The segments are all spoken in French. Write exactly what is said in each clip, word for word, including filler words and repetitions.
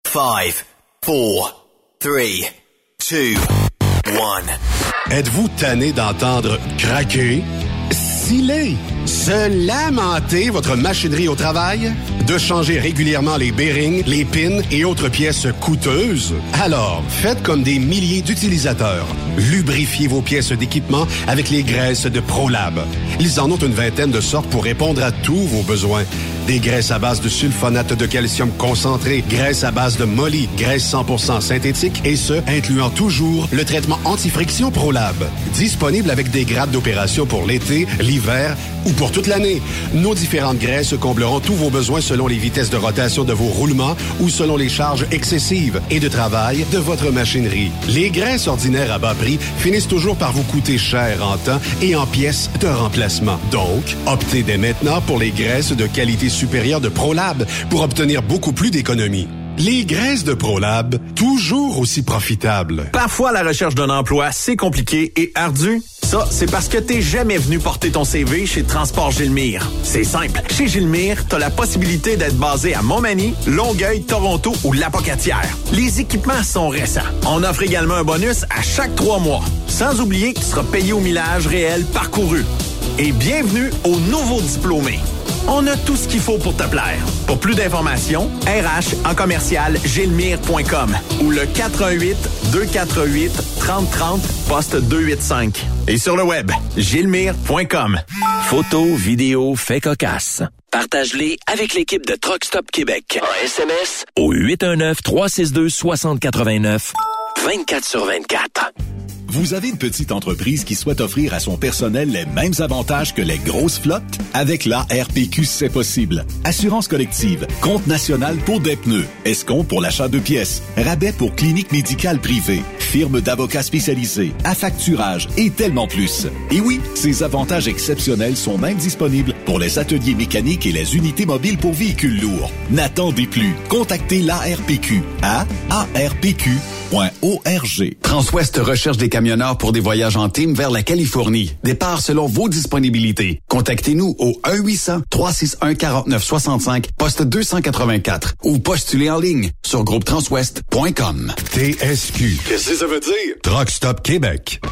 Five, four, three, two, one. Êtes-vous tanné d'entendre craquer, sciller, se lamenter votre machinerie au travail? De changer régulièrement les bearings, les pins et autres pièces coûteuses? Alors, faites comme des milliers d'utilisateurs. Lubrifiez vos pièces d'équipement avec les graisses de ProLab. Ils en ont une vingtaine de sortes pour répondre à tous vos besoins. Des graisses à base de sulfonate de calcium concentré, graisses à base de molly, graisse cent pour cent synthétique et ce, incluant toujours le traitement anti-friction ProLab. Disponible avec des grades d'opération pour l'été, l'hiver ou pour toute l'année. Nos différentes graisses combleront tous vos besoins selon les vitesses de rotation de vos roulements ou selon les charges excessives et de travail de votre machinerie. Les graisses ordinaires à bas prix finissent toujours par vous coûter cher en temps et en pièces de remplacement. Donc, optez dès maintenant pour les graisses de qualité supérieure de ProLab pour obtenir beaucoup plus d'économies. Les graisses de ProLab, toujours aussi profitables. Parfois, la recherche d'un emploi, c'est compliqué et ardu. Ça, c'est parce que t'es jamais venu porter ton C V chez Transport Gilmire. C'est simple. Chez Gilmire, t'as la possibilité d'être basé à Montmagny, Longueuil, Toronto ou Lapocatière. Les équipements sont récents. On offre également un bonus à chaque trois mois. Sans oublier que tu seras payé au millage réel parcouru. Et bienvenue aux nouveaux diplômés. On a tout ce qu'il faut pour te plaire. Pour plus d'informations, R H en commercial gilmire point com ou le quatre un huit, deux quatre huit, trente trente, poste deux huit cinq. Et sur le web, gilmire point com. Photos, vidéos, faits cocasses. Partage-les avec l'équipe de Truck Stop Québec. En S M S au huit un neuf, trois six deux, six zéro huit neuf, vingt-quatre sur vingt-quatre. Vous avez une petite entreprise qui souhaite offrir à son personnel les mêmes avantages que les grosses flottes? Avec l'A R P Q, c'est possible. Assurance collective, compte national pour des pneus, escompte pour l'achat de pièces, rabais pour clinique médicale privée, firme d'avocats spécialisés, affacturage et tellement plus. Et oui, ces avantages exceptionnels sont même disponibles pour les ateliers mécaniques et les unités mobiles pour véhicules lourds. N'attendez plus. Contactez l'A R P Q à a r p q point org. Transwest recherche des camionneurs pour des voyages en team vers la Californie. Départ selon vos disponibilités. Contactez-nous au un huit cents, trois six un, quatre neuf six cinq, poste deux cent quatre-vingt-quatre ou postulez en ligne sur groupe transwest point com. T S Q. Qu'est-ce que ça veut dire? Truck Stop Québec.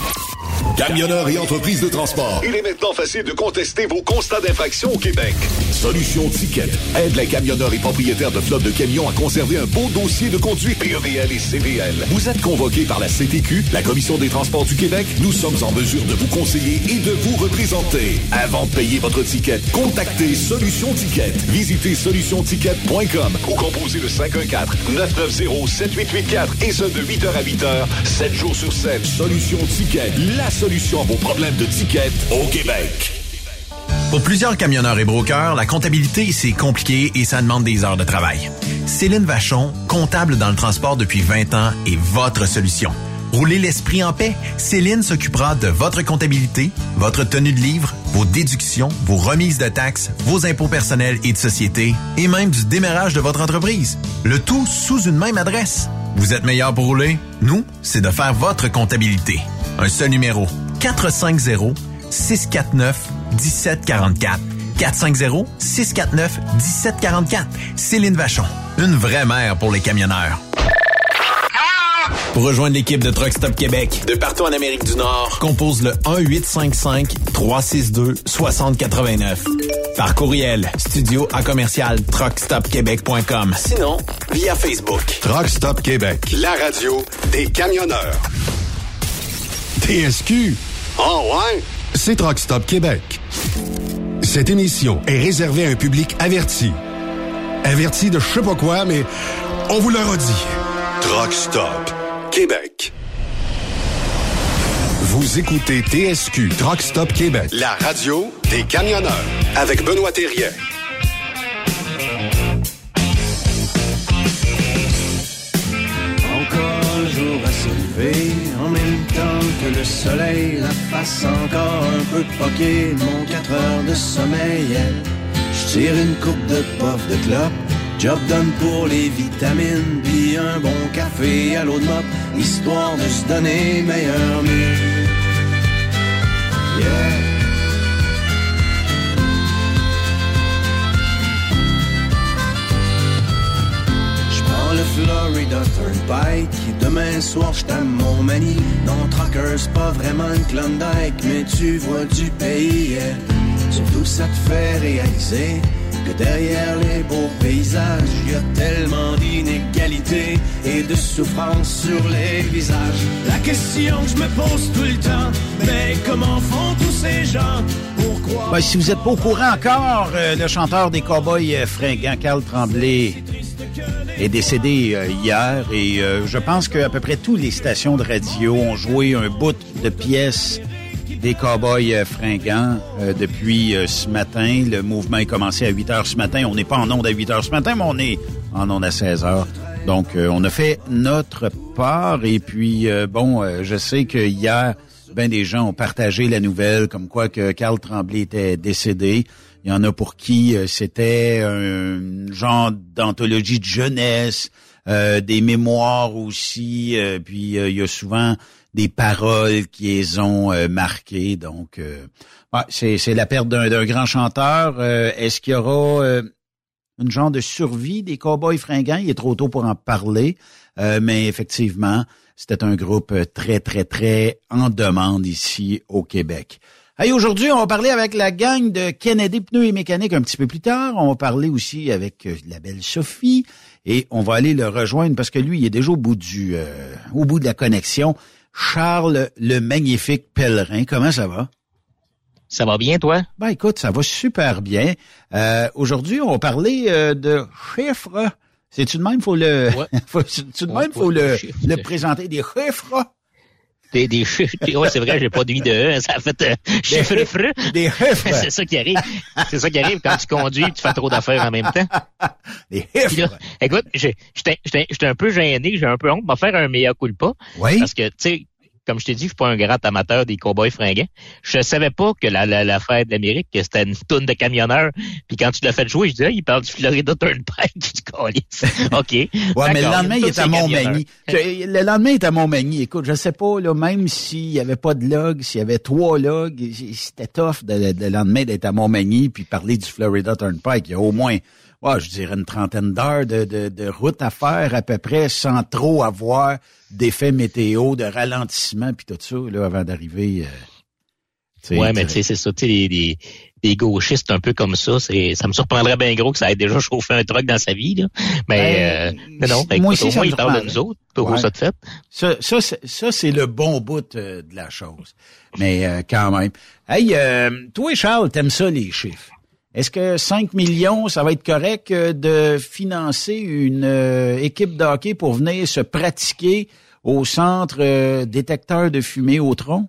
Camionneurs et entreprises de transport. Il est maintenant facile de contester vos constats d'infraction au Québec. Solution Ticket aide les camionneurs et propriétaires de flottes de camions à conserver un beau dossier de conduite P E V L et C V L. Vous êtes convoqué par la C T Q, la Commission des transports du Québec. Nous sommes en mesure de vous conseiller et de vous représenter. Avant de payer votre ticket, contactez Solution Ticket. Visitez solution ticket point com ou composez le cinq un quatre, neuf neuf zéro, sept huit huit quatre et ce de huit heures à huit heures, sept jours sur sept. Solution Ticket, la solution à vos problèmes de ticket au Québec. Pour plusieurs camionneurs et brokers, la comptabilité, c'est compliqué et ça demande des heures de travail. Céline Vachon, comptable dans le transport depuis vingt ans, est votre solution. Roulez l'esprit en paix. Céline s'occupera de votre comptabilité, votre tenue de livre, vos déductions, vos remises de taxes, vos impôts personnels et de société, et même du démarrage de votre entreprise. Le tout sous une même adresse. Vous êtes meilleur pour rouler? Nous, c'est de faire votre comptabilité. Un seul numéro. quatre cinq zéro, six quatre neuf, un sept quatre quatre. quatre cinq zéro, six quatre neuf, un sept quatre quatre. Céline Vachon. Une vraie mère pour les camionneurs. Pour rejoindre l'équipe de Truck Stop Québec, de partout en Amérique du Nord, compose le un huit cinq cinq, trois six deux, six zéro huit neuf. Par courriel, studio à commercial truck stop québec point com. Sinon, via Facebook. Truck Stop Québec, la radio des camionneurs. T S Q. Oh ouais? C'est Truck Stop Québec. Cette émission est réservée à un public averti. Averti de je sais pas quoi, mais on vous le redit. Truck Stop Québec. Vous écoutez T S Q Truck Stop Québec, la radio des camionneurs, avec Benoît Thérien. Encore un jour à se lever, en même temps que le soleil, la face encore un peu poquée, mon quatre heures de sommeil. Je tire une coupe de puff de clope, job done pour les vitamines, puis un bon café à l'eau de mop, histoire de se donner meilleur mieux. Yeah. J'prends le Florida Turnpike. Demain soir, j'suis à Montmagny. Non, trucker, c'est pas vraiment une Klondike, mais tu vois du pays. Yeah. Surtout, ça te fait réaliser que derrière les beaux paysages, y a tellement d'inégalités et de souffrance sur les visages. La question que je me pose tout le temps, mais comment font tous ces gens? Pourquoi? Ben, si vous êtes pas au courant encore, euh, le chanteur des Cowboys euh, fringants, Carl Tremblay, est décédé euh, hier et euh, je pense qu'à peu près toutes les stations de radio ont joué un bout de pièce des Cowboys euh, fringants euh, depuis euh, ce matin. Le mouvement est commencé à huit heures ce matin. On n'est pas en onde à huit heures ce matin, mais on est en onde à seize heures. Donc, euh, on a fait notre part. Et puis, euh, bon, euh, je sais que hier, ben des gens ont partagé la nouvelle comme quoi que Carl Tremblay était décédé. Il y en a pour qui euh, c'était un genre d'anthologie de jeunesse, euh, des mémoires aussi. Euh, puis, euh, il y a souvent des paroles qui les ont euh, marquées. Donc, euh, ouais, c'est, c'est la perte d'un, d'un grand chanteur. Euh, est-ce qu'il y aura euh, une genre de survie des Cowboys fringants? Il est trop tôt pour en parler, euh, mais effectivement, c'était un groupe très, très, très en demande ici au Québec. Hey, aujourd'hui, on va parler avec la gang de Kennedy Pneus et Mécanique un petit peu plus tard. On va parler aussi avec euh, la belle Sophie et on va aller le rejoindre parce que lui, il est déjà au bout du, euh, au bout de la connexion. Charles, le magnifique pèlerin. Comment ça va? Ça va bien, toi? Ben, écoute, ça va super bien. Euh, aujourd'hui, on va parler euh, de chiffres. C'est-tu de même, faut le, ouais. faut, c'est-tu de même, ouais, faut ouais, le, chiffres, le présenter des chiffres? Des, des chiffres. Ouais, c'est vrai, j'ai pas de de E, ça a fait, euh, chiffres. Des chiffres. C'est ça qui arrive. C'est ça qui arrive quand tu conduis et tu fais trop d'affaires en même temps. Des chiffres. Écoute, j'ai, j'étais, j'étais, j'étais un peu gêné, j'ai un peu honte de me faire un mea culpa. Oui. Parce que, tu sais, comme je t'ai dit, je suis pas un grand amateur des Cowboys fringants. Je savais pas que la, la, la fête d'Amérique, que c'était une toune de camionneurs. Puis quand tu l'as fait jouer, je dis, ah, il parle du Florida Turnpike, du Callis. OK. Ouais, mais le lendemain, il est à Montmagny. Le lendemain, il est à Montmagny. Écoute, je sais pas, là, même s'il y avait pas de log, s'il y avait trois logs, c'était tough de, de, le lendemain d'être à Montmagny puis parler du Florida Turnpike. Il y a au moins, ouais, je dirais une trentaine d'heures de, de, de route à faire à peu près sans trop avoir d'effets météo, de ralentissement puis tout ça, là, avant d'arriver. Euh, ouais, mais tu sais, c'est ça, tu sais, les, les, les gauchistes un peu comme ça, c'est, ça me surprendrait bien gros que ça ait déjà chauffé un truck dans sa vie, là. Mais, ben, euh, non, ben, moi écoute, aussi, au moins, ils parlent de nous autres, pour ouais. ça de fait. Ça, ça, c'est, ça, c'est le bon bout euh, de la chose. Mais, euh, quand même. Hey, euh, toi, Charles, t'aimes ça, les chiffres? Est-ce que cinq millions, ça va être correct de financer une euh, équipe de hockey pour venir se pratiquer au centre euh, détecteur de fumée au tronc?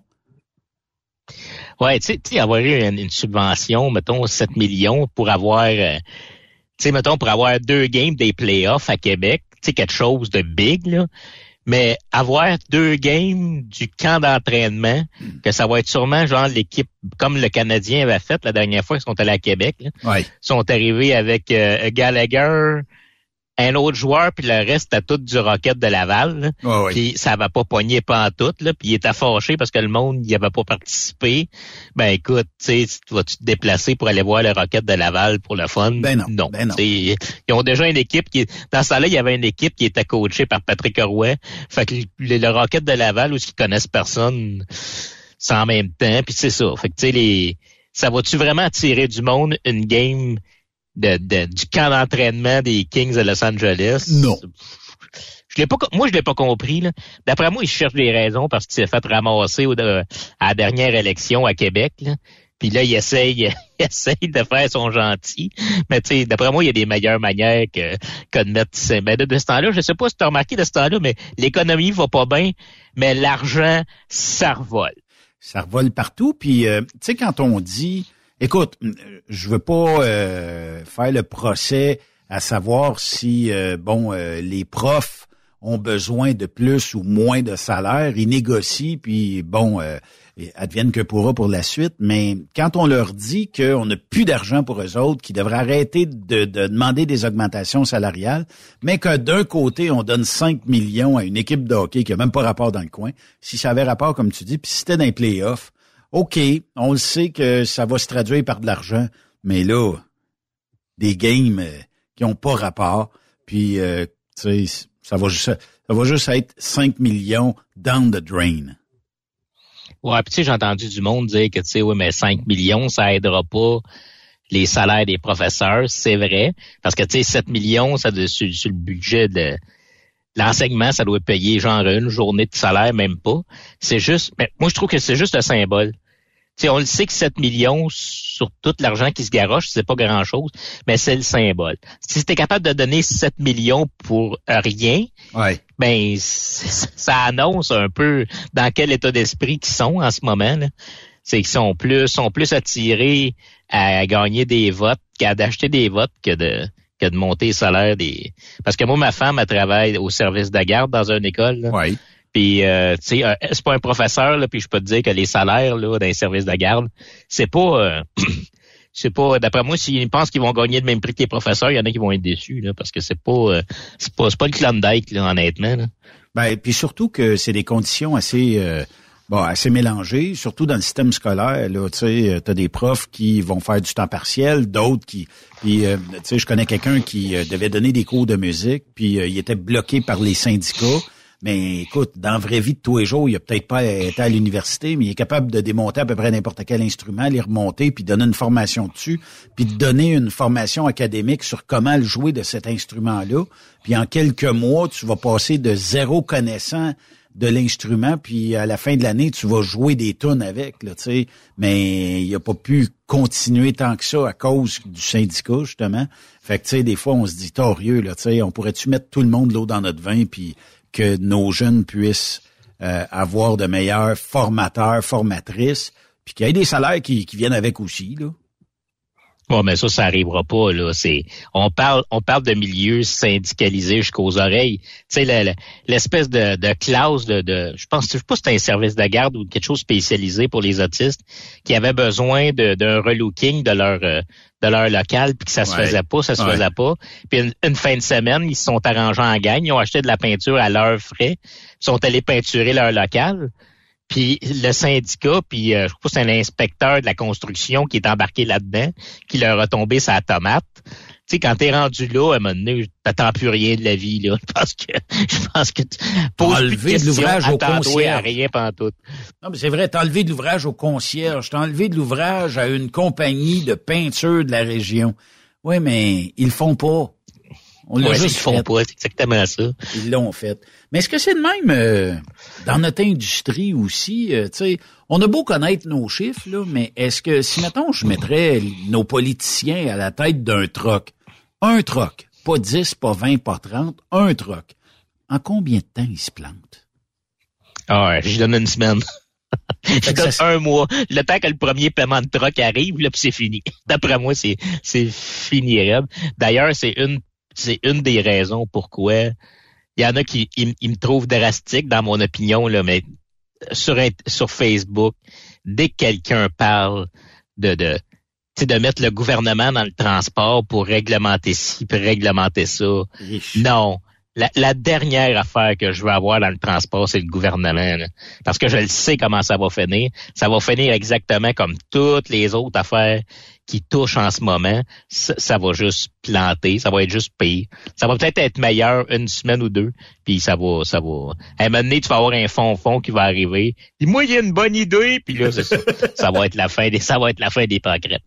Ouais, tu sais, avoir eu une, une subvention, mettons sept millions pour avoir, euh, tu sais, mettons pour avoir deux games des playoffs à Québec, tu sais, quelque chose de big, là. Mais avoir deux games du camp d'entraînement, que ça va être sûrement genre l'équipe comme le Canadien avait fait la dernière fois qu'ils sont allés à Québec. Là. Ouais. Ils sont arrivés avec euh, Gallagher, un autre joueur, puis le reste, c'était tout du Rocket de Laval. Ouais, ouais. Puis ça va pas pogner pantoute, là. Puis il était fâché parce que le monde n'y avait pas participé. Ben écoute, tu sais, vas-tu te déplacer pour aller voir le Rocket de Laval pour le fun? Ben non. Non. Ben non. Ils ont déjà une équipe qui dans ce temps-là, il y avait une équipe qui était coachée par Patrick Roy. Fait que le, le Rocket de Laval, où ils connaissent personne, c'est en même temps. Puis c'est ça. Fait que tu sais, les. Ça va-tu vraiment attirer du monde une game de, de du camp d'entraînement des Kings de Los Angeles? Non. Je l'ai pas, moi, je l'ai pas compris, là. D'après moi, il cherche des raisons parce qu'il s'est fait ramasser au de, à la dernière élection à Québec, là. Puis là, il essaye, il essaye de faire son gentil. Mais tu sais, d'après moi, il y a des meilleures manières que, que de mettre, ben, de, de ce temps-là, je sais pas si tu as remarqué de ce temps-là, mais l'économie va pas bien, mais l'argent, ça revole. Ça revole partout. Puis, euh, tu sais, quand on dit, écoute, je veux pas euh, faire le procès à savoir si, euh, bon, euh, les profs ont besoin de plus ou moins de salaire, ils négocient, puis bon, euh, advienne que pourra pour la suite. Mais quand on leur dit qu'on n'a plus d'argent pour eux autres, qu'ils devraient arrêter de, de demander des augmentations salariales, mais que d'un côté, on donne cinq millions à une équipe de hockey qui n'a même pas rapport dans le coin, si ça avait rapport, comme tu dis, puis si c'était dans les playoffs, OK, on le sait que ça va se traduire par de l'argent, mais là, des games euh, qui n'ont pas rapport, puis, euh, tu sais, Ça va juste, ça va juste être cinq millions down the drain. Ouais, puis tu sais, j'ai entendu du monde dire que, tu sais, oui, mais cinq millions, ça aidera pas les salaires des professeurs. C'est vrai. Parce que, tu sais, sept millions, ça de, sur, sur le budget de l'enseignement, ça doit payer genre une journée de salaire, même pas. C'est juste, mais moi, je trouve que c'est juste un symbole. Tu sais, on le sait que sept millions sur tout l'argent qui se garoche, c'est pas grand-chose, mais c'est le symbole. Si t'es capable de donner sept millions pour rien, ouais. ben ça annonce un peu dans quel état d'esprit qu'ils sont en ce moment. Là. C'est qu'ils sont plus sont plus attirés à gagner des votes qu'à d'acheter des votes que de que de monter les salaires des. Parce que moi, ma femme, elle travaille au service de garde dans une école. Là. Ouais. Puis, euh, tu sais, euh, c'est pas un professeur, là, puis je peux te dire que les salaires là dans les services de garde, c'est pas, euh, c'est pas. D'après moi, s'ils pensent qu'ils vont gagner le même prix que les professeurs, il y en a qui vont être déçus, là, parce que c'est pas, euh, c'est pas, c'est pas le Klondike, là, honnêtement. Là. Ben, puis surtout que c'est des conditions assez, euh, bon, assez mélangées, surtout dans le système scolaire. Là, tu sais, t'as des profs qui vont faire du temps partiel, d'autres qui, puis, euh, tu sais, je connais quelqu'un qui euh, devait donner des cours de musique, puis euh, il était bloqué par les syndicats. Mais écoute, dans la vraie vie de tous les jours, il a peut-être pas été à l'université, mais il est capable de démonter à peu près n'importe quel instrument, les remonter, puis donner une formation dessus, puis de donner une formation académique sur comment le jouer de cet instrument-là. Puis en quelques mois, tu vas passer de zéro connaissant de l'instrument, puis à la fin de l'année, tu vas jouer des tunes avec, là, tu sais. Mais il a pas pu continuer tant que ça à cause du syndicat, justement. Fait que, tu sais, des fois, on se dit, torieux, là, tu sais, on pourrait-tu mettre tout le monde l'eau dans notre vin, puis que nos jeunes puissent euh, avoir de meilleurs formateurs, formatrices, puis qu'il y ait des salaires qui, qui viennent avec aussi, là. Bon, mais ça, ça arrivera pas, là. C'est, on parle, on parle de milieux syndicalisés jusqu'aux oreilles. Tu sais, le, le, l'espèce de, de clause de, de, je pense, je sais pas si c'était un service de garde ou quelque chose spécialisé pour les autistes qui avaient besoin de, d'un relooking de leur, de leur local puis que ça se ouais. faisait pas, ça se ouais. faisait pas. Puis une, une fin de semaine, ils se sont arrangés en gang, ils ont acheté de la peinture à leurs frais, ils sont allés peinturer leur local. Puis le syndicat, puis euh, je crois que c'est un inspecteur de la construction qui est embarqué là-dedans, qui leur a tombé sa tomate. Tu sais, quand t'es rendu là, à un moment donné, t'attends plus rien de la vie, là. Je pense que, je pense que tu poses plus de questions, de l'ouvrage au concierge. À rien pantoute. Non, mais c'est vrai, t'as enlevé de l'ouvrage au concierge, t'as enlevé de l'ouvrage à une compagnie de peinture de la région. Oui, mais ils le font pas. On l'a ouais, juste ils font fait. pas, c'est exactement ça. Ils l'ont fait. Mais est-ce que c'est de même euh, dans notre industrie aussi? Euh, tu sais, on a beau connaître nos chiffres, là, mais est-ce que si, mettons, je mettrais nos politiciens à la tête d'un troc, un troc, pas dix, pas vingt, pas trente, un troc, en combien de temps ils se plantent? Ah ouais, je donne une semaine. Je donne ça... un mois. Le temps que le premier paiement de troc arrive, là, puis c'est fini. D'après moi, c'est c'est fini. D'ailleurs, c'est une c'est une des raisons pourquoi il y en a qui ils, ils me trouvent drastique dans mon opinion, là, mais sur sur Facebook, dès que quelqu'un parle de de tu sais, de mettre le gouvernement dans le transport pour réglementer ci, pour réglementer ça. Ich. Non. La, la dernière affaire que je veux avoir dans le transport, c'est le gouvernement. Là. Parce que je le sais comment ça va finir. Ça va finir exactement comme toutes les autres affaires qui touchent en ce moment. Ça, ça va juste planter. Ça va être juste pire. Ça va peut-être être meilleur une semaine ou deux. Puis ça va, ça va. À un moment donné, tu vas avoir un fond-fond qui va arriver. Puis moi, il y a une bonne idée. Puis là, c'est ça. Ça va être la fin des, ça va être la fin des pâquerettes.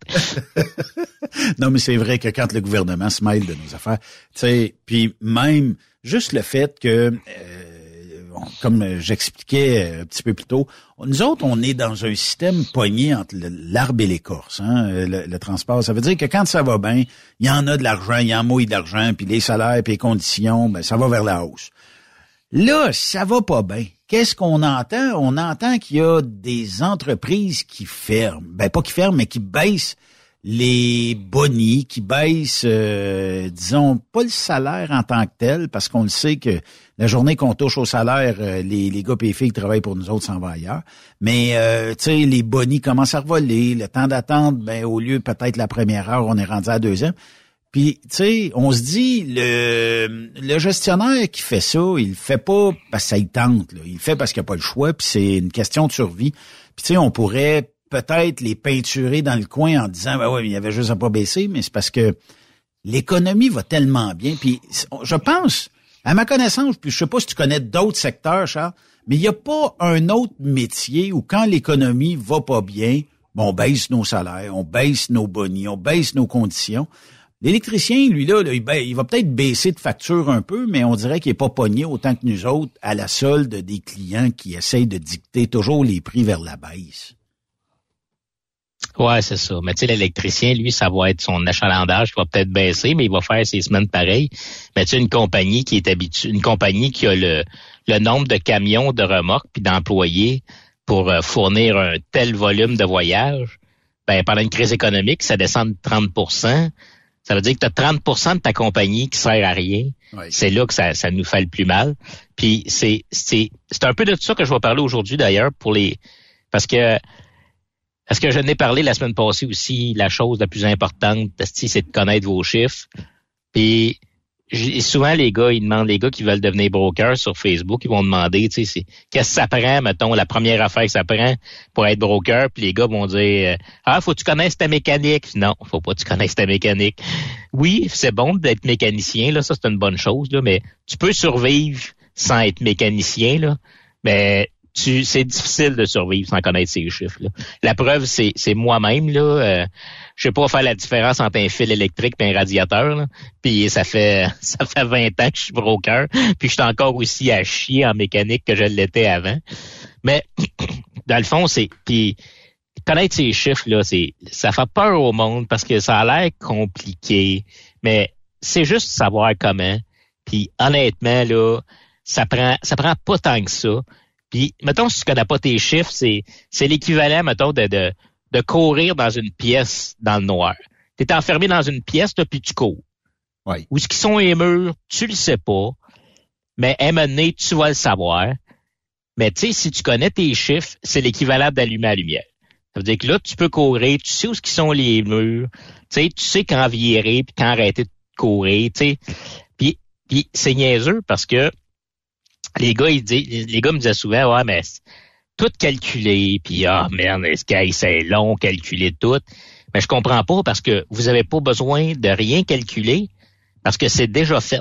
Non, mais c'est vrai que quand le gouvernement se mêle de nos affaires, tu sais, puis même juste le fait que, euh, comme j'expliquais un petit peu plus tôt, nous autres, on est dans un système pogné entre l'arbre et l'écorce, hein, le, le transport. Ça veut dire que quand ça va bien, il y en a de l'argent, il y en mouille d'argent, puis les salaires, puis les conditions, ben ça va vers la hausse. Là, ça va pas bien. Qu'est-ce qu'on entend? On entend qu'il y a des entreprises qui ferment. Ben, pas qui ferment, mais qui baissent les bonis, qui baissent, euh, disons, pas le salaire en tant que tel, parce qu'on le sait que la journée qu'on touche au salaire, euh, les, les gars et les filles qui travaillent pour nous autres s'en vont ailleurs. Mais, euh, tu sais, les bonis commencent à revoler. Le temps d'attente, ben, au lieu peut-être la première heure, on est rendu à la deuxième. Puis, tu sais, on se dit, le, le gestionnaire qui fait ça, il le fait pas parce que ça y tente, là. Il le fait parce qu'il n'y a pas le choix, puis c'est une question de survie. Puis, tu sais, on pourrait peut-être les peinturer dans le coin en disant, ben ouais, il y avait juste à pas baisser, mais c'est parce que l'économie va tellement bien. Puis, je pense, À ma connaissance, puis je sais pas si tu connais d'autres secteurs, Charles, mais il n'y a pas un autre métier où quand l'économie va pas bien, bon, on baisse nos salaires, on baisse nos bonnies, on baisse nos conditions. L'électricien, lui, là, là il, ba- il va peut-être baisser de facture un peu, mais on dirait qu'il est pas pogné autant que nous autres à la solde des clients qui essayent de dicter toujours les prix vers la baisse. Ouais, c'est ça. Mais tu sais, l'électricien, lui, ça va être son achalandage qui va peut-être baisser, mais il va faire ses semaines pareilles. Mais tu sais, une compagnie qui est habituée, une compagnie qui a le, le nombre de camions, de remorques puis d'employés pour euh, fournir un tel volume de voyages, ben pendant une crise économique, ça descend de trente pour cent. Ça veut dire que tu as trente pour cent de ta compagnie qui sert à rien. Oui. C'est là que ça, ça nous fait le plus mal. Puis c'est, c'est, c'est un peu de ça que je vais parler aujourd'hui d'ailleurs pour les, parce que Parce que je n'ai parlé la semaine passée aussi, la chose la plus importante, c'est de connaître vos chiffres. Puis souvent, les gars, ils demandent, les gars qui veulent devenir brokers sur Facebook, ils vont demander, tu sais, c'est, qu'est-ce que ça prend, mettons, la première affaire que ça prend pour être broker, puis les gars vont dire, ah, faut que tu connaisses ta mécanique. Non, faut pas que tu connaisses ta mécanique. Oui, c'est bon d'être mécanicien, là, ça c'est une bonne chose, là, mais tu peux survivre sans être mécanicien, là, mais Tu, c'est difficile de survivre sans connaître ces chiffres-là. La preuve, c'est, c'est moi-même, là. Euh, je sais pas faire la différence entre un fil électrique et un radiateur, là. Puis ça fait ça fait vingt ans que je suis broker. Puis je suis encore aussi à chier en mécanique que je l'étais avant. Mais dans le fond, c'est. Puis connaître ces chiffres-là, c'est ça fait peur au monde parce que ça a l'air compliqué. Mais c'est juste savoir comment. Puis honnêtement, là, ça prend ça prend pas tant que ça. Puis, mettons, si tu connais pas tes chiffres, c'est, c'est l'équivalent, mettons, de, de, de courir dans une pièce dans le noir. T'es enfermé dans une pièce, là, puis tu cours. Oui. Où ce qui sont les murs, tu le sais pas. Mais à un moment donné, tu vas le savoir. Mais tu sais, si tu connais tes chiffres, c'est l'équivalent d'allumer la lumière. Ça veut dire que là, tu peux courir, tu sais où ce qui sont les murs. Tu sais, tu sais quand virer, puis quand arrêter de courir, tu sais. Puis, puis c'est niaiseux parce que Les gars, ils disent, les gars me disaient souvent, ouais, mais tout calculé, puis ah merde, c'est long, calculer tout. Mais je comprends pas parce que vous avez pas besoin de rien calculer parce que c'est déjà fait.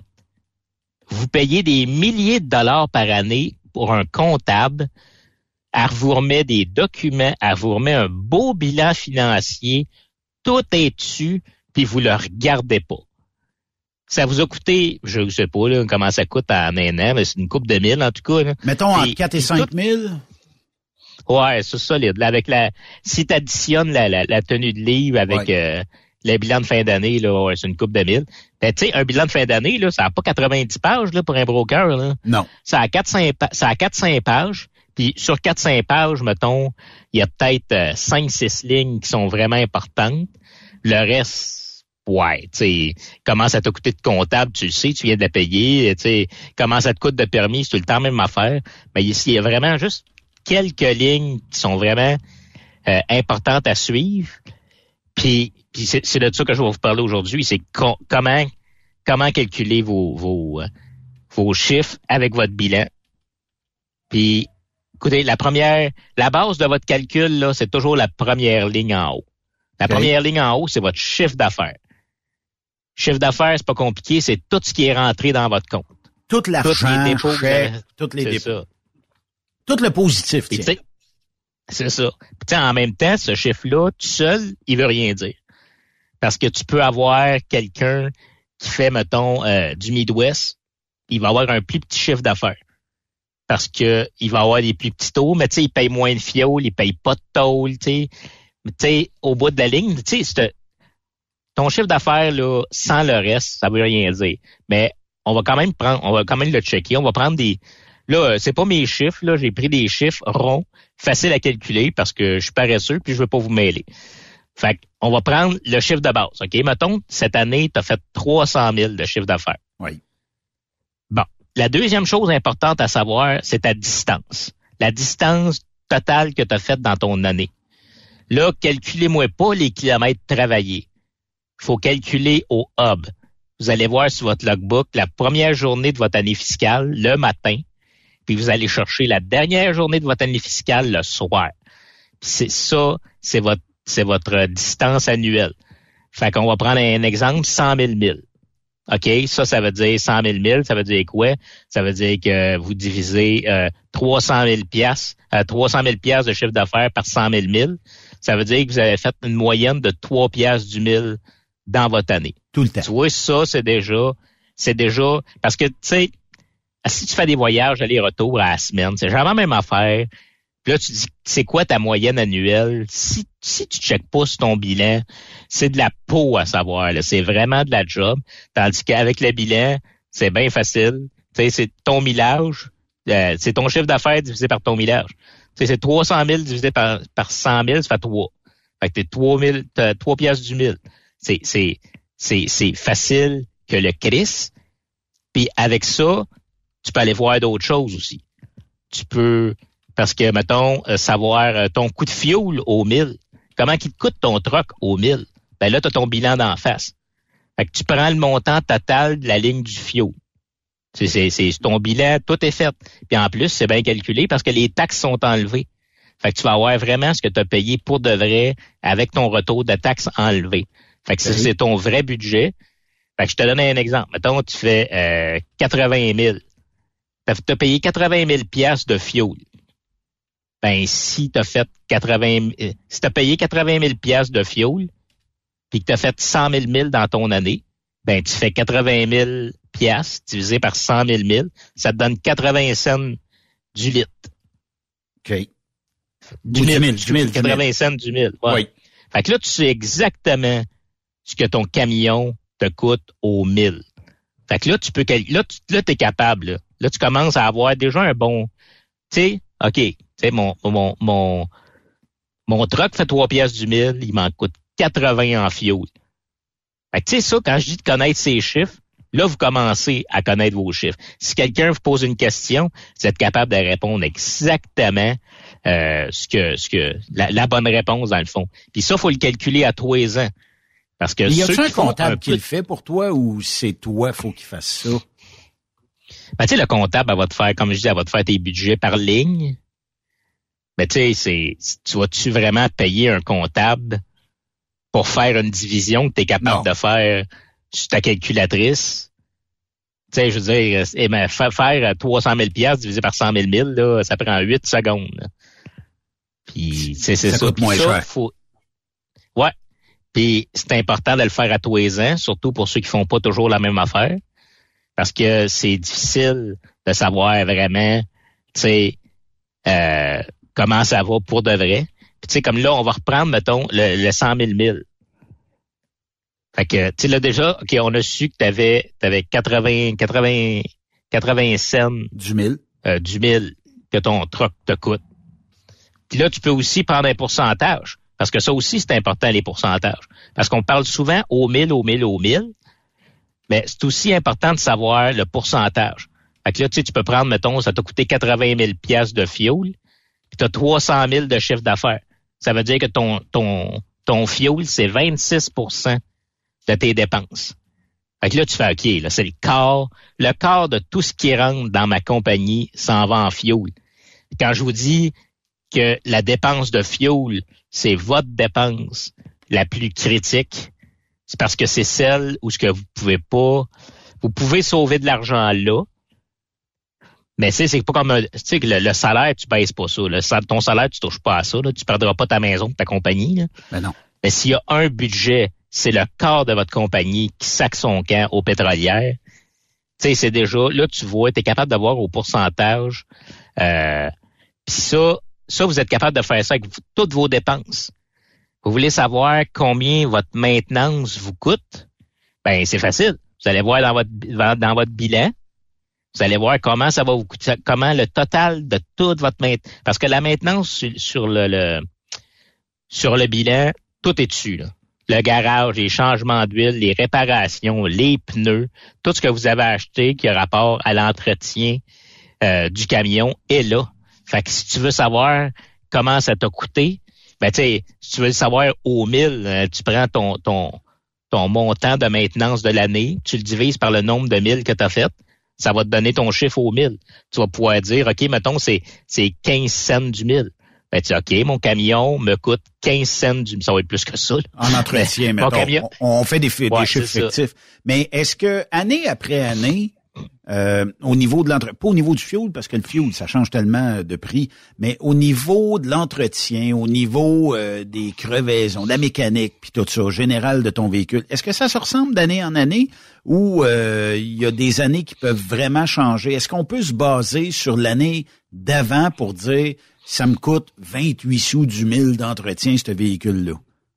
Vous payez des milliers de dollars par année pour un comptable, elle vous remet des documents, elle vous remet un beau bilan financier, tout est dessus, puis vous le regardez pas. Ça vous a coûté, je ne sais pas là, comment ça coûte en un an, mais c'est une coupe de mille en tout cas. Là. Mettons entre quatre et cinq mille. Ouais, c'est solide. Là, avec la, si tu additionnes la, la, la tenue de livre avec ouais. euh, le bilan de fin d'année, là, ouais, c'est une coupe de mille. Ben, tu sais, un bilan de fin d'année, là, ça n'a pas quatre-vingt-dix pages là, pour un broker. Là. Non. Ça a quatre cinq pages. Puis sur quatre cinq pages, mettons, il y a peut-être euh, cinq six lignes qui sont vraiment importantes. Le reste, ouais, tu sais, comment ça t'a coûté de comptable, tu le sais, tu viens de la payer, tu sais, comment ça te coûte de permis, c'est tout le temps la même affaire. Mais ici, il y a vraiment juste quelques lignes qui sont vraiment euh, importantes à suivre. Puis, puis c'est, c'est de ça que je vais vous parler aujourd'hui, c'est co- comment comment calculer vos vos euh, vos chiffres avec votre bilan. Puis, écoutez, la première, la base de votre calcul là, c'est toujours la première ligne en haut. La okay. première ligne en haut, c'est votre chiffre d'affaires. Chiffre d'affaires, c'est pas compliqué, c'est tout ce qui est rentré dans votre compte. Tout l'argent, les dépôts, chèques, toutes les c'est dépôts. Ça. Tout le positif, Puis, tiens. C'est ça. Puis, en même temps, ce chiffre-là, tout seul, il veut rien dire. Parce que tu peux avoir quelqu'un qui fait, mettons, euh, du Midwest, il va avoir un plus petit chiffre d'affaires. Parce que il va avoir des plus petits taux, mais tu sais, il paye moins de fioul, il paye pas de tôle, tu sais. Mais tu sais, au bout de la ligne, tu sais, ton chiffre d'affaires, là, sans le reste, ça veut rien dire. Mais on va quand même prendre, on va quand même le checker. On va prendre des, là, c'est pas mes chiffres, là, j'ai pris des chiffres ronds, faciles à calculer parce que je suis paresseux puis je veux pas vous mêler. Fait qu'on va prendre le chiffre de base, OK? Mettons, cette année, tu as fait trois cent mille de chiffre d'affaires. Oui. Bon. La deuxième chose importante à savoir, c'est ta distance. La distance totale que tu as faite dans ton année. Là, calculez-moi pas les kilomètres travaillés. Il faut calculer au hub. Vous allez voir sur votre logbook la première journée de votre année fiscale le matin, puis vous allez chercher la dernière journée de votre année fiscale le soir. Puis c'est ça, c'est votre c'est votre distance annuelle. Fait qu'on va prendre un exemple, cent mille milles. OK, ça, ça veut dire cent mille milles. Ça veut dire quoi? Ça veut dire que vous divisez euh, trois cent mille piastres, euh, trois cent mille piastres de chiffre d'affaires par cent mille milles. Ça veut dire que vous avez fait une moyenne de trois piastres du mille dans votre année. Tout le temps. Tu vois, ça, c'est déjà, c'est déjà, parce que, tu sais, si tu fais des voyages aller-retour à la semaine, c'est jamais la même affaire. Puis là, tu dis, c'est quoi ta moyenne annuelle? Si, si tu checkes pas sur ton bilan, c'est de la peau à savoir, là. C'est vraiment de la job. Tandis qu'avec le bilan, c'est bien facile. Tu sais, c'est ton millage, euh, c'est ton chiffre d'affaires divisé par ton millage. Tu sais, c'est trois cent mille divisé par, par cent mille, ça fait trois. Fait que t'es trois mille, t'as trois piastres du mille. C'est, c'est, c'est, c'est facile que le Chris. Puis avec ça, tu peux aller voir d'autres choses aussi. Tu peux, parce que, mettons, euh, savoir euh, ton coût de fioul au mille. Comment il te coûte ton truck au mille? Ben là, tu as ton bilan d'en face. Fait que tu prends le montant total de la ligne du fioul. C'est, c'est, c'est ton bilan, tout est fait. Puis en plus, c'est bien calculé parce que les taxes sont enlevées. Fait que tu vas avoir vraiment ce que tu as payé pour de vrai avec ton retour de taxes enlevé. Fait que ça, c'est ton vrai budget. Fait que je te donne un exemple. Mettons, tu fais euh, quatre-vingt mille. Tu as payé quatre-vingt mille piastres de fioul. Ben, si tu as fait quatre-vingts, si tu as payé quatre-vingt mille piastres de fioul, puis que tu as fait cent mille milles dans ton année, ben, tu fais quatre-vingt mille piastres divisé par cent mille milles, ça te donne quatre-vingts cents du litre. OK. Du mille, du mille, quatre-vingts cents du mille. Ouais. Oui. Fait que là, tu sais exactement ce que ton camion te coûte au mille. Fait que là, tu peux, là, tu, là, t'es capable, là. Là, tu commences à avoir déjà un bon, tu sais, OK, tu sais, mon, mon, mon, mon truck fait trois piastres du mille, il m'en coûte quatre-vingts en fioul. Fait que tu sais ça, quand je dis de connaître ces chiffres, là, vous commencez à connaître vos chiffres. Si quelqu'un vous pose une question, vous êtes capable de répondre exactement euh, ce que, ce que, la, la bonne réponse dans le fond. Puis ça, faut le calculer à tous les ans. Parce que y a-t-il un qui comptable un qui le fait pour toi ou c'est toi, faut qu'il fasse ça? Ben, tu sais, le comptable, elle va te faire, comme je dis, elle va te faire tes budgets par ligne. Mais tu sais, c'est, tu vas-tu vraiment payer un comptable pour faire une division que tu es capable non. de faire sur ta calculatrice? Tu sais, je veux dire, eh ben, faire, faire trois cent mille piastres divisé par cent mille milles, là, ça prend huit secondes. Là. Puis, c'est, c'est ça. Ça coûte moins ça, cher. Faut... Ouais. Puis, c'est important de le faire à tous les ans, surtout pour ceux qui font pas toujours la même affaire. Parce que c'est difficile de savoir vraiment, tu sais, euh, comment ça va pour de vrai. Puis, tu sais, comme là, on va reprendre, mettons, le, le cent mille milles. Fait que, tu sais, là, déjà, OK, on a su que t'avais, t'avais quatre-vingts, quatre-vingts, quatre-vingts cents. Du mille. Euh, du mille que ton truck te coûte. Puis là, tu peux aussi prendre un pourcentage. Parce que ça aussi, c'est important, les pourcentages. Parce qu'on parle souvent au mille, au mille, au mille. Mais c'est aussi important de savoir le pourcentage. Fait que là, tu sais, tu peux prendre, mettons, ça t'a coûté quatre-vingt mille piastres de fioul, puis tu as trois cent mille de chiffre d'affaires. Ça veut dire que ton ton ton fioul, c'est vingt-six pour cent de tes dépenses. Fait que là, tu fais OK, là, c'est le quart. Le quart de tout ce qui rentre dans ma compagnie s'en va en fioul. Quand je vous dis que la dépense de fioul, c'est votre dépense la plus critique, c'est parce que c'est celle où ce que vous pouvez pas, vous pouvez sauver de l'argent là, mais c'est c'est pas comme un, tu sais que le, le salaire tu baisses pas ça, le, ton salaire tu touches pas à ça, là, tu perdras pas ta maison, ta compagnie. Là. Ben non. Mais s'il y a un budget, c'est le quart de votre compagnie qui sac son camp aux pétrolières. Tu sais, c'est déjà là tu vois, tu es capable d'avoir au pourcentage. Euh, Puis ça, ça vous êtes capable de faire ça avec toutes vos dépenses. Vous voulez savoir combien votre maintenance vous coûte? Ben, c'est facile. Vous allez voir dans votre, dans votre bilan. Vous allez voir comment ça va vous coûter, comment le total de toute votre maintenance. Parce que la maintenance sur, sur le, le, sur le bilan, tout est dessus, là. Le garage, les changements d'huile, les réparations, les pneus, tout ce que vous avez acheté qui a rapport à l'entretien, euh, du camion est là. Fait que si tu veux savoir comment ça t'a coûté, ben, tu sais, si tu veux le savoir au mille, euh, tu prends ton, ton, ton montant de maintenance de l'année, tu le divises par le nombre de milles que tu as fait, ça va te donner ton chiffre au mille. Tu vas pouvoir dire, OK, mettons, c'est, c'est quinze cents du mille. Ben, tu dis, OK, mon camion me coûte quinze cents du, ça va être plus que ça. Là. En entretien, mais camion... on, on fait des, des ouais, chiffres fictifs. Mais est-ce que, année après année, euh, au niveau de l'entretien, pas au niveau du fuel, parce que le fuel, ça change tellement de prix, mais au niveau de l'entretien, au niveau euh, des crevaisons, de la mécanique, puis tout ça, général de ton véhicule, est-ce que ça se ressemble d'année en année ou euh, il y a des années qui peuvent vraiment changer? Est-ce qu'on peut se baser sur l'année d'avant pour dire ça me coûte vingt-huit sous du mille d'entretien, ce véhicule-là?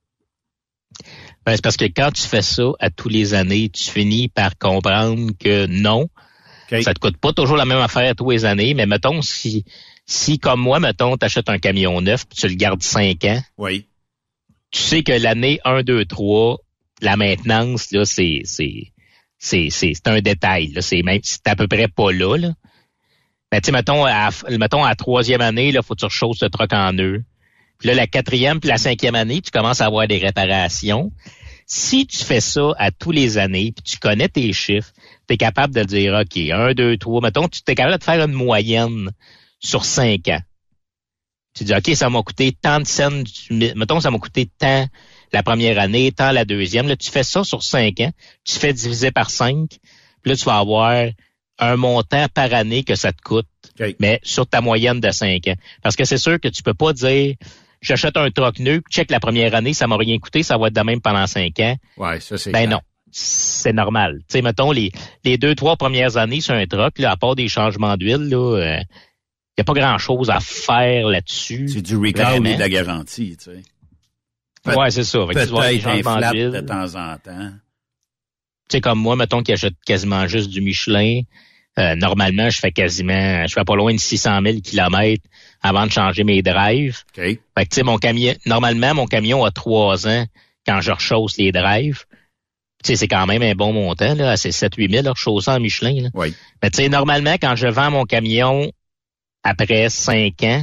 Ben, c'est parce que quand tu fais ça à tous les années, tu finis par comprendre que non, okay. Ça te coûte pas toujours la même affaire à tous les années, mais mettons, si, si comme moi, mettons, t'achètes un camion neuf, puis tu le gardes cinq ans, oui. Tu sais que l'année un, deux, trois, la maintenance, là, c'est, c'est, c'est, c'est, c'est un détail, là, c'est même, c'est à peu près pas là, là. Ben, tu sais, mettons, à, mettons, à la troisième année, là, faut que tu rechausses le truck en nœud. Puis là, la quatrième puis la cinquième année, tu commences à avoir des réparations. Si tu fais ça à tous les années, puis tu connais tes chiffres, tu es capable de dire, OK, un, deux, trois, mettons, tu es capable de faire une moyenne sur cinq ans. Tu dis, OK, ça m'a coûté tant de cents, mettons, ça m'a coûté tant la première année, tant la deuxième. Là, tu fais ça sur cinq ans, tu fais diviser par cinq, puis là, tu vas avoir un montant par année que ça te coûte, okay. Mais sur ta moyenne de cinq ans. Parce que c'est sûr que tu peux pas dire, j'achète un truck neuf, check la première année, ça m'a rien coûté, ça va être de même pendant cinq ans. Ouais, ça c'est Ben clair. Non, c'est normal. Tu sais, mettons, les, les deux, trois premières années sur un truck, là, à part des changements d'huile, là, il euh, y a pas grand-chose à faire là-dessus. C'est du recall et de la garantie, tu sais. Pe- ouais, c'est ça. Peut-être un flap de temps en temps. Tu sais, comme moi, mettons qu'il achète quasiment juste du Michelin. Euh, normalement, je fais quasiment, je fais pas loin de six cent mille kilomètres avant de changer mes drives. Okay. Fait que tu sais, mon camion, normalement, mon camion a trois ans quand je rechausse les drives. Tu sais, c'est quand même un bon montant, là, c'est sept huit mille, rechaussant en Michelin, là. Oui. Mais tu sais, normalement, quand je vends mon camion après cinq ans,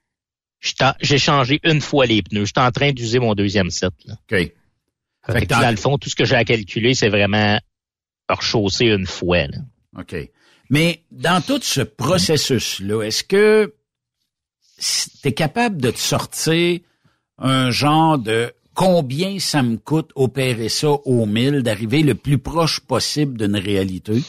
j'ai changé une fois les pneus. Je suis en train d'user mon deuxième set, là. OK. Fait, fait que, dans le fond, tout ce que j'ai à calculer, c'est vraiment rechausser une fois, là. OK. Mais dans tout ce processus-là, est-ce que tu es capable de te sortir un genre de combien ça me coûte opérer ça au mille, d'arriver le plus proche possible d'une réalité?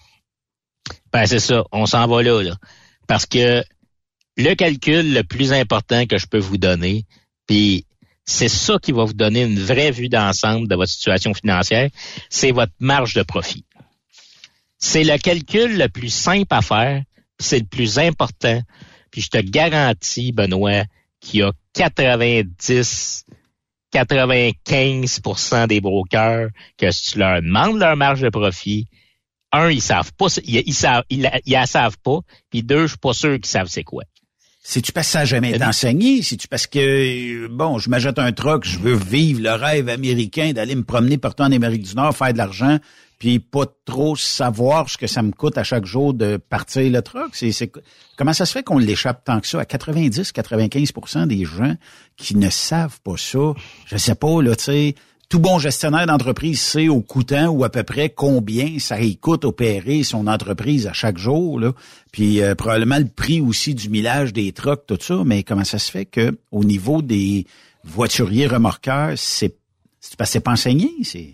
Ben, c'est ça. On s'en va là, là. Parce que le calcul le plus important que je peux vous donner, puis c'est ça qui va vous donner une vraie vue d'ensemble de votre situation financière, c'est votre marge de profit. C'est le calcul le plus simple à faire, puis c'est le plus important. Puis je te garantis, Benoît, qu'il y a quatre-vingt-dix, quatre-vingt-quinze pour cent des brokers que si tu leur demandes leur marge de profit, un, ils savent pas, ils, ils savent, ils, ils la savent pas, puis deux, je suis pas sûr qu'ils savent c'est quoi. C'est-tu parce que ça n'a jamais été enseigné? C'est-tu parce que, bon, je m'achète un truck, je veux vivre le rêve américain d'aller me promener partout en Amérique du Nord, faire de l'argent, puis pas trop savoir ce que ça me coûte à chaque jour de partir le truck? C'est, c'est, comment ça se fait qu'on l'échappe tant que ça? À quatre-vingt-dix à quatre-vingt-quinze pour cent des gens qui ne savent pas ça, je sais pas, là, tu sais, tout bon gestionnaire d'entreprise sait au coûtant ou à peu près combien ça y coûte opérer son entreprise à chaque jour, là. Puis euh, probablement le prix aussi du millage des trucks, tout ça. Mais comment ça se fait que au niveau des voituriers remorqueurs, c'est, c'est parce que c'est pas enseigné, c'est.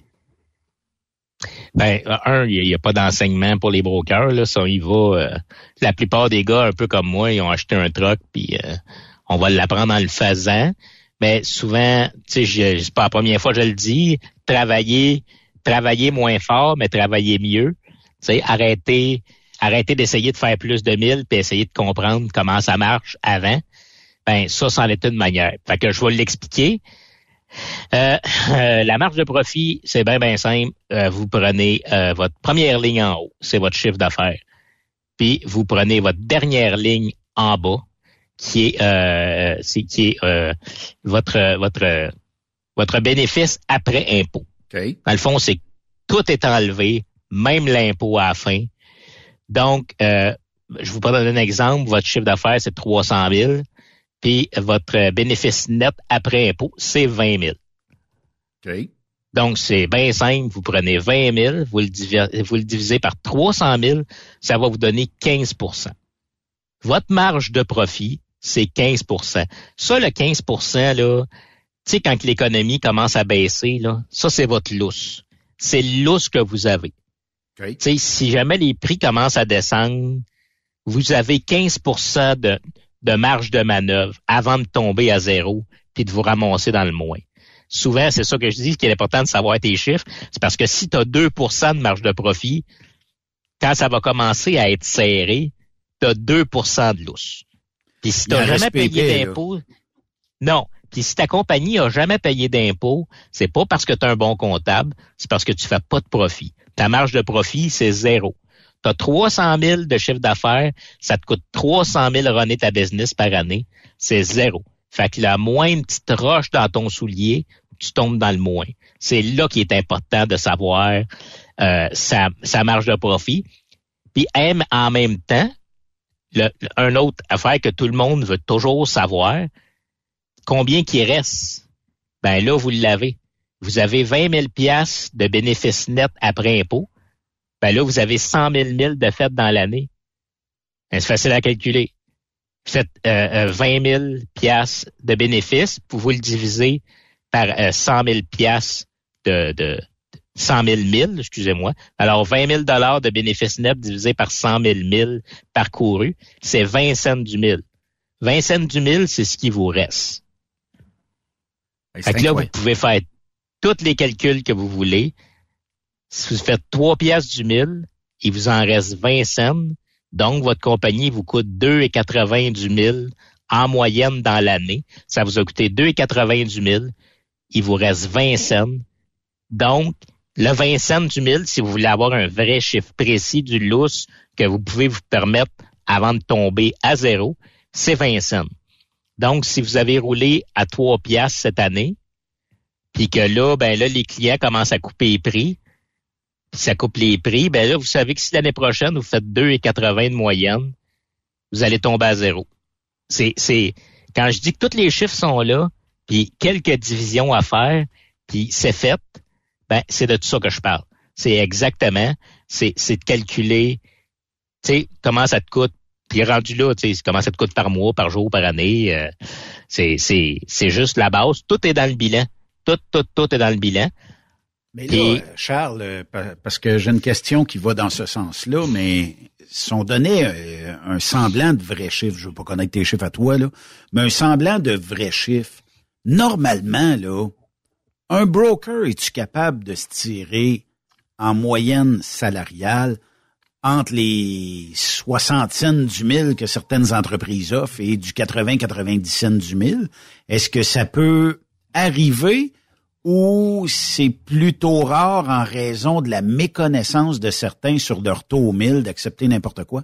Ben, un, il n'y a, a pas d'enseignement pour les brokers, là. Ça, il va. Euh, la plupart des gars, un peu comme moi, ils ont acheté un truck, puis euh, on va l'apprendre en le faisant. Mais souvent, tu sais, c'est pas la première fois que je le dis, travailler, travailler moins fort, mais travailler mieux. Tu sais, arrêter, arrêter d'essayer de faire plus de mille, puis essayer de comprendre comment ça marche avant. Ben, ça, c'en est une manière. Fait que je vais l'expliquer. Euh, euh, la marge de profit, c'est bien, bien simple. Euh, vous prenez euh, votre première ligne en haut, c'est votre chiffre d'affaires. Puis, vous prenez votre dernière ligne en bas, qui est, euh, c'est, qui est euh, votre votre votre bénéfice après impôt. Okay. Dans le fond, c'est que tout est enlevé, même l'impôt à la fin. Donc, euh, je vous donne un exemple. Votre chiffre d'affaires, c'est trois cent mille. Puis, votre bénéfice net après impôt, c'est vingt mille. Okay. Donc, c'est bien simple. Vous prenez vingt mille, vous le divisez, vous le divisez par trois cent mille, ça va vous donner quinze pour cent. Votre marge de profit, c'est quinze pour cent. Ça, le quinze pour cent, là, tu sais, quand l'économie commence à baisser, là, ça, c'est votre lousse. C'est le lousse que vous avez. Okay. Tu sais, si jamais les prix commencent à descendre, vous avez quinze pour cent de, de marge de manœuvre avant de tomber à zéro puis de vous ramasser dans le moins. Souvent, c'est ça que je dis, ce qui est important de savoir tes chiffres, c'est parce que si tu as deux pour cent de marge de profit, quand ça va commencer à être serré, tu as deux pour cent de lousse. Puis si tu n'as jamais payé d'impôts, non. Puis si ta compagnie a jamais payé d'impôts, c'est pas parce que tu as un bon comptable, c'est parce que tu fais pas de profit. Ta marge de profit, c'est zéro. Tu as trois cent mille de chiffre d'affaires, ça te coûte trois cent mille runner ta business par année, c'est zéro. Fait que la moindre petite roche dans ton soulier, tu tombes dans le moins. C'est là qu'il est important de savoir euh, sa, sa marge de profit. Puis en même temps, le, un autre affaire que tout le monde veut toujours savoir, combien qu'il reste? Ben là, vous l'avez. Vous avez vingt mille piastres de bénéfices nets après impôt. Ben là, vous avez cent mille milles de fête dans l'année. Ben, c'est facile à calculer. Faites euh, vingt mille piastres de bénéfices, vous vous le divisez par euh, cent mille piastres de, de cent mille milles, excusez-moi. Alors, vingt mille dollars de bénéfices nets divisé par cent mille milles parcourus, c'est vingt cents du mille. vingt cents du mille, c'est ce qui vous reste. Ben, fait que là, vous pouvez faire tous les calculs que vous voulez. Si vous faites trois piastres du mille, il vous en reste vingt cents. Donc, votre compagnie vous coûte deux virgule quatre-vingts du mille en moyenne dans l'année. Ça vous a coûté deux virgule quatre-vingts du mille. Il vous reste vingt cents. Donc, le vingt cents du mille, si vous voulez avoir un vrai chiffre précis du lousse que vous pouvez vous permettre avant de tomber à zéro, c'est vingt cents. Donc, si vous avez roulé à trois piastres cette année, puis que là, ben là, les clients commencent à couper les prix, puis ça coupe les prix, ben là, vous savez que si l'année prochaine, vous faites deux virgule quatre-vingts de moyenne, vous allez tomber à zéro. C'est, c'est, quand je dis que tous les chiffres sont là, puis quelques divisions à faire, puis c'est fait, ben, c'est de tout ça que je parle. C'est exactement, c'est, c'est de calculer, tu sais, comment ça te coûte, puis rendu là, tu sais, comment ça te coûte par mois, par jour, par année, euh, c'est, c'est, c'est juste la base. Tout est dans le bilan. Tout, tout, tout est dans le bilan. Mais là, Et, Charles, parce que j'ai une question qui va dans ce sens-là, mais si on donnait un semblant de vrai chiffre, je ne veux pas connaître tes chiffres à toi, là, mais un semblant de vrai chiffre, normalement, là, un broker, es-tu capable de se tirer en moyenne salariale entre les soixante cents du mille que certaines entreprises offrent et du quatre-vingts à quatre-vingt-dix cents du mille? Est-ce que ça peut arriver ou c'est plutôt rare en raison de la méconnaissance de certains sur leur taux au mille d'accepter n'importe quoi?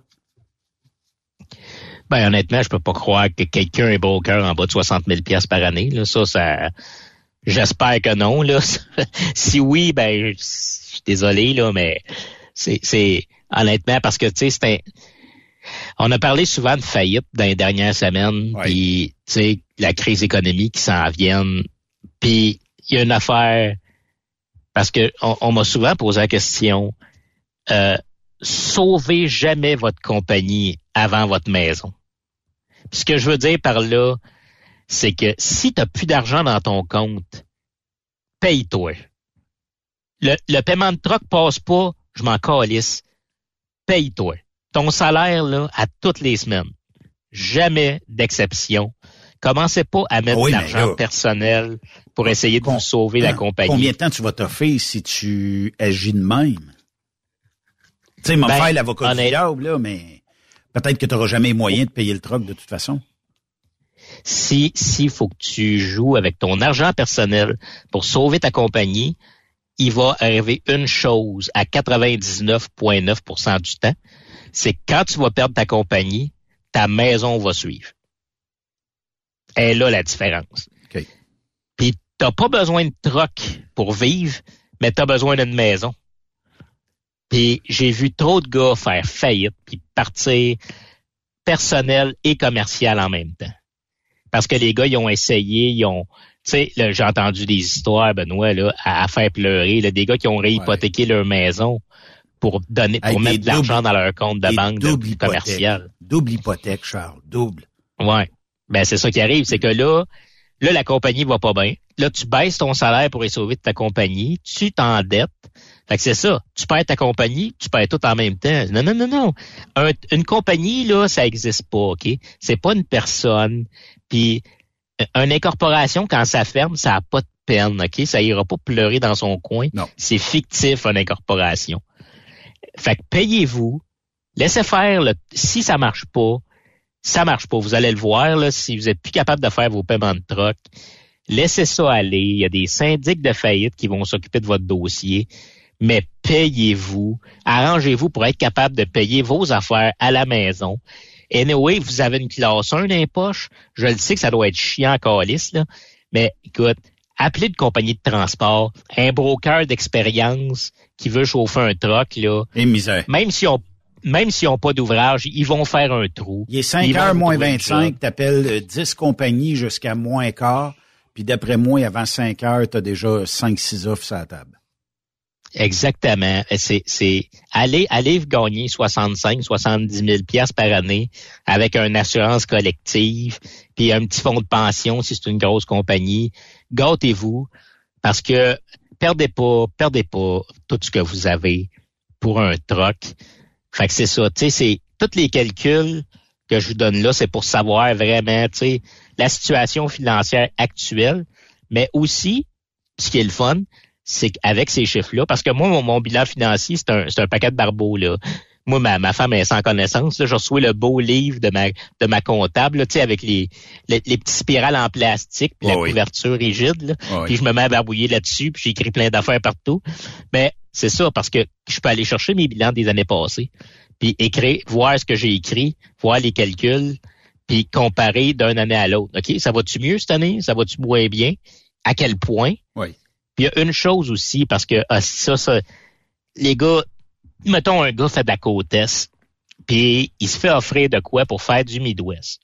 Ben, honnêtement, je peux pas croire que quelqu'un est broker en bas de soixante mille piastres par année, là. Ça, ça, j'espère que non, là. Si oui, ben, je suis désolé, là, mais c'est, c'est, honnêtement, parce que, tu sais, c'est un, on a parlé souvent de faillite dans les dernières semaines, ouais. Puis, tu sais, la crise économique qui s'en vient, puis il y a une affaire, parce que on, on m'a souvent posé la question, euh, sauvez jamais votre compagnie avant votre maison. Puis ce que je veux dire par là, c'est que si tu n'as plus d'argent dans ton compte, paye-toi. Le, le paiement de troc passe pas, je m'en calisse. Paye-toi. Ton salaire, là, à toutes les semaines. Jamais d'exception. Commencez pas à mettre oui, de l'argent là, personnel pour essayer de con, vous sauver la compagnie. Combien de temps tu vas t'offrir si tu agis de même? Tu sais, m'en ben, faire l'avocat honnête... du diable, là, mais peut-être que tu n'auras jamais moyen de payer le troc de toute façon. Si, si faut que tu joues avec ton argent personnel pour sauver ta compagnie, il va arriver une chose à quatre-vingt-dix-neuf virgule neuf pour cent du temps, c'est que quand tu vas perdre ta compagnie, ta maison va suivre. Et là, la différence. Okay. Puis, t'as pas besoin de troc pour vivre, mais t'as besoin d'une maison. Puis, j'ai vu trop de gars faire faillite puis partir personnel et commercial en même temps. Parce que les gars, ils ont essayé, ils ont... Tu sais, j'ai entendu des histoires, Benoît, là, à, à faire pleurer, là, des gars qui ont réhypothéqué ouais. leur maison pour donner, pour Avec mettre de l'argent dans leur compte de banque de commercial. Double hypothèque, Charles, double. Ouais. Ben, c'est ça qui arrive, c'est que là, là, la compagnie va pas bien. Là, tu baisses ton salaire pour les sauver de ta compagnie. Tu t'endettes. Fait que c'est ça. Tu perds ta compagnie, tu perds tout en même temps. Non, non, non, non. Un, une compagnie, là, ça existe pas, OK? C'est pas une personne. Puis, une incorporation, quand ça ferme, ça a pas de peine, OK? Ça ira pas pleurer dans son coin. Non. C'est fictif, une incorporation. Fait que payez-vous. Laissez faire, le, si ça marche pas, ça marche pas. Vous allez le voir, là, si vous êtes plus capable de faire vos paiements de troc, laissez ça aller. Il y a des syndics de faillite qui vont s'occuper de votre dossier. Mais payez-vous. Arrangez-vous pour être capable de payer vos affaires à la maison. Anyway, vous avez une classe un dans les poches. Je le sais que ça doit être chiant à calice, là. Mais écoute, appelez une compagnie de transport, un broker d'expérience qui veut chauffer un truck, là. Et misère. Même si on Même s'ils n'ont pas d'ouvrage, ils vont faire un trou. Il est cinq heures moins vingt-cinq, t'appelles dix compagnies jusqu'à moins quart, puis d'après moi, avant cinq heures, t'as déjà cinq six offres sur la table. Exactement. C'est, c'est, allez, allez gagner soixante-cinq, soixante-dix mille piastres par année avec une assurance collective, puis un petit fonds de pension si c'est une grosse compagnie. Gâtez-vous, parce que perdez pas, perdez pas tout ce que vous avez pour un troc. Fait que c'est ça, tu sais, c'est tous les calculs que je vous donne là, c'est pour savoir vraiment, tu sais, la situation financière actuelle, mais aussi, ce qui est le fun, c'est qu'avec ces chiffres-là, parce que moi, mon, mon bilan financier, c'est un, c'est un paquet de barbeaux, là. Moi, ma, ma femme est sans connaissance, là. Je reçois le beau livre de ma, de ma comptable, tu sais, avec les, les, les petits spirales en plastique, puis oh la oui. couverture rigide, là. Oh puis oui. je me mets à barbouiller là-dessus, puis j'écris plein d'affaires partout. Mais c'est ça, parce que je peux aller chercher mes bilans des années passées, puis écrire, voir ce que j'ai écrit, voir les calculs, puis comparer d'une année à l'autre. OK, ça va-tu mieux cette année? Ça va-tu moins bien? À quel point? Oui. Puis il y a une chose aussi, parce que ah, ça, ça, les gars, mettons un gars fait de la côte est, puis il se fait offrir de quoi pour faire du Midwest.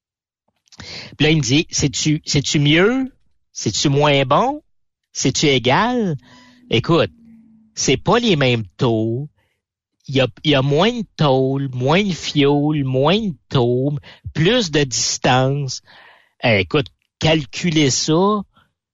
Puis là, il me dit, c'est-tu, c'est-tu mieux? C'est-tu moins bon? C'est-tu égal? Écoute, c'est pas les mêmes taux. Il y a, il y a moins de tôle, moins de fioul, moins de taux, plus de distance. Euh, écoute, calculer ça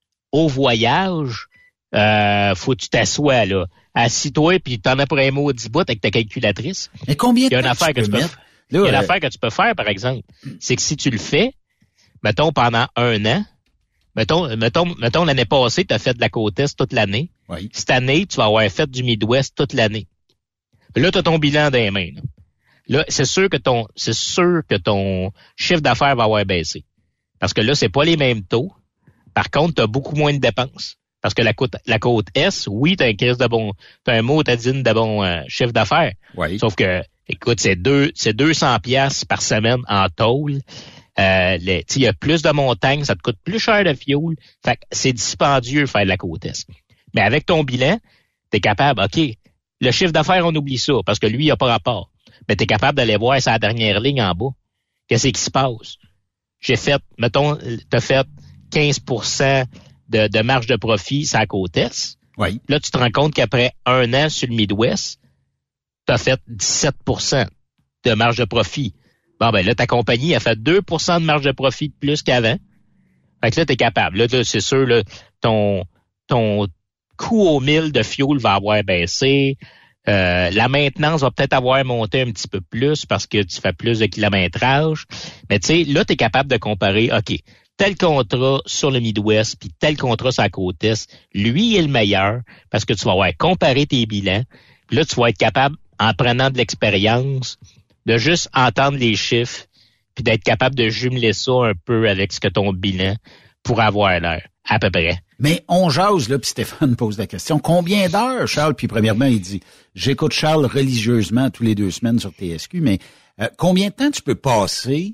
au voyage, euh, faut que tu t'assoies, là. Assis-toi, puis t'en as pour un mot dix bouts avec ta calculatrice. Mais combien de temps il y a une affaire que tu peux faire. Il y a une affaire que tu peux faire, par exemple. C'est que si tu le fais, mettons, pendant un an, mettons, mettons, mettons, l'année passée, tu as fait de la côte est toute l'année. Oui. Cette année, tu vas avoir fait du Midwest toute l'année. Puis là, tu as ton bilan dans les mains, là. Là, c'est sûr que ton, c'est sûr que ton chiffre d'affaires va avoir baissé. Parce que là, c'est pas les mêmes taux. Par contre, tu as beaucoup moins de dépenses. Parce que la côte, la côte Est, oui, tu as un crise de bon, t'as un mot t'adine de bon euh, chiffre d'affaires. Oui. Sauf que, écoute, c'est deux, c'est deux cents piastres par semaine en tôle. Euh, il y a plus de montagnes, ça te coûte plus cher de fioul. Fait que c'est dispendieux faire de la côte Est. Mais avec ton bilan, t'es capable, OK, le chiffre d'affaires, on oublie ça, parce que lui, il n'a pas rapport. Mais t'es capable d'aller voir sa dernière ligne en bas. Qu'est-ce qui se passe? J'ai fait, mettons, t'as fait quinze pour cent de, de marge de profit sur la côte Est. Oui. Là, tu te rends compte qu'après un an sur le Midwest, t'as fait dix-sept pour cent de marge de profit. Bon, ben là, ta compagnie a fait deux pour cent de marge de profit de plus qu'avant. Fait que là, t'es capable. Là, là c'est sûr, là, ton, ton coût au mille de fioul va avoir baissé. Euh, la maintenance va peut-être avoir monté un petit peu plus parce que tu fais plus de kilométrage. Mais tu sais, là, tu es capable de comparer, OK, tel contrat sur le Midwest puis tel contrat sur la côte Est, lui est le meilleur parce que tu vas avoir comparé tes bilans. Puis là, tu vas être capable, en prenant de l'expérience, de juste entendre les chiffres puis d'être capable de jumeler ça un peu avec ce que ton bilan pour avoir l'air, à peu près. Mais on jase, là, puis Stéphane pose la question. Combien d'heures, Charles? Puis premièrement, il dit, j'écoute Charles religieusement tous les deux semaines sur T S Q, mais euh, combien de temps tu peux passer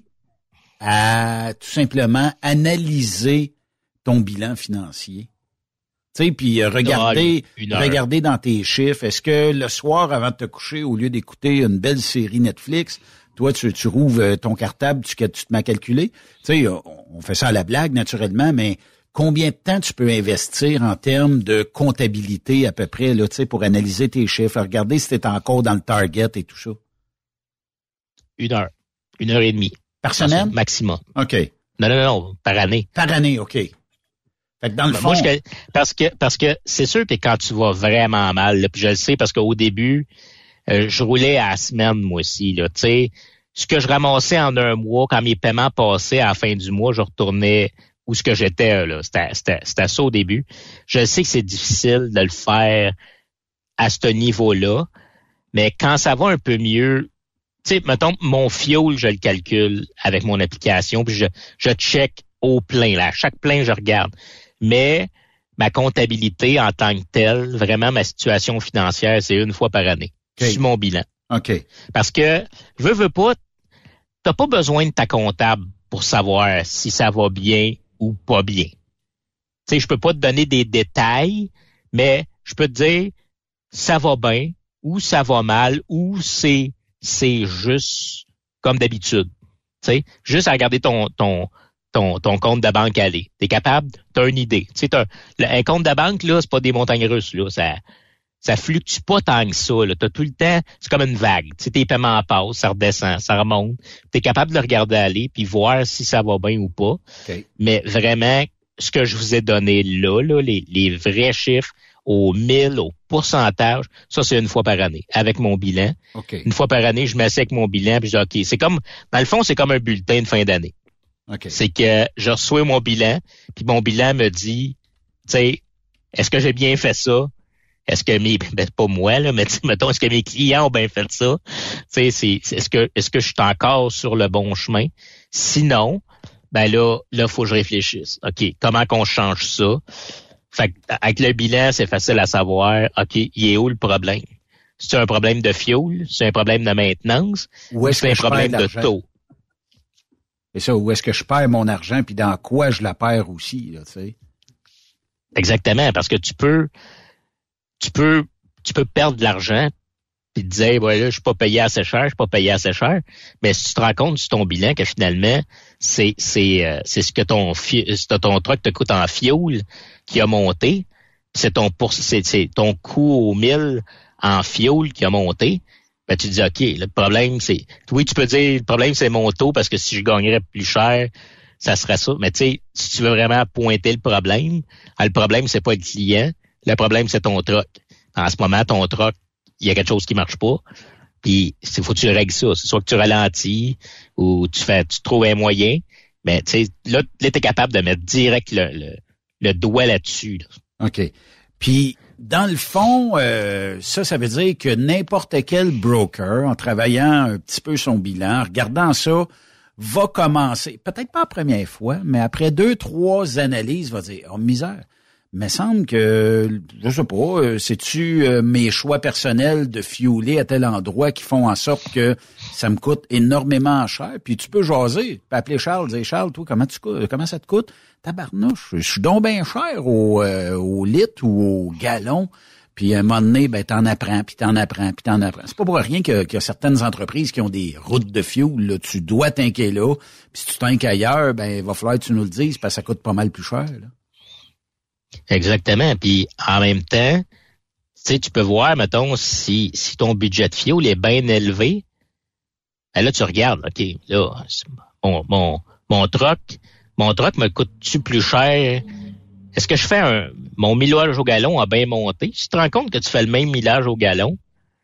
à tout simplement analyser ton bilan financier? Tu sais, puis euh, regarder, regarder dans tes chiffres. Est-ce que le soir, avant de te coucher, au lieu d'écouter une belle série Netflix, toi, tu, tu rouvres ton cartable, tu, tu te mets à calculer? Tu sais, on fait ça à la blague, naturellement, mais combien de temps tu peux investir en termes de comptabilité à peu près, là, tu sais, pour analyser tes chiffres, regarder si t'es encore dans le target et tout ça? Une heure. Une heure et demie. Par semaine? Maximum. OK. Non, non, non, par année. Par année, OK. Fait que dans le ben, fond... Moi, je, parce que parce que c'est sûr que quand tu vas vraiment mal, là, puis je le sais parce qu'au début, euh, je roulais à la semaine, moi aussi, là, tu sais. Ce que je ramassais en un mois, quand mes paiements passaient à la fin du mois, je retournais où ce que j'étais, là. C'était, c'était, c'était ça au début. Je sais que c'est difficile de le faire à ce niveau-là, mais quand ça va un peu mieux, tu sais, mettons, mon fuel, je le calcule avec mon application, puis je, je check au plein, là. À chaque plein, je regarde. Mais ma comptabilité en tant que telle, vraiment ma situation financière, c'est une fois par année. Okay. Sur mon bilan. OK. Parce que, veux, veux pas, t'as pas besoin de ta comptable pour savoir si ça va bien ou pas bien. Tu sais, je peux pas te donner des détails, mais je peux te dire ça va bien ou ça va mal ou c'est c'est juste comme d'habitude. Tu sais, juste à regarder ton ton ton ton compte de banque aller. T'es capable, t'as une idée. Tu sais, t'as un compte de banque là, c'est pas des montagnes russes là, ça ça fluctue pas tant que ça. Là. T'as tout le temps, c'est comme une vague. Tu sais, tes paiements passent, ça redescend, ça remonte. T'es capable de le regarder aller puis voir si ça va bien ou pas. Okay. Mais vraiment, ce que je vous ai donné là, là les, les vrais chiffres au mille, au pourcentage, ça c'est une fois par année avec mon bilan. Okay. Une fois par année, je m'assieds avec mon bilan puis je dis OK, c'est comme dans le fond, c'est comme un bulletin de fin d'année. Okay. C'est que je reçois mon bilan puis mon bilan me dit, tu sais, est-ce que j'ai bien fait ça? Est-ce que mes, ben, pas moi, là, mais mettons, est-ce que mes clients ont bien fait ça? Tu sais, c'est, est-ce que, est-ce que je suis encore sur le bon chemin? Sinon, ben là, là, faut que je réfléchisse. OK, comment qu'on change ça? Fait que, avec le bilan, c'est facile à savoir, OK, il est où le problème? C'est un problème de fuel? C'est un problème de maintenance? Ou est-ce c'est que un je problème perds de l'argent? taux? C'est ça, où est-ce que je perds mon argent puis dans quoi je la perds aussi, là, tu sais? Exactement, parce que tu peux, tu peux, tu peux perdre de l'argent puis te dire, ouais, là, je suis pas payé assez cher, je suis pas payé assez cher. Mais si tu te rends compte sur ton bilan que finalement, c'est, c'est, euh, c'est ce que ton, fi- c'est ton truck te coûte en fuel qui a monté, c'est ton pour, c'est, c'est ton coût au mille en fuel qui a monté. Ben, tu te dis, OK, le problème, c'est, oui, tu peux dire, le problème, c'est mon taux parce que si je gagnerais plus cher, ça serait ça. Mais tu sais, si tu veux vraiment pointer le problème, le problème, c'est pas le client. Le problème, c'est ton truck. En ce moment, ton truck, il y a quelque chose qui marche pas. Puis, il faut que tu règles ça. C'est soit que tu ralentis ou tu fais, tu trouves un moyen. Mais, tu sais, là, là t'es capable de mettre direct le, le, le doigt là-dessus. Là. OK. Puis, dans le fond, euh, ça, ça veut dire que n'importe quel broker, en travaillant un petit peu son bilan, en regardant ça, va commencer, peut-être pas la première fois, mais après deux, trois analyses, va dire, oh, misère. Mais semble que, je sais pas, c'est-tu euh, mes choix personnels de fueler à tel endroit qui font en sorte que ça me coûte énormément cher? Puis tu peux jaser, tu peux appeler Charles, dire Charles, toi, comment tu comment ça te coûte? Tabarnouche, je suis donc bien cher au, euh, au litre ou au gallon. Puis à un moment donné, ben t'en apprends, puis t'en apprends, puis t'en apprends. C'est pas pour rien que, qu'il y a certaines entreprises qui ont des routes de fuel. Là. Tu dois t'inquiéter là. Puis si tu t'inquiètes ailleurs, ben il va falloir que tu nous le dises parce que ça coûte pas mal plus cher. Là. Exactement. Puis en même temps, tu sais, tu peux voir, mettons, si si ton budget de fuel est bien élevé, ben là tu regardes, OK, là, mon mon mon truck, mon truck me coûte-tu plus cher? Est-ce que je fais un mon millage au gallon a bien monté? Tu te rends compte que tu fais le même millage au gallon,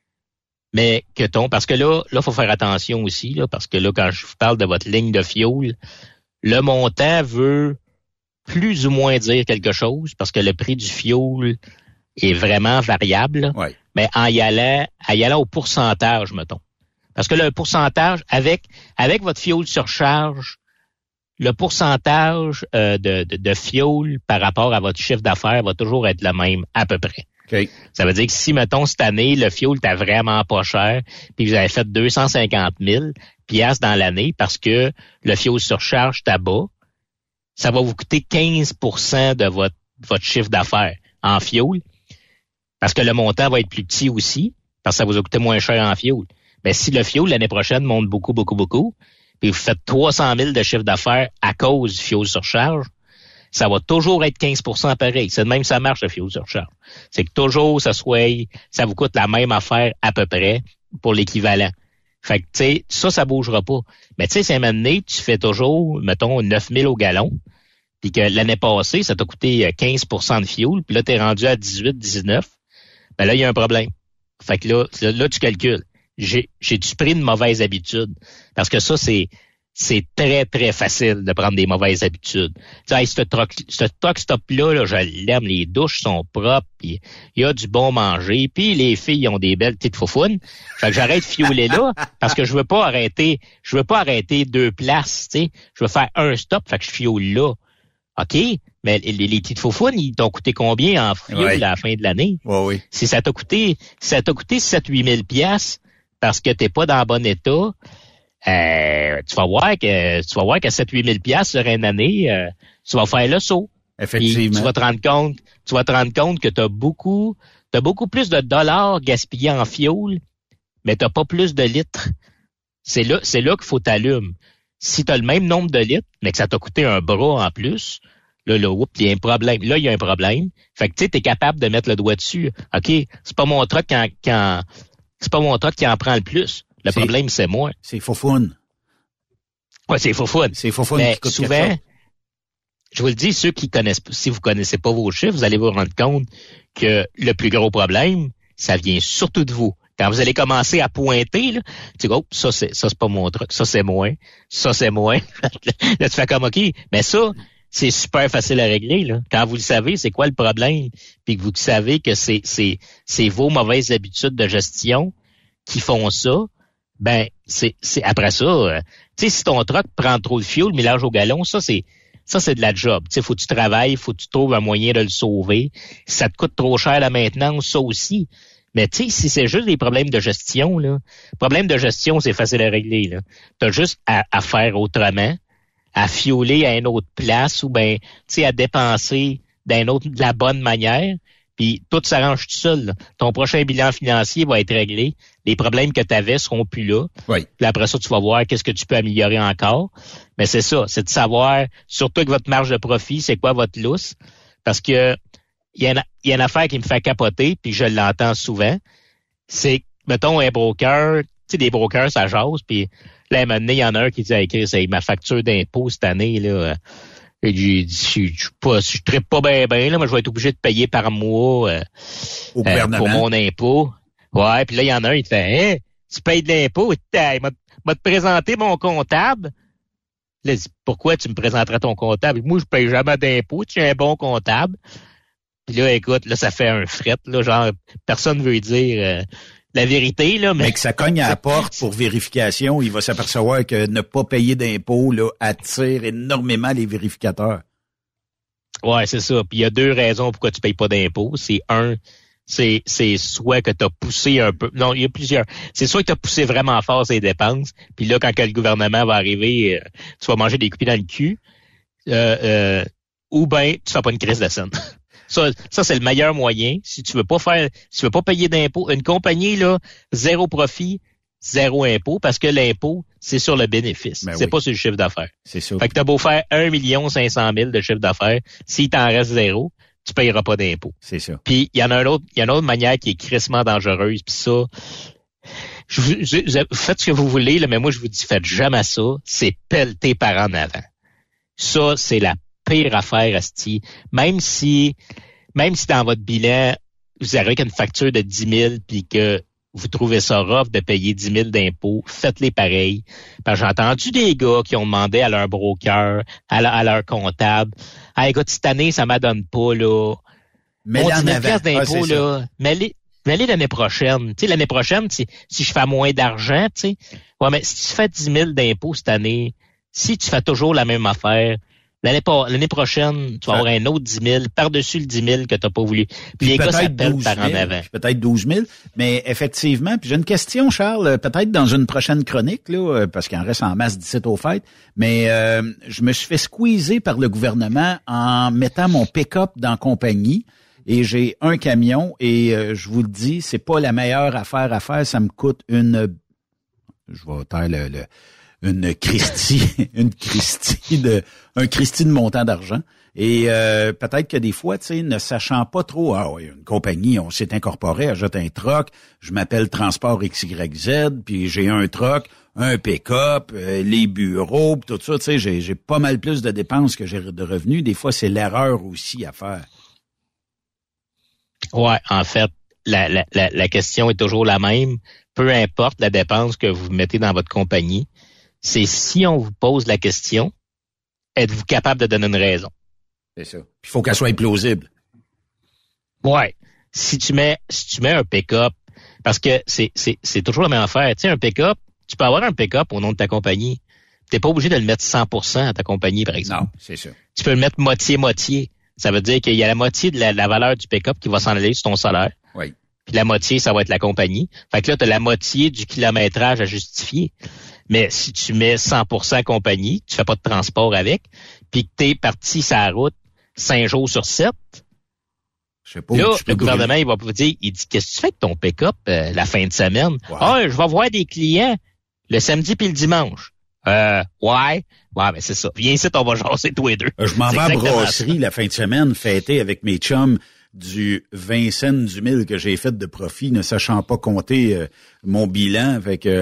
mais que ton parce que là, là, faut faire attention aussi, là, parce que là, quand je vous parle de votre ligne de fuel, le montant veut plus ou moins dire quelque chose parce que le prix du fuel est vraiment variable. Ouais. Mais en y allant, en y allant au pourcentage, mettons. Parce que le pourcentage, avec avec votre fuel surcharge, le pourcentage euh, de, de, de fuel par rapport à votre chiffre d'affaires va toujours être le même à peu près. Okay. Ça veut dire que si, mettons, cette année, le fuel était vraiment pas cher, puis vous avez fait deux cent cinquante mille piastres dans l'année parce que le fuel surcharge est bas, ça va vous coûter quinze pour cent de votre, votre chiffre d'affaires en fuel, parce que le montant va être plus petit aussi, parce que ça vous a coûté moins cher en fuel. Mais si le fuel l'année prochaine monte beaucoup, beaucoup, beaucoup, puis vous faites trois cent mille de chiffre d'affaires à cause du fuel surcharge, ça va toujours être quinze pour cent pareil. C'est de même ça marche, le fuel surcharge. C'est que toujours, ça soit, ça vous coûte la même affaire à peu près pour l'équivalent. Fait que, tu sais, ça, ça bougera pas. Mais tu sais, c'est un moment donné, tu fais toujours, mettons, neuf mille au gallon, puis que l'année passée, ça t'a coûté quinze pour cent de fuel, puis là, t'es rendu à dix-huit, dix-neuf. Ben là, il y a un problème. Fait que là, là, là tu calcules. J'ai, j'ai-tu pris une mauvaise habitude? Parce que ça, c'est, c'est très, très facile de prendre des mauvaises habitudes. Tu sais, ce truck, ce truck stop-là, là, je l'aime, les douches sont propres, il y a du bon manger, puis les filles ont des belles petites faufounes. Fait que j'arrête de fioler là, parce que je veux pas arrêter, je veux pas arrêter deux places, tu sais. Je veux faire un stop, fait que je fiole là. OK, mais les, les petites faufounes, ils t'ont coûté combien en fioul ouais. à la fin de l'année? Ouais, oui. Si ça t'a coûté, si ça t'a coûté sept à huit mille piastres, parce que t'es pas dans le bon état, euh, tu vas voir que tu vas voir qu'à sept à huit mille piastres sur une année, euh, tu vas faire le saut. Effectivement. Puis tu vas te rendre compte, tu vas te rendre compte que t'as beaucoup, t'as beaucoup plus de dollars gaspillés en fioul, mais t'as pas plus de litres. C'est là, c'est là qu'il faut t'allumer. Si t'as le même nombre de litres, mais que ça t'a coûté un bras en plus, là, là, oups, il y a un problème. Là, il y a un problème. Fait que tu sais, t'es capable de mettre le doigt dessus. OK, c'est pas mon truck qui en, qui en C'est pas mon truck qui en prend le plus. Le c'est, problème, c'est moi. C'est foufoune. Ouais, c'est foufoune. C'est foufoune mais qui coûte souvent, je vous le dis, ceux qui connaissent, si vous connaissez pas vos chiffres, vous allez vous rendre compte que le plus gros problème, ça vient surtout de vous. Quand vous allez commencer à pointer, là, tu dis, oh, ça, c'est, ça, c'est pas mon truc. Ça, c'est moi. Ça, c'est moi. Là, tu fais comme, OK. Mais ça, c'est super facile à régler, là. Quand vous le savez, c'est quoi le problème, puis que vous savez que c'est, c'est, c'est vos mauvaises habitudes de gestion qui font ça, ben, c'est, c'est, après ça, euh, tu sais, si ton truck prend trop de fuel, mélange au gallon, ça, c'est, ça, c'est de la job. Tu sais, faut que tu travailles, faut que tu trouves un moyen de le sauver. Si ça te coûte trop cher la maintenance, ça aussi. Mais tu sais, si c'est juste des problèmes de gestion, là, problème de gestion, c'est facile à régler, là. T'as juste à, à faire autrement, à fioler à une autre place ou ben, tu sais, à dépenser d'un autre, de la bonne manière, puis tout s'arrange tout seul, là. Ton prochain bilan financier va être réglé. Les problèmes que tu avais seront plus là. Oui. Puis après ça, tu vas voir qu'est-ce que tu peux améliorer encore. Mais c'est ça, c'est de savoir, surtout avec votre marge de profit, c'est quoi votre lousse. Parce que il y a une, il y a une affaire qui me fait capoter, puis je l'entends souvent. C'est, mettons, un broker, tu sais, des brokers, ça jase, puis là, à un moment donné, il y en a un qui dit, hey, Chris, hey, ma facture d'impôt cette année, là, et j'ai dit, je je pas, je trippe pas bien, bien, là, moi, je vais être obligé de payer par mois euh, Au euh, pour mon impôt. Ouais, puis là, il y en a un, il te fait, hein, tu payes de l'impôt, il m'a, m'a te présenté mon comptable. Là, il dit, pourquoi tu me présenterais ton comptable? Moi, je paye jamais d'impôt, tu es un bon comptable. Puis là, écoute, là, ça fait un fret, là, genre, personne veut dire euh, la vérité, là. Mais, mais que ça cogne à la porte pour vérification, il va s'apercevoir que ne pas payer d'impôts, là, attire énormément les vérificateurs. Ouais, c'est ça. Puis il y a deux raisons pourquoi tu payes pas d'impôts. C'est un, c'est, c'est soit que tu as poussé un peu. Non, il y a plusieurs. C'est soit que tu as poussé vraiment fort ces dépenses. Puis là, quand que le gouvernement va arriver, euh, tu vas manger des coupes dans le cul. Euh, euh, ou ben, tu fais pas une crise de scène. Ça, ça, c'est le meilleur moyen. Si tu veux pas faire, si tu veux pas payer d'impôts, une compagnie, là, zéro profit, zéro impôt, parce que l'impôt, c'est sur le bénéfice. Ben c'est oui. pas sur le chiffre d'affaires. C'est ça. Fait que t'as beau faire un million cinq cent mille de chiffre d'affaires, s'il t'en reste zéro, tu payeras pas d'impôt. C'est ça. Puis, il y en a un autre, il y en a une autre manière qui est crissement dangereuse, puis ça, je, je, je, faites ce que vous voulez, là, mais moi, je vous dis, faites jamais ça. C'est pelleter par en avant. Ça, c'est la pire affaire, asti. Même si, même si dans votre bilan, vous arrivez avec une facture de dix mille puis que vous trouvez ça rough de payer dix mille d'impôts, faites-les pareil. Parce que j'ai entendu des gars qui ont demandé à leur broker, à, la, à leur comptable, « Ah, écoute, cette année, ça m'adonne pas, là. Mais Mon en dix mille avant. d'impôts, ah, là, mets-les, mets-les l'année prochaine. » Tu sais, l'année prochaine, si, si je fais moins d'argent, tu sais, ouais, mais si tu fais dix mille d'impôts cette année, si tu fais toujours la même affaire, L'année, l'année prochaine, tu vas avoir un autre dix mille par-dessus le dix mille que tu n'as pas voulu. Puis, puis les gars s'appellent par en avant. Peut-être douze mille. Mais effectivement, puis j'ai une question, Charles, peut-être dans une prochaine chronique, là, parce qu'il en reste en masse d'ici aux fêtes, mais euh, je me suis fait squeezer par le gouvernement en mettant mon pick-up dans compagnie. Et j'ai un camion et euh, je vous le dis, c'est pas la meilleure affaire à faire. Ça me coûte une... Je vais taire le... le une Christie, une Christie de, un Christie de montant d'argent. Et euh, peut-être que des fois, tu sais, ne sachant pas trop, ah oui, une compagnie, on s'est incorporé, ajoute un troc, je m'appelle Transport X Y Z, puis j'ai un troc, un pick-up, euh, les bureaux, pis tout ça, tu sais, j'ai, j'ai pas mal plus de dépenses que j'ai de revenus. Des fois, c'est l'erreur aussi à faire. Ouais, en fait, la, la, la, la question est toujours la même. Peu importe la dépense que vous mettez dans votre compagnie, c'est si on vous pose la question, êtes-vous capable de donner une raison? C'est ça. Puis il faut qu'elle soit plausible. Ouais. Si tu mets, si tu mets un pick-up, parce que c'est, c'est, c'est toujours la même affaire. Tu sais, un pick-up, tu peux avoir un pick-up au nom de ta compagnie. T'es pas obligé de le mettre cent pour cent à ta compagnie, par exemple. Non, c'est ça. Tu peux le mettre moitié-moitié. Ça veut dire qu'il y a la moitié de la, la valeur du pick-up qui va s'en aller sur ton salaire. Oui. Puis la moitié, ça va être la compagnie. Fait que là, tu as la moitié du kilométrage à justifier. Mais si tu mets cent pour cent compagnie, tu fais pas de transport avec, puis que t'es parti sur la route cinq jours sur sept, je sais pas là, le gouvernement, brûler. il va vous dire, il dit, qu'est-ce que tu fais avec ton pick-up euh, la fin de semaine? Ouais. Ah, je vais voir des clients le samedi puis le dimanche. Euh, ouais. Ouais, mais c'est ça. Viens ici, on va jaser tous les deux. Je m'en C'est vais à exactement brasserie ça. la fin de semaine, fêter avec mes chums du vingt cents du mille que j'ai fait de profit, ne sachant pas compter euh, mon bilan. Fait que,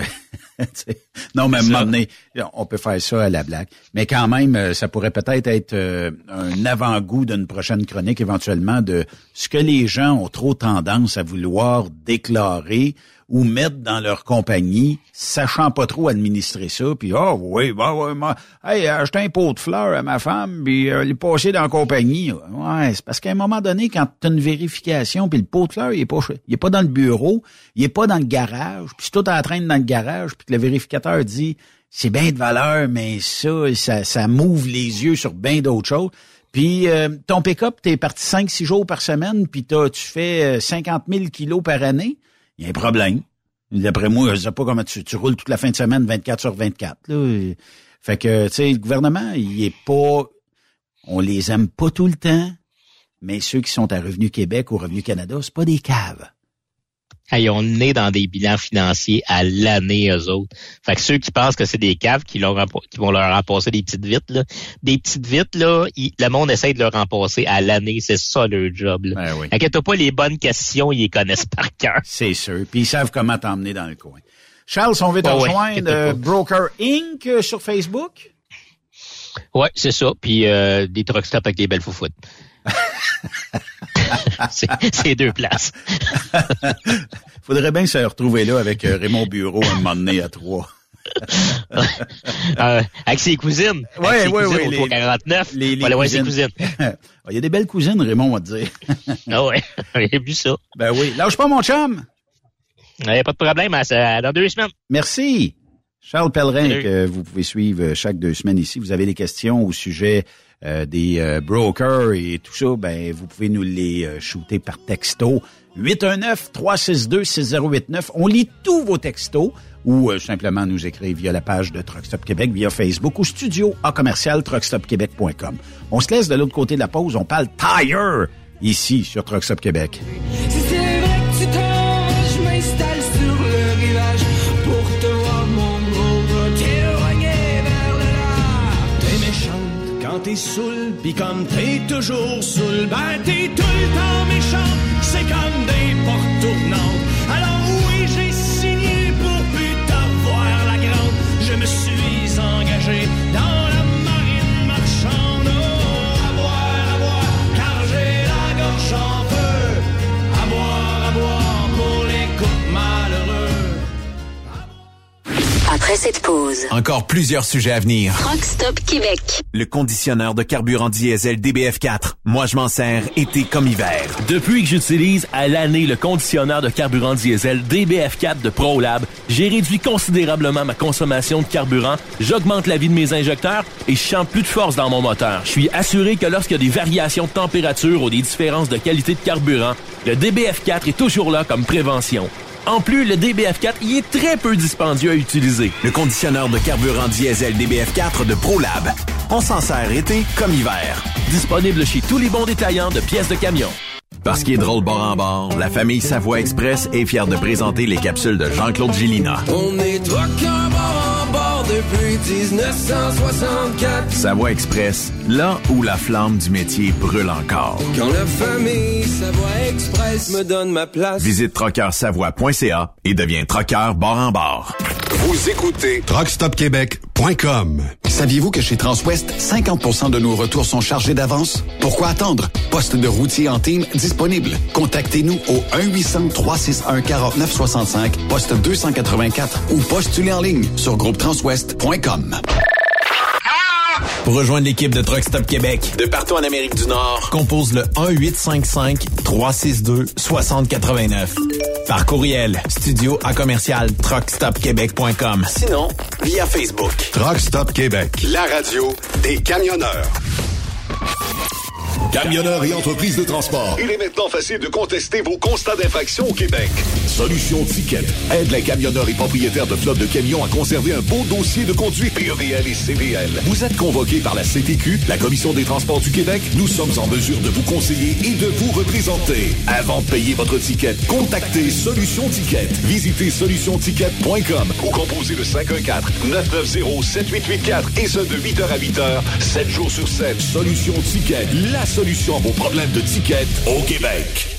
non, mais à un moment donné, on peut faire ça à la blague. Mais quand même, ça pourrait peut-être être euh, un avant-goût d'une prochaine chronique, éventuellement, de ce que les gens ont trop tendance à vouloir déclarer ou mettre dans leur compagnie, sachant pas trop administrer ça, puis ah oh, oui, bah ouais, moi, hey, acheter un pot de fleurs à ma femme, puis euh, le passer dans la compagnie. Ouais, c'est parce qu'à un moment donné, quand tu as une vérification, puis le pot de fleurs, il est pas il est pas dans le bureau, il est pas dans le garage, puis tout en train dans le garage, puis que le vérificateur dit c'est bien de valeur, mais ça, ça, ça m'ouvre les yeux sur bien d'autres choses. Puis euh, ton pick-up, t'es parti cinq six jours par semaine, puis t'as, tu fais cinquante mille kilos par année. Il y a un problème. D'après moi, je sais pas comment tu, tu roules toute la fin de semaine vingt-quatre sur vingt-quatre. Là. Fait que, tu sais, le gouvernement, il est pas... On les aime pas tout le temps, mais ceux qui sont à Revenu Québec ou Revenu Canada, c'est pas des caves. Hey, on est dans des bilans financiers à l'année, eux autres. Fait que ceux qui pensent que c'est des caves qui, leur, qui vont leur remplacer des petites vites, là, des petites vites, là, il, le monde essaie de leur remplacer à l'année. C'est ça leur job. Là. Ben oui. Inquiète-toi pas, les bonnes questions, ils les connaissent par cœur. C'est sûr. Puis ils savent comment t'emmener dans le coin. Charles, on veut te oh, rejoindre, ouais, euh, Broker Incorporated euh, sur Facebook. Ouais, c'est ça. Puis euh, des truck stops avec des belles foufouttes. c'est, c'est deux places. Faudrait bien se retrouver là avec euh, Raymond Bureau un moment donné à trois. euh, avec ses cousines. Oui, avec ses oui, cousines oui. au Les, trois quarante-neuf. les, les voilà, ouais, cousines. ses cousines. Il y a des belles cousines, Raymond, on va te dire. Ah ouais, j'ai vu ça. Ben oui. Lâche pas, mon chum. Il n'y a pas de problème, à, à, dans deux semaines. Merci. Charles Pellerin, Salut. que vous pouvez suivre chaque deux semaines ici. Vous avez des questions au sujet euh, des euh, brokers et tout ça, ben vous pouvez nous les euh, shooter par texto. huit un neuf, trois six deux, six zéro huit neuf. On lit tous vos textos ou euh, simplement nous écrire via la page de Truck Stop Québec, via Facebook ou studio à commercial truck stop québec point com. On se laisse de l'autre côté de la pause. On parle tire ici sur Truck Stop Québec. Si c'est vrai que tu t'en, je m'installe sur le rivage pour te voir, mon gros gars, t'éloigner vers le large. T'es méchante quand t'es saoul, pis comme t'es toujours saoul, ben t'es tout le temps méchante. C'est comme des portes tournantes. Alors oui, j'ai signé pour plus t'avoir la grande. Je me suis engagé dans la marine marchande. Oh, à boire, à boire, car j'ai la gorge en feu. À boire, à boire, pour les couples malheureux. Après cette pause, Encore plusieurs sujets à venir. Truck Stop Québec. Le conditionneur de carburant diesel D B F quatre. Moi, je m'en sers été comme hiver. Depuis que j'utilise à l'année le conditionneur de carburant diesel D B F quatre de ProLab, j'ai réduit considérablement ma consommation de carburant, j'augmente la vie de mes injecteurs et je sens plus de force dans mon moteur. Je suis assuré que lorsqu'il y a des variations de température ou des différences de qualité de carburant, le D B F quatre est toujours là comme prévention. En plus, le D B F quatre y est très peu dispendieux à utiliser. Le conditionneur de carburant diesel D B F quatre de ProLab. On s'en sert été comme hiver. Disponible chez tous les bons détaillants de pièces de camion. Parce qu'il est drôle bord en bord, la famille Savoie Express est fière de présenter les capsules de Jean-Claude Gélina. On est truckers bord en bord depuis dix-neuf cent soixante-quatre. Savoie Express, là où la flamme du métier brûle encore. Quand la famille Savoie Express me donne ma place. Visite trockeur savoie point c a et deviens trockeur bord en bord. Vous écoutez truck stop québec point com. Saviez-vous que chez Transwest, cinquante pour cent de nos retours sont chargés d'avance? Pourquoi attendre? Poste de routier en team disponible. Contactez-nous au un huit cents trois six un quarante-neuf soixante-cinq, poste deux cent quatre-vingt-quatre ou postulez en ligne sur groupe transwest point com. Pour rejoindre l'équipe de Truck Stop Québec, de partout en Amérique du Nord, compose le un huit cinq cinq trois six deux six zéro huit neuf. Par courriel, studio à commercial truck stop québec point com. Sinon, via Facebook. Truck Stop Québec, la radio des camionneurs. Camionneurs et entreprises de transport. Il est maintenant facile de contester vos constats d'infraction au Québec. Solution Ticket aide les camionneurs et propriétaires de flottes de camions à conserver un beau dossier de conduite P E V L et C V L. Vous êtes convoqué par la C T Q, la Commission des transports du Québec. Nous sommes en mesure de vous conseiller et de vous représenter. Avant de payer votre ticket, contactez Solution Ticket. Visitez solution ticket point com ou composez le cinq un quatre neuf neuf zéro sept huit huit quatre et ce de huit heures à huit heures, sept jours sur sept. Solution Ticket, la solution à vos problèmes de ticket au Québec.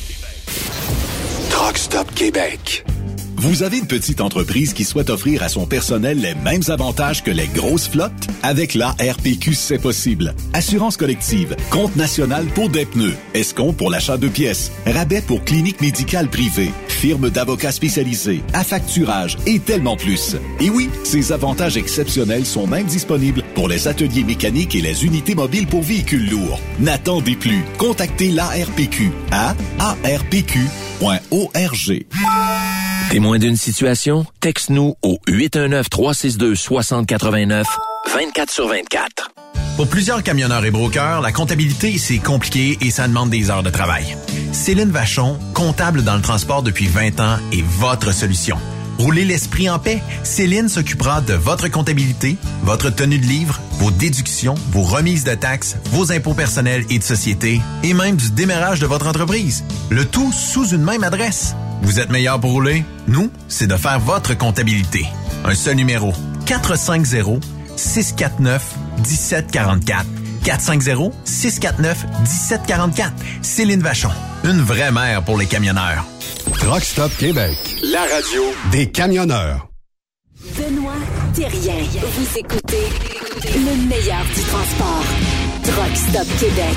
Truck Stop Québec. Vous avez une petite entreprise qui souhaite offrir à son personnel les mêmes avantages que les grosses flottes? Avec l'A R P Q, c'est possible. Assurance collective, compte national pour des pneus, escompte pour l'achat de pièces, rabais pour clinique médicale privée, firme d'avocats spécialisés, affacturage et tellement plus. Et oui, ces avantages exceptionnels sont même disponibles pour les ateliers mécaniques et les unités mobiles pour véhicules lourds. N'attendez plus. Contactez l'A R P Q à a r p q point org. Témoin d'une situation? Texte-nous au huit un neuf trois six deux six zéro huit neuf, vingt-quatre sur vingt-quatre. Pour plusieurs camionneurs et brokers, la comptabilité, c'est compliqué et ça demande des heures de travail. Céline Vachon, comptable dans le transport depuis vingt ans, est votre solution. Roulez l'esprit en paix. Céline s'occupera de votre comptabilité, votre tenue de livre, vos déductions, vos remises de taxes, vos impôts personnels et de société, et même du démarrage de votre entreprise. Le tout sous une même adresse. Vous êtes meilleur pour rouler? Nous, c'est de faire votre comptabilité. Un seul numéro. quatre cinq zéro six quatre neuf un sept quatre quatre. quatre cinq zéro six quatre neuf un sept quatre quatre. Céline Vachon. Une vraie mère pour les camionneurs. Truck Stop Québec, la radio des camionneurs. Benoît Thérien. Vous écoutez le meilleur du transport. Truck Stop Québec.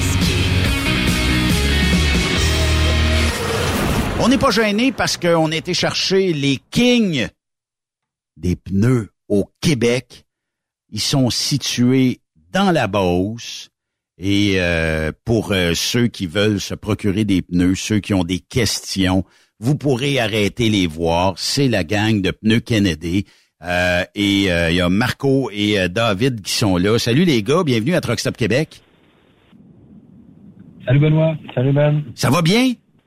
On n'est pas gêné parce qu'on a été chercher les kings des pneus au Québec. Ils sont situés dans la Beauce. Et euh, pour euh, ceux qui veulent se procurer des pneus, ceux qui ont des questions, vous pourrez arrêter les voir. C'est la gang de Pneus Kennedy. Euh, et il euh, y a Marco et euh, David qui sont là. Salut les gars, bienvenue à Truck Stop Québec. Salut Benoît. Salut Ben. Ça va bien?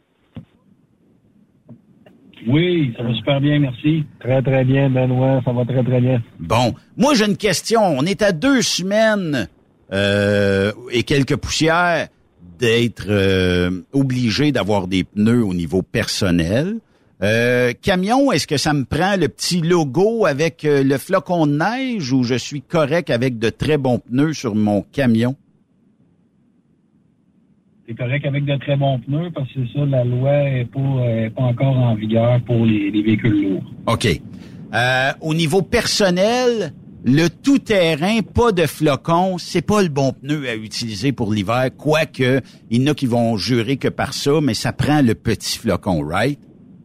Oui, ça va super bien, merci. Très, très bien, Benoît. Ça va très, très bien. Bon. Moi, j'ai une question. On est à deux semaines euh, et quelques poussières d'être euh, obligé d'avoir des pneus au niveau personnel. Euh, camion, est-ce que ça me prend le petit logo avec euh, le flocon de neige ou je suis correct avec de très bons pneus sur mon camion? C'est correct avec de très bons pneus parce que ça, la loi est pas, est pas encore en vigueur pour les, les véhicules lourds. OK. Euh, au niveau personnel, le tout-terrain, pas de flocons, c'est pas le bon pneu à utiliser pour l'hiver, quoique il y en a qui vont jurer que par ça, mais ça prend le petit flocon, right?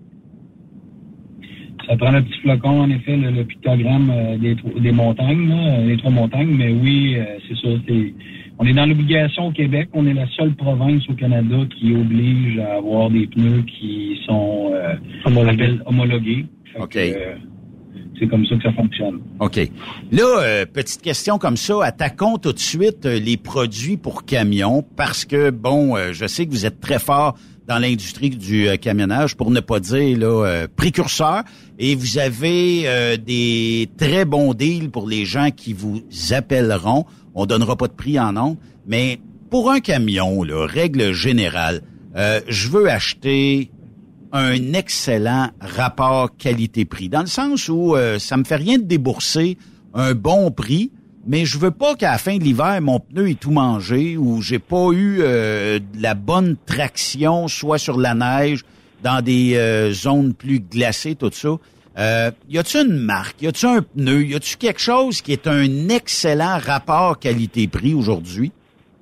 Ça prend le petit flocon, en effet, le, le pictogramme euh, des, des montagnes, là, les trois montagnes, mais oui, euh, c'est ça, c'est... On est dans l'obligation au Québec. On est la seule province au Canada qui oblige à avoir des pneus qui sont euh, homologués. homologués. OK. Que, euh, c'est comme ça que ça fonctionne. OK. Là, euh, petite question comme ça. Attaquons tout de suite euh, les produits pour camions parce que, bon, euh, je sais que vous êtes très fort dans l'industrie du euh, camionnage, pour ne pas dire là euh, précurseur, et vous avez euh, des très bons deals pour les gens qui vous appelleront. On donnera pas de prix en nombre, mais pour un camion, là, règle générale, euh, je veux acheter un excellent rapport qualité-prix, dans le sens où euh, ça me fait rien de débourser un bon prix, mais je veux pas qu'à la fin de l'hiver, mon pneu ait tout mangé ou j'ai pas eu euh, de la bonne traction, soit sur la neige, dans des euh, zones plus glacées, tout ça. Euh, y a-tu une marque, y a-tu un pneu, y a-tu quelque chose qui est un excellent rapport qualité-prix aujourd'hui?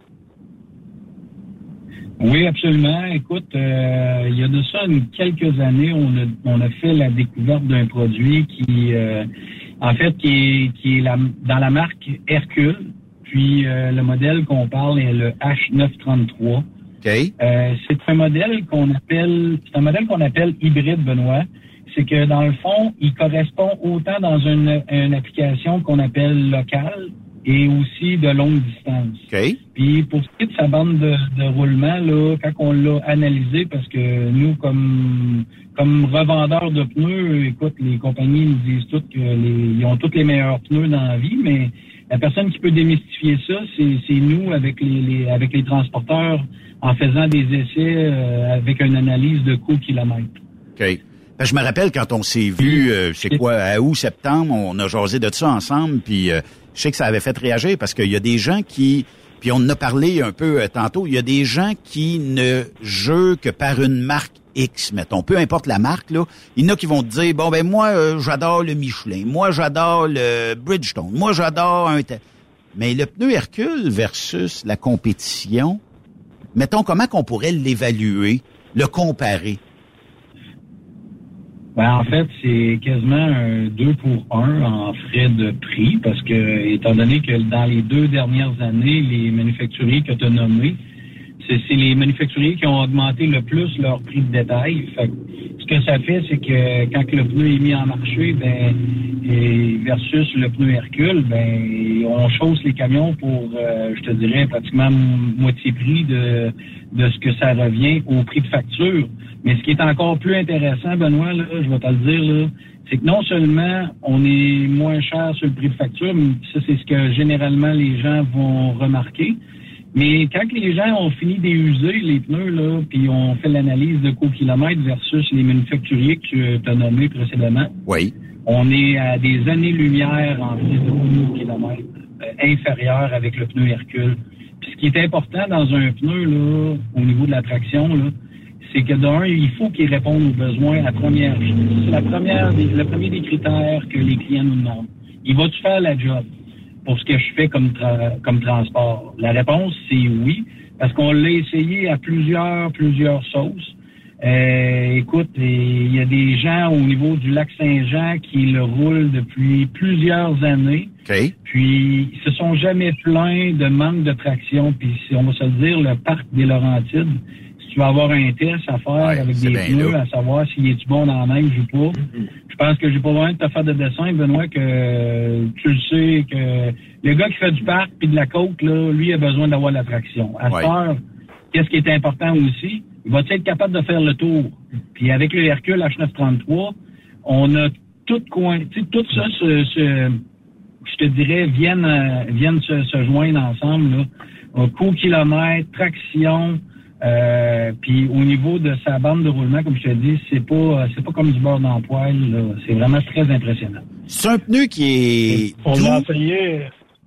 Oui, absolument. Écoute, euh, il y a de ça une, quelques années, on a, on a fait la découverte d'un produit qui, euh, en fait, qui est, qui est la, dans la marque Hercule. Puis euh, le modèle qu'on parle est le H neuf cent trente-trois. Okay. Euh, c'est un modèle qu'on appelle, c'est un modèle qu'on appelle hybride, Benoît. C'est que dans le fond, il correspond autant dans une, une application qu'on appelle locale et aussi de longue distance. Okay. Puis pour ce qui est de sa bande de, de roulement, là, quand on l'a analysé, parce que nous, comme comme revendeurs de pneus, écoute, les compagnies nous disent toutes que les, ils ont tous les meilleurs pneus dans la vie, mais la personne qui peut démystifier ça, c'est, c'est nous avec les, les avec les transporteurs en faisant des essais euh, avec une analyse de coût kilomètre. OK. Ben, je me rappelle quand on s'est vu, euh, c'est quoi, à août, septembre, on a jasé de ça ensemble, puis euh, je sais que ça avait fait réagir parce qu'il y a des gens qui, puis on en a parlé un peu euh, tantôt, il y a des gens qui ne jurent que par une marque X, mettons, peu importe la marque, là. Il y en a qui vont te dire, bon, ben moi, euh, j'adore le Michelin, moi, j'adore le Bridgestone, moi, j'adore un... T- Mais le pneu Hercule versus la compétition, mettons, comment qu'on pourrait l'évaluer, le comparer? Ben, en fait, c'est quasiment un deux pour un en frais de prix parce que, étant donné que dans les deux dernières années, les manufacturiers que tu as nommés, c'est, c'est les manufacturiers qui ont augmenté le plus leur prix de détail. Fait que, ce que ça fait, c'est que quand le pneu est mis en marché, ben, et versus le pneu Hercule, ben, on chausse les camions pour, euh, je te dirais, pratiquement moitié prix de, de ce que ça revient au prix de facture. Mais ce qui est encore plus intéressant, Benoît, là, je vais te le dire, là, c'est que non seulement on est moins cher sur le prix de facture, mais ça, c'est ce que généralement les gens vont remarquer. Mais quand les gens ont fini d'éuser les pneus, là, puis on fait l'analyse de coût-kilomètre versus les manufacturiers que tu as nommés précédemment, oui, on est à des années-lumière en prix de coût-kilomètre euh, inférieur avec le pneu Hercule. Puis ce qui est important dans un pneu, là, au niveau de la traction, là, c'est que d'un, il faut qu'il réponde aux besoins à première. C'est la première, le premier des critères que les clients nous demandent. Il va-tu faire la job pour ce que je fais comme tra- comme transport? La réponse, c'est oui, parce qu'on l'a essayé à plusieurs, plusieurs sauces. Euh, écoute, il y a des gens au niveau du lac Saint-Jean qui le roulent depuis plusieurs années. Okay. Puis, ils se sont jamais plaints de manque de traction. Puis, si on va se le dire, le parc des Laurentides, si tu vas avoir un test à faire ouais, avec des pneus, à savoir s'il est-tu bon dans la neige ou pas. Mm-hmm. Je pense que j'ai pas besoin de te faire de dessin, Benoît, que tu le sais, que le gars qui fait du parc puis de la côte, là, lui, a besoin d'avoir la traction. À ouais. faire, qu'est-ce qui est important aussi? Il va être capable de faire le tour. Puis avec le Hercule H neuf cent trente-trois, on a tout coin, tu sais, tout ça, ce, ce, je te dirais, viennent, euh, viennent se, se joindre ensemble, là. Coût kilomètre, traction, euh, puis au niveau de sa bande de roulement, comme je te dis, c'est pas, c'est pas comme du beurre dans le poêle, là. C'est vraiment très impressionnant. C'est un pneu qui est... On l'a essayé...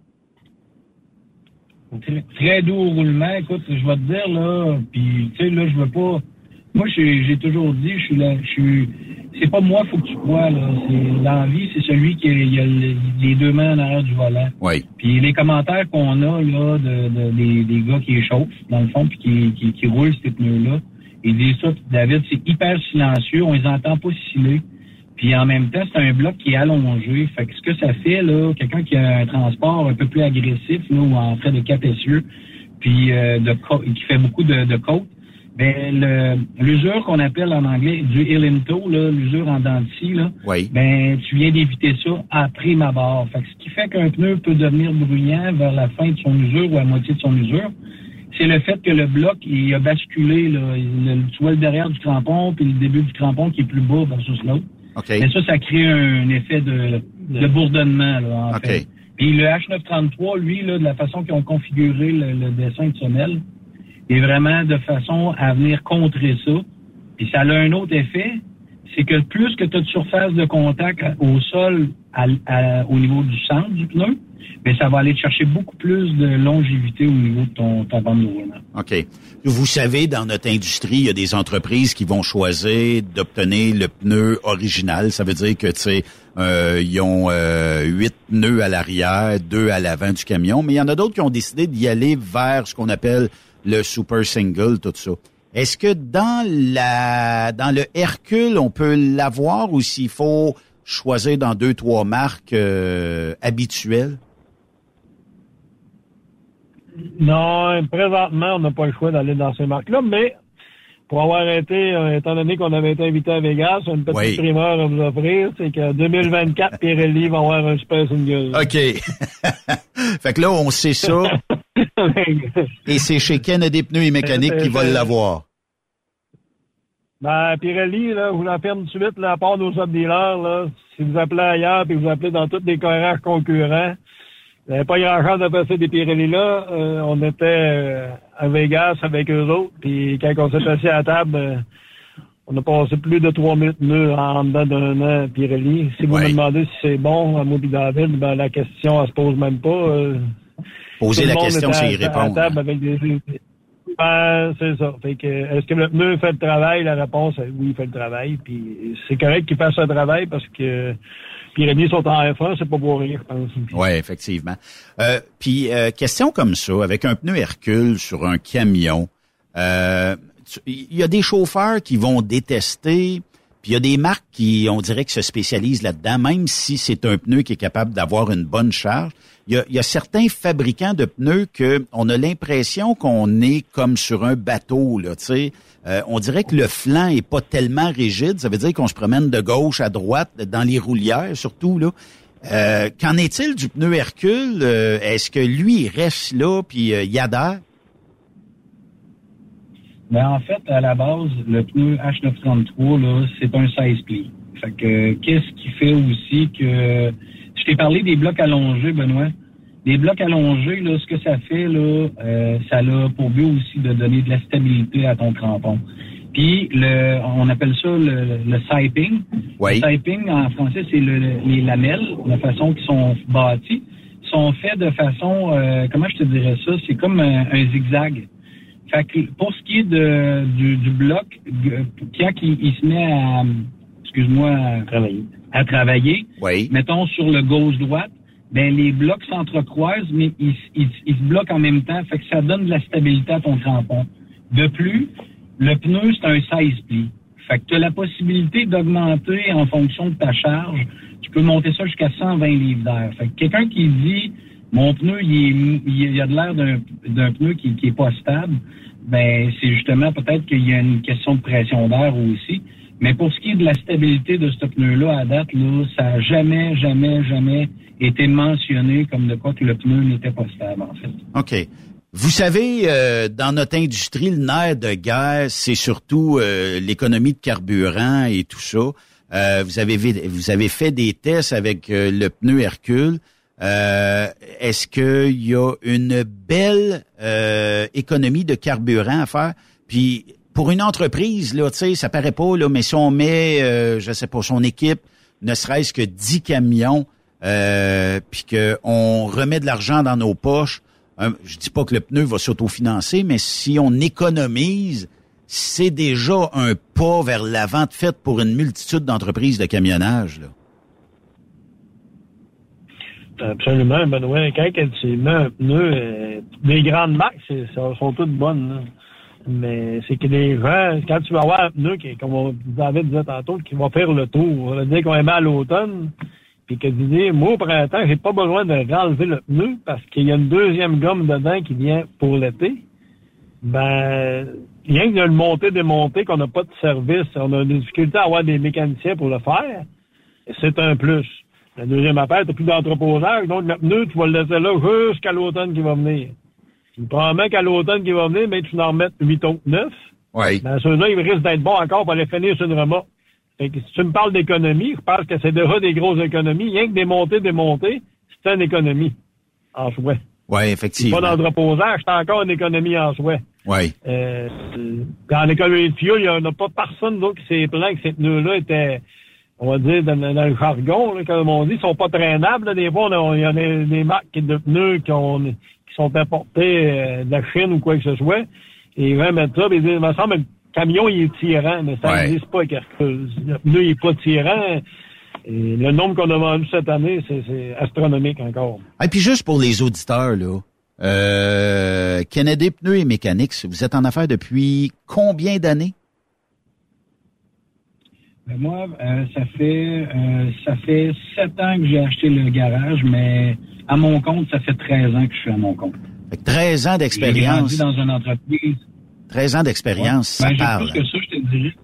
Très doux au roulement. Écoute, je vais te dire, là, puis, tu sais, là, je veux pas... Moi, j'ai, j'ai toujours dit, je suis là, je suis... C'est pas moi, faut que tu crois, là. C'est, dans la vie, c'est celui qui a, il a les deux mains en arrière du volant. Oui. Puis les commentaires qu'on a, là, de, de, des, des gars qui échauffent, dans le fond, puis qui, qui, qui roulent ces pneus-là, ils disent ça, David, c'est hyper silencieux, on les entend pas sciller. Puis en même temps, c'est un bloc qui est allongé. Fait que ce que ça fait, là, quelqu'un qui a un transport un peu plus agressif, là, ou en fait de capessieux, puis euh, de co- qui fait beaucoup de, de côte, ben le, l'usure qu'on appelle en anglais du heel and toe, là, l'usure en dents de scie, là, oui. ben tu viens d'éviter ça à prime abord. Fait que ce qui fait qu'un pneu peut devenir bruyant vers la fin de son usure ou à moitié de son usure, c'est le fait que le bloc, il a basculé, là, le, tu vois le derrière du crampon, puis le début du crampon qui est plus bas versus l'autre. Okay. Mais ça, ça crée un effet de, de bourdonnement, là, en okay. fait. Puis le H neuf cent trente-trois, lui, là, de la façon qu'ils ont configuré le, le dessin de semelle, est vraiment de façon à venir contrer ça. Puis ça a un autre effet, c'est que plus que tu as de surface de contact au sol à, à, au niveau du centre du pneu, mais ça va aller te chercher beaucoup plus de longévité au niveau de ton ta bande de roulement. OK. Vous savez, dans notre industrie, il y a des entreprises qui vont choisir d'obtenir le pneu original. Ça veut dire que, tu sais, euh, ils ont euh, huit pneus à l'arrière, deux à l'avant du camion, mais il y en a d'autres qui ont décidé d'y aller vers ce qu'on appelle le super single, tout ça. Est-ce que dans la dans le Hercule, on peut l'avoir ou s'il faut choisir dans deux, trois marques euh, habituelles? Non, présentement, on n'a pas le choix d'aller dans ces marques-là, mais pour avoir été, euh, étant donné qu'on avait été invité à Vegas, une petite oui. primeur à vous offrir, c'est qu'en deux mille vingt-quatre, Pirelli va avoir un super single. OK. Fait que là, on sait ça. Et c'est chez Kennedy Pneus et Mécanique qui va l'avoir. Ben, Pirelli, là, je vous l'affirme tout de suite, là, à part nos sub-dealers, là, si vous appelez ailleurs puis vous appelez dans tous les carrières concurrents, il n'y avait pas grand-chose de passer des Pirelli-là. Euh, on était euh, à Vegas avec eux autres, puis quand on s'est assis à la table, euh, on a passé plus de trois mille pneus en dedans d'un an à Pirelli. Si vous oui. me demandez si c'est bon à moi et David, ben, la question, elle se pose même pas. Euh, Poser la question, c'est y répondre. À la table avec des... Ben, c'est ça. Fait que, est-ce que le pneu fait le travail? La réponse est oui, il fait le travail. Puis c'est correct qu'il fasse le travail parce que Pirelli sont en F un, c'est pas pour rien, je pense. Oui, effectivement. Euh, puis, euh, question comme ça, avec un pneu Hercule sur un camion, euh, il y a des chauffeurs qui vont détester, puis il y a des marques qui, on dirait, que se spécialisent là-dedans, même si c'est un pneu qui est capable d'avoir une bonne charge. Il y a, il y a certains fabricants de pneus que on a l'impression qu'on est comme sur un bateau, là, tu sais. Euh, on dirait que le flanc est pas tellement rigide. Ça veut dire qu'on se promène de gauche à droite dans les roulières, surtout, là. Euh, qu'en est-il du pneu Hercule? Euh, est-ce que lui, il reste là puis euh, il adhère? Ben, en fait, à la base, le pneu H neuf cent trente-trois, là, c'est un seize plis. Fait que, qu'est-ce qui fait aussi que... Je t'ai parlé des blocs allongés, Benoît. Les blocs allongés, là, ce que ça fait, là, euh, ça a pour but aussi de donner de la stabilité à ton crampon. Puis, le, on appelle ça le, le siping. Oui. Le siping, en français, c'est le, les lamelles, la façon qu'ils sont bâties, sont faits de façon, euh, comment je te dirais ça, c'est comme un, un zigzag. Fait que pour ce qui est de, du, du bloc, quand il, il se met à, excuse-moi, à travailler, à travailler oui. mettons sur le gauche-droite, ben les blocs s'entrecroisent, mais ils, ils, ils se bloquent en même temps, fait que ça donne de la stabilité à ton crampon. De plus, le pneu, c'est un seize plis. Fait que tu as la possibilité d'augmenter en fonction de ta charge. Tu peux monter ça jusqu'à cent vingt livres d'air. Fait que quelqu'un qui dit mon pneu, il, est, il a de l'air d'un, d'un pneu qui, qui est pas stable, ben c'est justement peut-être qu'il y a une question de pression d'air aussi. Mais pour ce qui est de la stabilité de ce pneu-là, à date, là, ça n'a jamais, jamais, jamais été mentionné comme de quoi que le pneu n'était pas stable, en fait. OK. Vous savez, euh, dans notre industrie, le nerf de guerre, c'est surtout euh, l'économie de carburant et tout ça. Euh, vous avez vous avez fait des tests avec euh, le pneu Hercule. Euh, est-ce qu'il y a une belle euh, économie de carburant à faire? Puis pour une entreprise, là, tu sais, ça paraît pas, là, mais si on met, euh, je sais pas, son équipe, ne serait-ce que dix camions, euh, puis qu'on remet de l'argent dans nos poches, un, je dis pas que le pneu va s'autofinancer, mais si on économise, c'est déjà un pas vers l'avant de fait pour une multitude d'entreprises de camionnage, là. Absolument, Benoît. Quand tu mets un pneu, euh, les grandes marques, c'est, ça, sont toutes bonnes, là. Mais c'est que les gens, quand tu vas avoir un pneu qui, comme on David disait tantôt, qui va faire le tour, dès qu'on est mal à l'automne, puis que tu dis, moi au printemps, j'ai pas besoin de renlever le pneu parce qu'il y a une deuxième gomme dedans qui vient pour l'été, ben, rien qu'il y a le monter-démonter, qu'on n'a pas de service, on a des difficultés à avoir des mécaniciens pour le faire, c'est un plus. La deuxième affaire, t'as plus d'entreposage, donc le pneu, tu vas le laisser là jusqu'à l'automne qui va venir. Tu me promets qu'à l'automne qui va venir, mais tu en remettes huit autres neuf. Oui. Ben, ceux-là, ils risquent d'être bons encore pour aller finir sur une remorque. Fait que si tu me parles d'économie, je pense que c'est déjà des grosses économies. Rien que des montées, des montées, c'est une économie en soi. Oui, effectivement. Pas d'entreposage, c'est encore une économie en soi. Oui. Euh, dans l'économie de fuel, il n'y en a pas personne d'autre qui s'est plaint que ces pneus-là étaient... on va dire, dans, dans le jargon, là, comme on dit, ils sont pas traînables. Là. Des fois, il y a des, des marques de pneus qui, ont, qui sont importées euh, de la Chine ou quoi que ce soit. Et ils vont mettre ça, mais il me semble que le camion, il est tirant, mais ça n'existe ouais. pas avec Hercule. Le pneu, il est pas tirant. Et le nombre qu'on a vendu cette année, c'est, c'est astronomique encore. Et puis juste pour les auditeurs, là, euh, Kennedy Pneus et Mécaniques, vous êtes en affaires depuis combien d'années? Ben moi, euh, ça fait euh, ça fait sept ans que j'ai acheté le garage, mais à mon compte, ça fait treize ans que je suis à mon compte. Fait que treize ans d'expérience. J'ai grandi dans une entreprise. treize ans d'expérience, ouais. ça ben, parle. J'ai plus que ça, je te dirais.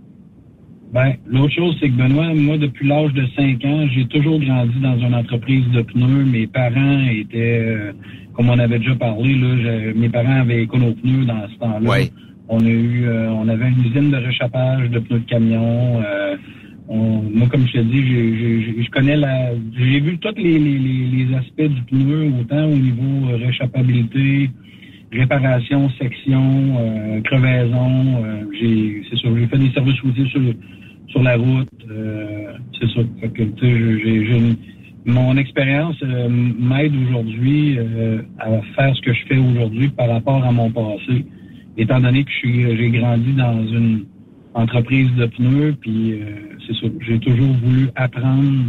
Ben, l'autre chose, c'est que Benoît, moi, depuis l'âge de cinq ans, j'ai toujours grandi dans une entreprise de pneus. Mes parents étaient, euh, comme on avait déjà parlé, là, je, mes parents avaient Éconopneus dans ce temps-là. Ouais. On a eu, euh, on avait une usine de réchappage de pneus de camion. Euh, on, moi, comme je te dis, j'ai, j'ai, je connais la, j'ai vu tous les, les, les aspects du pneu, autant au niveau euh, réchappabilité, réparation, section, euh, crevaison. Euh, j'ai, c'est sûr, j'ai fait des services routiers sur sur la route. Euh, c'est ça. Fait que, tu sais, j'ai, j'ai mon expérience euh, m'aide aujourd'hui euh, à faire ce que je fais aujourd'hui par rapport à mon passé. Étant donné que je suis, j'ai grandi dans une entreprise de pneus, puis euh, c'est ça. J'ai toujours voulu apprendre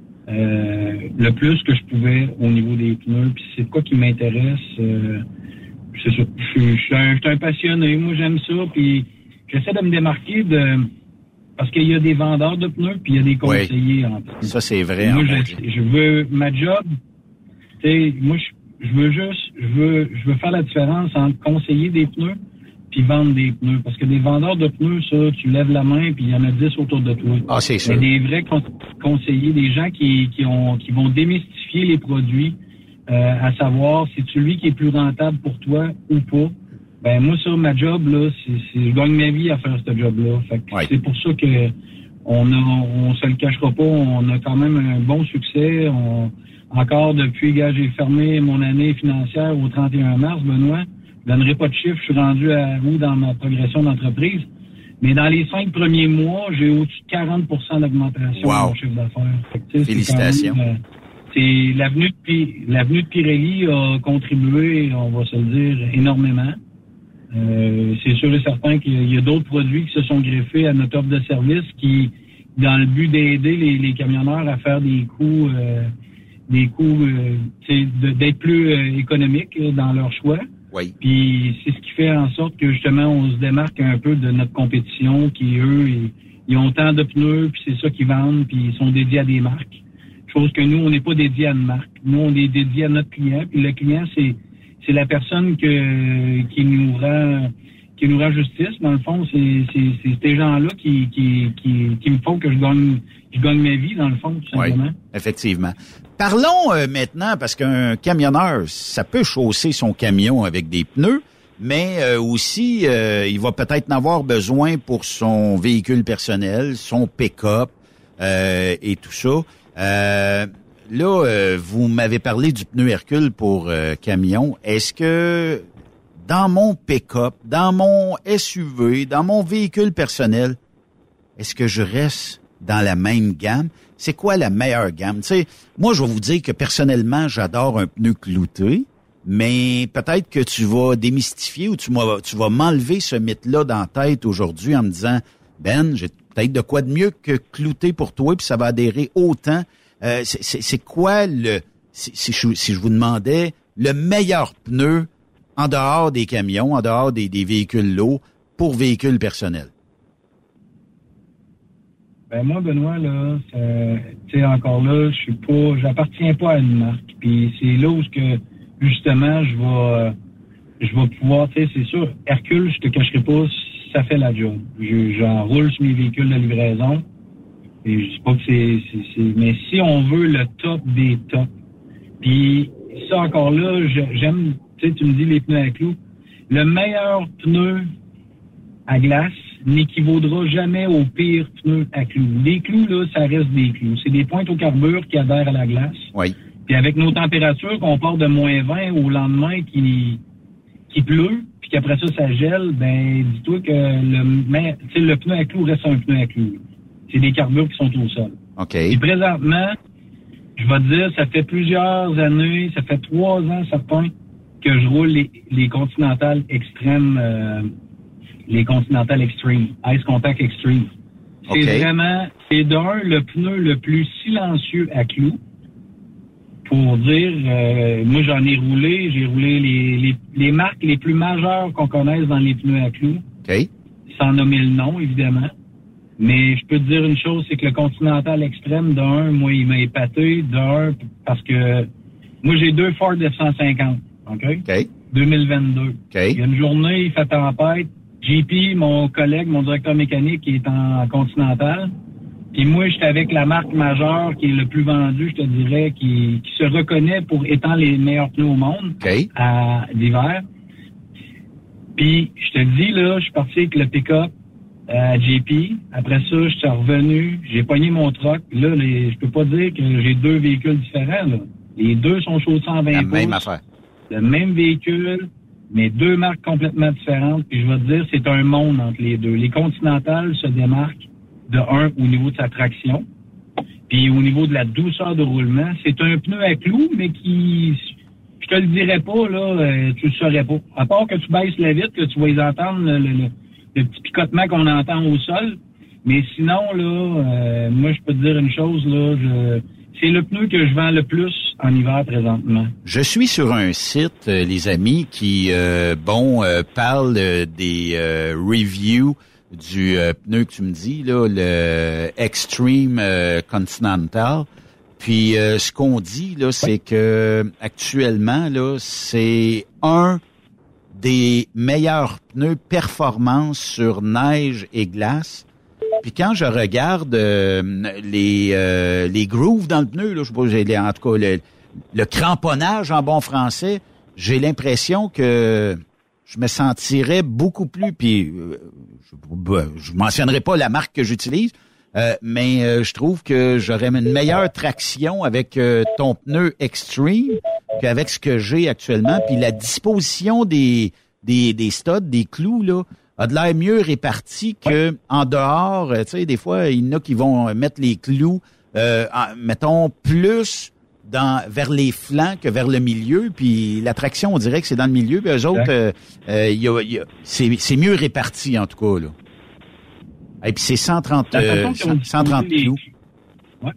euh, le plus que je pouvais au niveau des pneus. Puis c'est quoi qui m'intéresse. Euh, c'est ça. Je suis, je suis un, je suis un passionné. Moi, j'aime ça. Puis j'essaie de me démarquer de parce qu'il y a des vendeurs de pneus, puis il y a des conseillers. Oui. En pneus. Ça, c'est vrai. Moi, je, je veux ma job. Tu sais, moi, je, je veux juste, je veux, je veux faire la différence entre conseiller des pneus puis vendre des pneus. Parce que des vendeurs de pneus, ça, tu lèves la main, puis il y en a dix autour de toi. Ah, c'est sûr. Mais des vrais con- conseillers, des gens qui, qui ont, qui vont démystifier les produits, euh, à savoir, c'est celui qui est plus rentable pour toi ou pas. Ben, moi, ça, ma job, là, c'est, c'est, je gagne ma vie à faire ce job-là. Fait que ouais. C'est pour ça que on a, on se le cachera pas, on a quand même un bon succès. On, encore depuis, gars, j'ai fermé mon année financière au trente et un mars, Benoît. Je donnerai pas de chiffres, je suis rendu à où dans ma progression d'entreprise. Mais dans les cinq premiers mois, j'ai au-dessus de quarante pour cent d'augmentation wow. de mon chiffre d'affaires. Fait que, félicitations. C'est, même, c'est l'avenue de, l'avenue de Pirelli a contribué, on va se le dire, énormément. Euh, c'est sûr et certain qu'il y a d'autres produits qui se sont greffés à notre offre de service qui, dans le but d'aider les, les camionneurs à faire des coûts, euh, des coûts, euh, de, d'être plus euh, économiques là, dans leur choix. Oui. Puis c'est ce qui fait en sorte que justement on se démarque un peu de notre compétition, qui eux, ils, ils ont tant de pneus, puis c'est ça qu'ils vendent, puis ils sont dédiés à des marques. Chose que nous, on n'est pas dédiés à une marque. Nous, on est dédiés à notre client, puis le client, c'est c'est la personne que qui nous rend qui nous rend justice. Dans le fond, c'est c'est, c'est ces gens-là qui qui qui qui me font que je gagne je gagne ma vie, dans le fond, tout simplement. Oui, effectivement. Parlons euh, maintenant, parce qu'un camionneur, ça peut chausser son camion avec des pneus, mais euh, aussi, euh, il va peut-être en avoir besoin pour son véhicule personnel, son pick-up euh, et tout ça. Euh, là, euh, vous m'avez parlé du pneu Hercule pour euh, camion. Est-ce que dans mon pick-up, dans mon S U V, dans mon véhicule personnel, est-ce que je reste dans la même gamme? C'est quoi la meilleure gamme? Tu sais, moi, je vais vous dire que personnellement, j'adore un pneu clouté, mais peut-être que tu vas démystifier ou tu, tu vas m'enlever ce mythe-là dans la tête aujourd'hui en me disant, Ben, j'ai peut-être de quoi de mieux que clouté pour toi, puis ça va adhérer autant. Euh, c'est, c'est, c'est quoi le, si, si, je, si je vous demandais, le meilleur pneu en dehors des camions, en dehors des, des véhicules lourds pour véhicules personnels? Ben moi, Benoît, là, tu sais, encore là, je suis pas, j'appartiens pas à une marque. Puis c'est là où que justement, je vais, je vais pouvoir, tu sais, c'est sûr, Hercule, je te cacherai pas, ça fait la job. Je, j'enroule sur mes véhicules de livraison. Et je dis pas que c'est, c'est, c'est, mais si on veut le top des tops, puis ça encore là, j'aime, tu sais, tu me dis les pneus à clous. Le meilleur pneu à glace n'équivaudra jamais au pire pneu à clous. Les clous, là, ça reste des clous. C'est des pointes au carbure qui adhèrent à la glace. Oui. Puis avec nos températures, qu'on part de moins vingt au lendemain qui, qui pleut, puis qu'après ça, ça gèle, ben, dis-toi que le, mais, le pneu à clous reste un pneu à clous. c'est des carbures qui sont au sol. OK. Et présentement, je vais te dire, ça fait plusieurs années, ça fait trois ans certains, que je roule les, les Continental Extreme, euh, les Continental Extreme, Ice Contact Extreme. C'est okay. vraiment, c'est d'un, le pneu le plus silencieux à clous. Pour dire, euh, moi j'en ai roulé, j'ai roulé les, les, les marques les plus majeures qu'on connaisse dans les pneus à clous. OK. Sans nommer le nom, évidemment. Mais je peux te dire une chose, c'est que le Continental Extreme, d'un, moi, il m'a épaté. D'un, parce que moi, j'ai deux Ford F cent cinquante. OK? OK. deux mille vingt-deux. OK. Il y a une journée, il fait tempête. J P, mon collègue, mon directeur mécanique, qui est en Continental. Puis moi, j'étais avec la marque majeure qui est le plus vendue, je te dirais, qui, qui se reconnaît pour étant les meilleurs pneus au monde okay. à l'hiver. Puis, je te dis, là, je suis parti avec le pick-up à J P. Après ça, je suis revenu, j'ai pogné mon truck. Là, les, je peux pas dire que j'ai deux véhicules différents, là. Les deux sont chaussés en vingt pouces. La même affaire. Le même véhicule, mais deux marques complètement différentes. Puis je vais te dire, c'est un monde entre les deux. Les Continental se démarquent de un, au niveau de sa traction, puis au niveau de la douceur de roulement. C'est un pneu à clous, mais qui, je te le dirais pas, là, euh, tu le saurais pas. À part que tu baisses la vitre, que tu vas les entendre, le, le, le, le petit picotement qu'on entend au sol. Mais sinon, là, euh, moi, je peux te dire une chose, là, je, c'est le pneu que je vends le plus en hiver présentement. Je suis sur un site, euh, les amis, qui, euh, bon, euh, parle euh, des euh, reviews du euh, pneu que tu me dis, là, le Extreme euh, Continental. Puis euh, ce qu'on dit, là, c'est que actuellement, là, c'est un des meilleurs pneus performance sur neige et glace. Puis quand je regarde euh, les euh, les grooves dans le pneu, là, je sais pas, j'ai en tout cas le, le cramponnage en bon français, j'ai l'impression que je me sentirais beaucoup plus, puis euh, je, je mentionnerai pas la marque que j'utilise, euh, mais euh, je trouve que j'aurais une meilleure traction avec euh, ton pneu Extreme qu'avec ce que j'ai actuellement. Puis la disposition des des des studs, des clous là, a de l'air mieux réparti que en dehors. Tu sais, des fois il y en a qui vont mettre les clous, euh, en, mettons plus dans vers les flancs que vers le milieu, puis la traction, on dirait que c'est dans le milieu, puis eux autres, euh, euh, y a, y a, c'est, c'est mieux réparti, en tout cas, là. Et puis c'est cent trente, euh, cent trente clous. Ouais.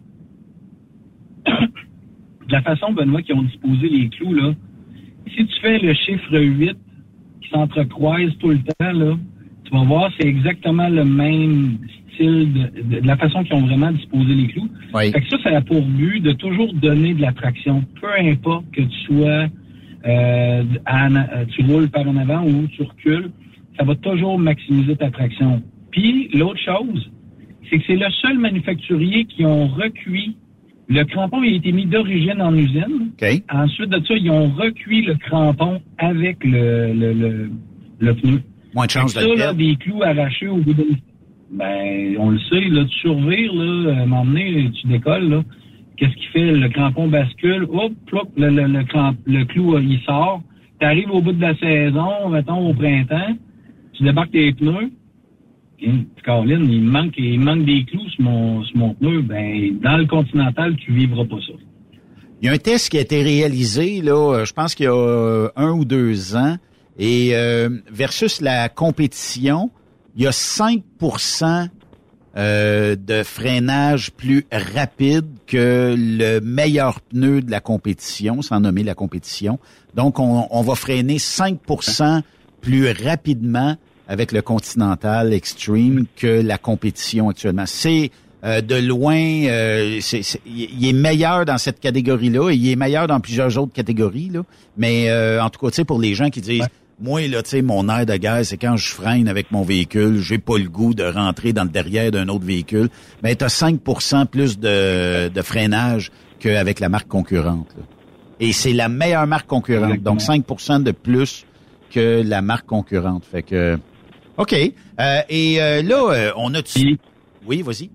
De la façon, Benoît, qu'ils ont disposé les clous, là, si tu fais le chiffre huit qui s'entrecroise tout le temps, là, tu vas voir, c'est exactement le même style de, de, de la façon qu'ils ont vraiment disposé les clous. Oui. Fait que ça, ça a pour but de toujours donner de la traction. Peu importe que tu sois, euh, en, tu roules par en avant ou tu recules, ça va toujours maximiser ta traction. Puis, l'autre chose, c'est que c'est le seul manufacturier qui ont recuit. Le crampon il a été mis d'origine en usine. Okay. Ensuite de ça, ils ont recuit le crampon avec le, le, le, le pneu. Moins de chance de ça, le là, perdre. des clous arrachés au bout de... Ben, on le sait, là, tu survires, là, à un moment donné, tu décolles, là. Qu'est-ce qui fait? Le crampon bascule, hop, plop, le, le, le, cramp, le clou, il sort. T'arrives au bout de la saison, mettons, au printemps, tu débarques tes pneus. Et, Caroline, il manque, il manque des clous sur mon, sur mon pneu. Ben, dans le Continental, tu vivras pas ça. Il y a un test qui a été réalisé, là, je pense qu'il y a un ou deux ans, et euh, versus la compétition, il y a cinq pour cent euh, de freinage plus rapide que le meilleur pneu de la compétition, sans nommer la compétition. Donc, on, on va freiner cinq pour cent plus rapidement avec le Continental Extreme que la compétition actuellement. C'est euh, de loin, euh, c'est, c'est, il est meilleur dans cette catégorie-là et il est meilleur dans plusieurs autres catégories, là. Mais euh, en tout cas, tu sais, pour les gens qui disent... Ouais. Moi, là, tu sais, mon air de guerre, c'est quand je freine avec mon véhicule, j'ai pas le goût de rentrer dans le derrière d'un autre véhicule. Mais t'as cinq pour cent plus de, de freinage qu'avec la marque concurrente, là. Et c'est la meilleure marque concurrente. Exactement. Donc, cinq pour cent de plus que la marque concurrente. Fait que, OK. Euh, et euh, là, euh, on a... Tu... Oui, vas-y.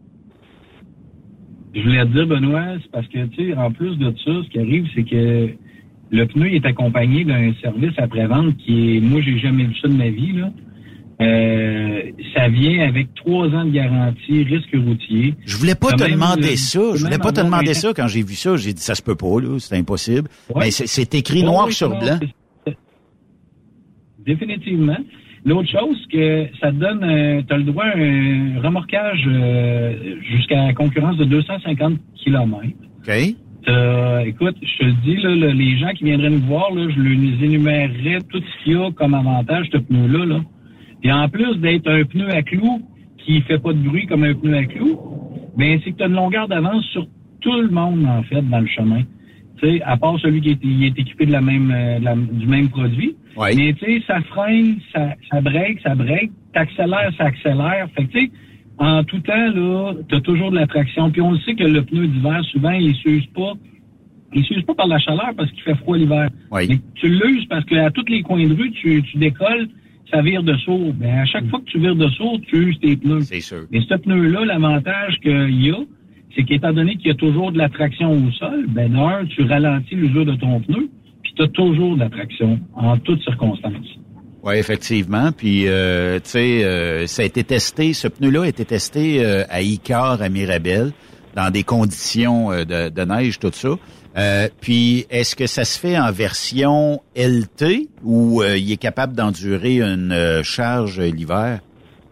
Je voulais te dire, Benoît, c'est parce que, tu sais, en plus de ça, ce qui arrive, c'est que le pneu est accompagné d'un service après-vente qui est... Moi, j'ai jamais vu ça de ma vie, là. Euh, ça vient avec trois ans de garantie, risque routier. Je voulais pas te même, demander euh, ça. Je voulais pas te demander ça quand j'ai vu ça. J'ai dit, ça se peut pas, là. C'est impossible. Ouais. Mais c'est, c'est écrit noir oui, sur blanc. Définitivement. L'autre chose, que ça te donne, euh, tu as le droit à un remorquage euh, jusqu'à la concurrence de deux cent cinquante kilomètres. OK. Euh, écoute, je te le dis, là, là, les gens qui viendraient nous voir, là, je les énumérerais tout ce qu'il y a comme avantage, ce pneu-là. Là. Et en plus d'être un pneu à clous qui fait pas de bruit comme un pneu à clous, ben c'est que tu as une longueur d'avance sur tout le monde, en fait, dans le chemin. Tu sais, à part celui qui est, il est équipé de la même, euh, de la, du même produit. Ouais. Mais tu sais, ça freine, ça, ça break, ça break, t'accélères, ça accélère. Fait que tu sais, en tout temps, là, t'as toujours de la traction. Puis on le sait que le pneu d'hiver, souvent, il s'use pas. Il s'use pas par la chaleur parce qu'il fait froid l'hiver. Oui. Mais tu l'uses parce qu'à tous les coins de rue, tu, tu décolles, ça vire de sourd. Ben, à chaque fois que tu vires de sourd, tu uses tes pneus. C'est sûr. Mais ce pneu-là, l'avantage qu'il y a, c'est qu'étant donné qu'il y a toujours de la traction au sol, ben d'un, tu ralentis l'usure de ton pneu, puis tu as toujours de la traction en toutes circonstances. Oui, effectivement. Puis, euh, tu sais, euh, ça a été testé, ce pneu-là a été testé euh, à Icare, à Mirabel, dans des conditions euh, de, de neige, tout ça. Euh, puis, est-ce que ça se fait en version L T ou euh, il est capable d'endurer une euh, charge euh, l'hiver?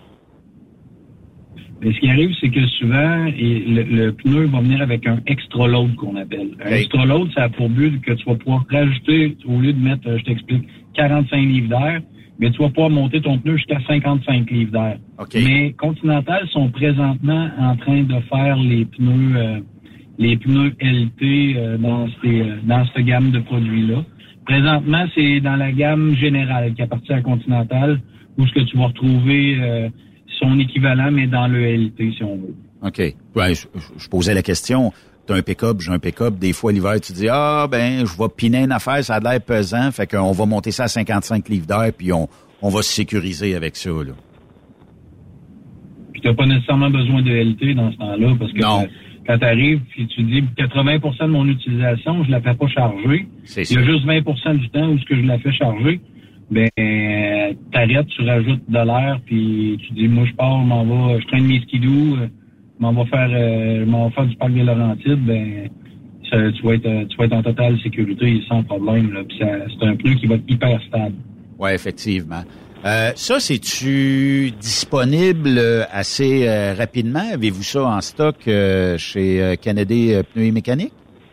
Mais ce qui arrive, c'est que souvent, et le, le pneu va venir avec un extra load qu'on appelle. Un hey. extra load, ça a pour but que tu vas pouvoir rajouter, au lieu de mettre, je t'explique, quarante-cinq livres d'air, mais tu vas pouvoir monter ton pneu jusqu'à cinquante-cinq livres d'air. Okay. Mais Continental sont présentement en train de faire les pneus, euh, les pneus L T euh, dans ces, euh, dans cette gamme de produits-là. Présentement, c'est dans la gamme générale qui appartient à Continental, où ce que tu vas retrouver euh, son équivalent, mais dans le L T, si on veut. OK. Ouais, je, je posais la question. T'as un pick-up, j'ai un pick-up. Des fois, l'hiver, tu dis, ah, ben, je vais piner une affaire, ça a l'air pesant. Fait qu'on va monter ça à cinquante-cinq livres d'air, puis on, on va se sécuriser avec ça, là. Puis t'as pas nécessairement besoin de L T dans ce temps-là, parce que non. Quand t'arrives, puis tu dis, quatre-vingts pour cent de mon utilisation, je la fais pas charger. C'est Il y a ça. juste vingt pour cent du temps où ce que je la fais charger. Ben, t'arrêtes, tu rajoutes de l'air, puis tu dis, moi, je pars, je m'en vais, je traîne mes skidoo, je m'en vais faire, euh, je m'en vais faire du parc des Laurentides, ben, ça, tu vas être, tu vas être en totale sécurité sans problème, là. Puis ça, c'est un pneu qui va être hyper stable. Ouais, effectivement. Euh, ça, c'est-tu disponible assez euh, rapidement? Avez-vous ça en stock euh, chez euh, Canada Pneus et Mécanique?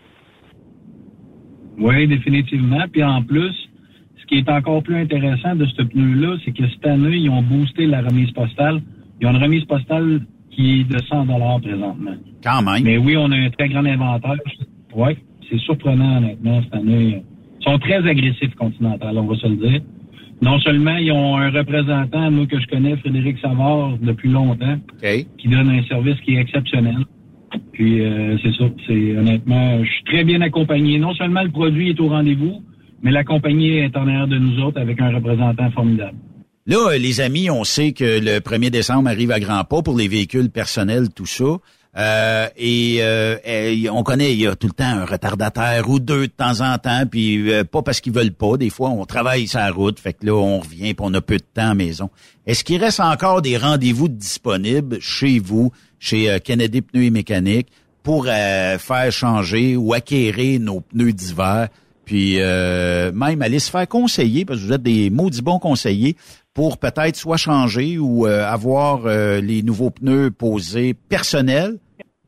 Oui, définitivement. Puis en plus, ce qui est encore plus intéressant de ce pneu-là, c'est que cette année, ils ont boosté la remise postale. Ils ont une remise postale qui est de cent dollars présentement. Quand même. Mais oui, on a un très grand inventaire. Oui, c'est surprenant, honnêtement, cette année. Ils sont très agressifs, Continental, on va se le dire. Non seulement ils ont un représentant, moi, que je connais, Frédéric Savard, depuis longtemps, okay. qui donne un service qui est exceptionnel. Puis, euh, c'est ça. C'est, honnêtement, je suis très bien accompagné. Non seulement le produit est au rendez-vous, mais la compagnie est en arrière de nous autres avec un représentant formidable. Là, les amis, on sait que le premier décembre arrive à grands pas pour les véhicules personnels, tout ça. Euh, et, euh, et on connaît, il y a tout le temps un retardataire ou deux de temps en temps, puis euh, pas parce qu'ils veulent pas. Des fois, on travaille sur la route, fait que là, on revient puis on a peu de temps à la maison. Est-ce qu'il reste encore des rendez-vous disponibles chez vous, chez euh, Canada Pneus et Mécanique, pour euh, faire changer ou acquérir nos pneus d'hiver, puis euh, même aller se faire conseiller, parce que vous êtes des maudits bons conseillers, pour peut-être soit changer ou euh, avoir euh, les nouveaux pneus posés personnels?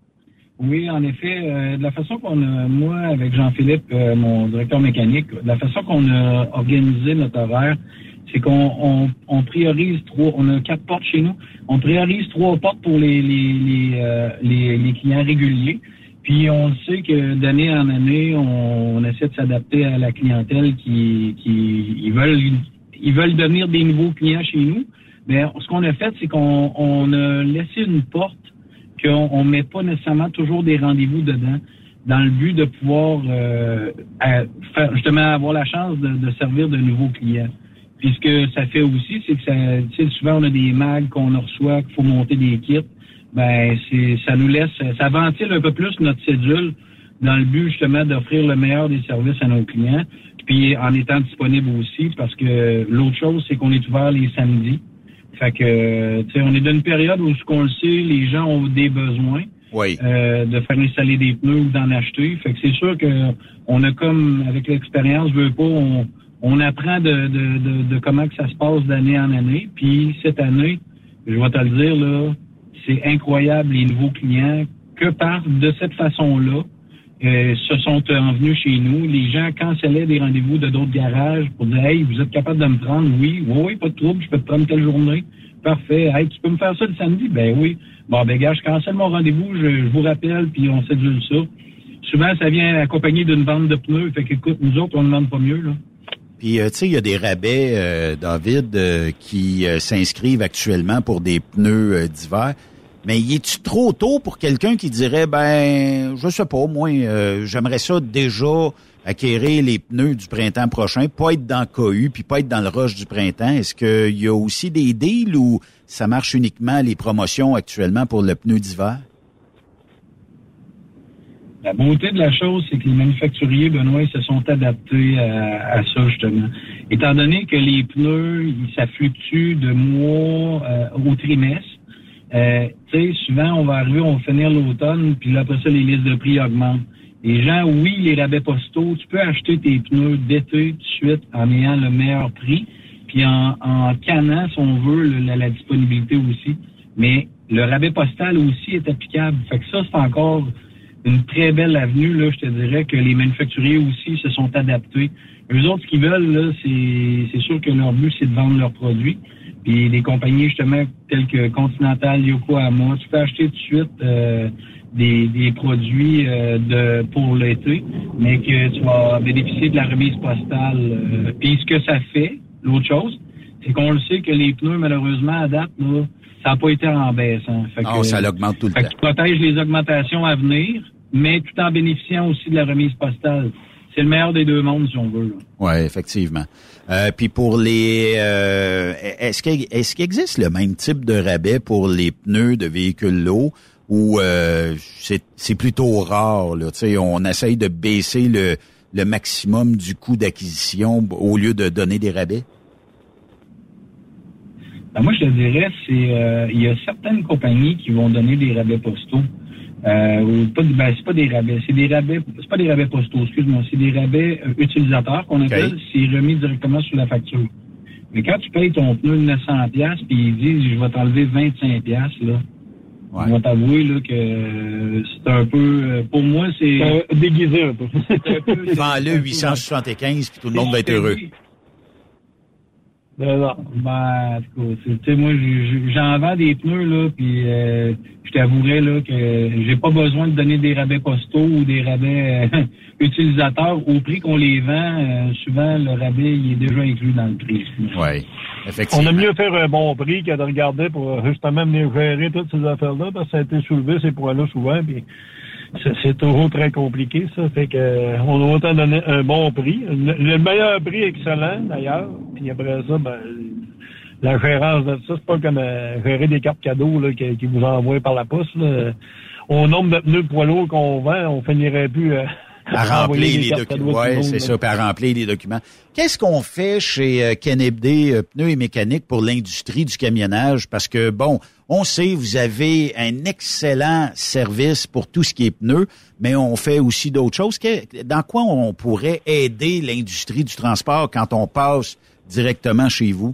Oui, en effet. Euh, de la façon qu'on a, moi, avec Jean-Philippe, euh, mon directeur mécanique, de la façon qu'on a organisé notre horaire, c'est qu'on on, on priorise trois, on a quatre portes chez nous, on priorise trois portes pour les les les, euh, les, les clients réguliers. Puis on sait que d'année en année, on, on essaie de s'adapter à la clientèle qui qui ils veulent ils veulent devenir des nouveaux clients chez nous. Mais ce qu'on a fait, c'est qu'on on a laissé une porte qu'on on met pas nécessairement toujours des rendez-vous dedans, dans le but de pouvoir euh, à, faire, justement avoir la chance de, de servir de nouveaux clients. Puis ce que ça fait aussi, c'est que ça, tu sais, souvent on a des mags qu'on reçoit, qu'il faut monter des kits. Ben c'est ça nous laisse, ça ventile un peu plus notre cédule dans le but justement d'offrir le meilleur des services à nos clients, puis en étant disponible aussi, parce que l'autre chose, c'est qu'on est ouvert les samedis. Fait que, tu sais, on est dans une période où, ce qu'on le sait, les gens ont des besoins. Oui. Euh, de faire installer des pneus ou d'en acheter. Fait que c'est sûr que on a comme, avec l'expérience, veut pas, on, on apprend de, de, de, de comment que ça se passe d'année en année. Puis cette année, je vais te le dire, là, c'est incroyable les nouveaux clients que par de cette façon-là, euh, se sont envenus chez nous. Les gens cancellaient des rendez-vous de d'autres garages pour dire « Hey, vous êtes capable de me prendre? Oui, oui, oui, pas de trouble, je peux te prendre telle journée. Parfait. Hey, tu peux me faire ça le samedi? Ben oui. Bon, ben gars, je cancelle mon rendez-vous, je, je vous rappelle, puis on sédule ça. » Souvent, ça vient accompagné d'une vente de pneus. Fait qu'écoute, nous autres, on ne demande pas mieux, là. Puis, euh, tu sais, il y a des rabais, euh, David, euh, qui euh, s'inscrivent actuellement pour des pneus euh, d'hiver. Mais y est-tu trop tôt pour quelqu'un qui dirait, ben, je sais pas, moi, euh, j'aimerais ça déjà acquérir les pneus du printemps prochain, pas être dans K U, puis pas être dans le rush du printemps. Est-ce qu'il y a aussi des deals ou ça marche uniquement les promotions actuellement pour le pneu d'hiver? La beauté de la chose, c'est que les manufacturiers, Benoît, ils se sont adaptés à, à ça, justement. Étant donné que les pneus, ça fluctue de mois euh, au trimestre, euh, tu sais, souvent, on va arriver, on va finir l'automne, puis là, après ça, les listes de prix augmentent. Les gens, oui, les rabais postaux, tu peux acheter tes pneus d'été tout de suite en ayant le meilleur prix, puis en, en cannant, si on veut, le, la, la disponibilité aussi. Mais le rabais postal aussi est applicable. Fait que ça, c'est encore une très belle avenue, là. Je te dirais que les manufacturiers aussi se sont adaptés. Eux autres, ce qu'ils veulent, là, c'est, c'est sûr que leur but, c'est de vendre leurs produits. Puis les compagnies, justement, telles que Continental, Yokohama, tu peux acheter tout de suite euh, des, des produits euh, de pour l'été, mais que tu vas bénéficier de la remise postale. Euh, puis ce que ça fait, l'autre chose, c'est qu'on le sait que les pneus, malheureusement, à date, là, ça n'a pas été en baisse. Hein. Fait non, que, ça l'augmente tout le fait temps. que tu protèges les augmentations à venir, mais tout en bénéficiant aussi de la remise postale. C'est le meilleur des deux mondes, si on veut. Oui, effectivement. Euh, puis pour les... Euh, est-ce qu'il, est-ce qu'il existe le même type de rabais pour les pneus de véhicules lourds ou euh, c'est, c'est plutôt rare, là? Tu sais, on essaye de baisser le, le maximum du coût d'acquisition au lieu de donner des rabais? Ben moi, je te dirais, c'est euh, il y a certaines compagnies qui vont donner des rabais postaux. Euh, ou pas, ben, c'est pas des rabais, c'est des rabais, c'est pas des rabais postaux, excuse-moi, c'est des rabais euh, utilisateurs qu'on appelle, okay. C'est remis directement sur la facture. Mais quand tu payes ton pneu de neuf cents piastres, puis ils disent, je vais t'enlever vingt-cinq piastres, là, ouais. On va t'avouer, là, que euh, c'est un peu, euh, pour moi, c'est... Euh, déguisé un peu. Vends-le huit cent soixante-quinze, puis tout le monde va être heureux. Ben non, ben, en tout cas, tu sais, moi, j'en vends des pneus, là, puis euh, je t'avouerais, là, que j'ai pas besoin de donner des rabais postaux ou des rabais euh, utilisateurs. Au prix qu'on les vend, euh, souvent, le rabais, il est déjà inclus dans le prix. Oui, effectivement. On a mieux faire un bon prix que de regarder pour justement venir gérer toutes ces affaires-là, parce que ça a été soulevé, ces points-là, souvent, puis c'est, c'est toujours très compliqué, ça. Fait que euh, on doit autant donner un bon prix. Le, le meilleur prix excellent, d'ailleurs. Puis après ça, ben la gérance de ça, c'est pas comme euh, gérer des cartes cadeaux là, qui, qui vous envoient par la poste. Là. Au nombre de pneus poids lourds qu'on vend, on finirait plus euh, à remplir les documents. Oui, c'est ça, puis à remplir les documents. Qu'est-ce qu'on fait chez euh, Kennedy euh, Pneus et Mécanique pour l'industrie du camionnage? Parce que, bon, on sait, vous avez un excellent service pour tout ce qui est pneus, mais on fait aussi d'autres choses. Que, dans quoi on pourrait aider l'industrie du transport quand on passe directement chez vous?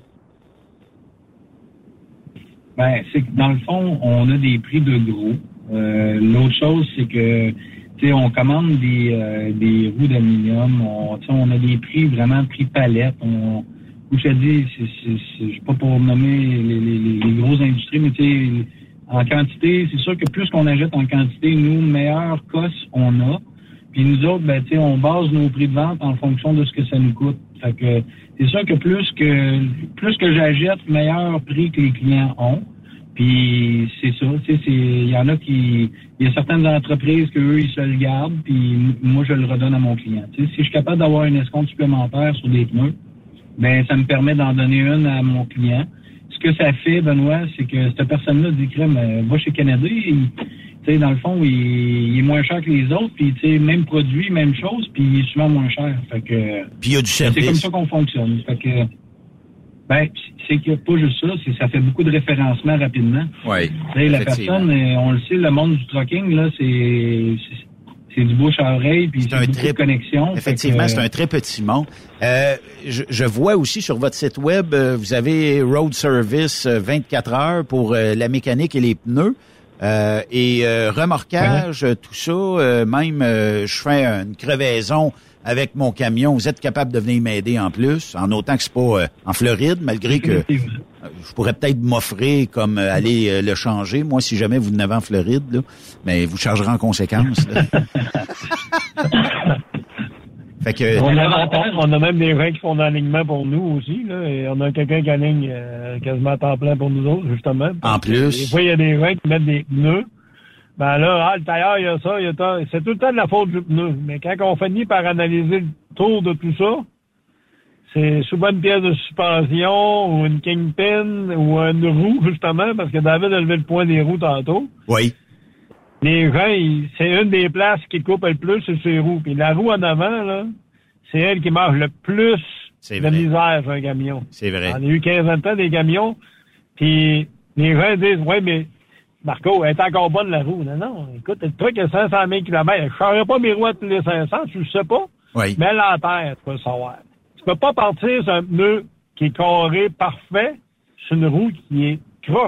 Ben, c'est que dans le fond, on a des prix de gros. Euh, l'autre chose, c'est que tu sais, on commande des euh, des roues d'aluminium, on, on a des prix vraiment prix palette. On, comme je te dis, c'est, c'est, c'est, je sais pas pour nommer les, les, les grosses industries, mais tu sais, en quantité, c'est sûr que plus qu'on achète en quantité, nous, meilleur cost on a. Puis nous autres, ben tu sais, on base nos prix de vente en fonction de ce que ça nous coûte. Fait que c'est sûr que plus que plus que j'achète, meilleur prix que les clients ont. Puis c'est ça, tu sais, c'est il y en a qui il y a certaines entreprises que eux ils se le gardent, puis moi je le redonne à mon client. Tu sais, si je suis capable d'avoir une escompte supplémentaire sur des pneus, ben ça me permet d'en donner une à mon client. Ce que ça fait, Benoît, c'est que cette personne-là dit crème, va chez Canada, tu sais, dans le fond, il, il est moins cher que les autres, puis tu sais, même produit, même chose, puis il est souvent moins cher. Fait que puis il y a du service. C'est comme ça qu'on fonctionne. Fait que Ben, c'est que pas juste ça, c'est ça fait beaucoup de référencement rapidement. Oui. La personne, on le sait, le monde du trucking, là, c'est, c'est, c'est du bouche à oreille, puis c'est, c'est un beaucoup très, de connexions. Effectivement, que, c'est un très petit monde. Euh, je, je vois aussi sur votre site web, vous avez Road Service vingt-quatre heures pour euh, la mécanique et les pneus. Euh, et euh, remorquage, ouais. tout ça, euh, même euh, je fais une crevaison avec mon camion, vous êtes capable de venir m'aider en plus, en autant que c'est pas euh, en Floride, malgré que euh, je pourrais peut-être m'offrir comme euh, aller euh, le changer, moi, si jamais vous n'avez en Floride, là, mais vous chargerez en conséquence. Fait que, on, a, on a même des gens qui font l'alignement pour nous aussi, là, et on a quelqu'un qui aligne euh, quasiment à temps plein pour nous autres, justement. En plus. Des fois, il y a des gens qui mettent des pneus. Ben là, ah, le tailleur, il y a ça, il y a ça. C'est tout le temps de la faute du pneu. Mais quand on finit par analyser le tour de tout ça, c'est souvent une pièce de suspension ou une kingpin ou une roue, justement, parce que David a levé le point des roues tantôt. Oui. Les gens, ils, c'est une des places qui coupe le plus, c'est ses roues. Puis la roue en avant, là, c'est elle qui mange le plus c'est de vrai. misère sur un camion. C'est vrai. On a eu quinze ans de temps des camions, puis les gens disent, ouais, mais Marco, elle est encore bonne la roue. Non, non, écoute, le truc est cinq cent mille kilomètres. Je ne changerai pas mes roues à tous les cinq cents, tu le sais pas. Oui. Mais la terre, tu peux le savoir. Tu peux pas partir sur un pneu qui est carré parfait sur une roue qui est croche.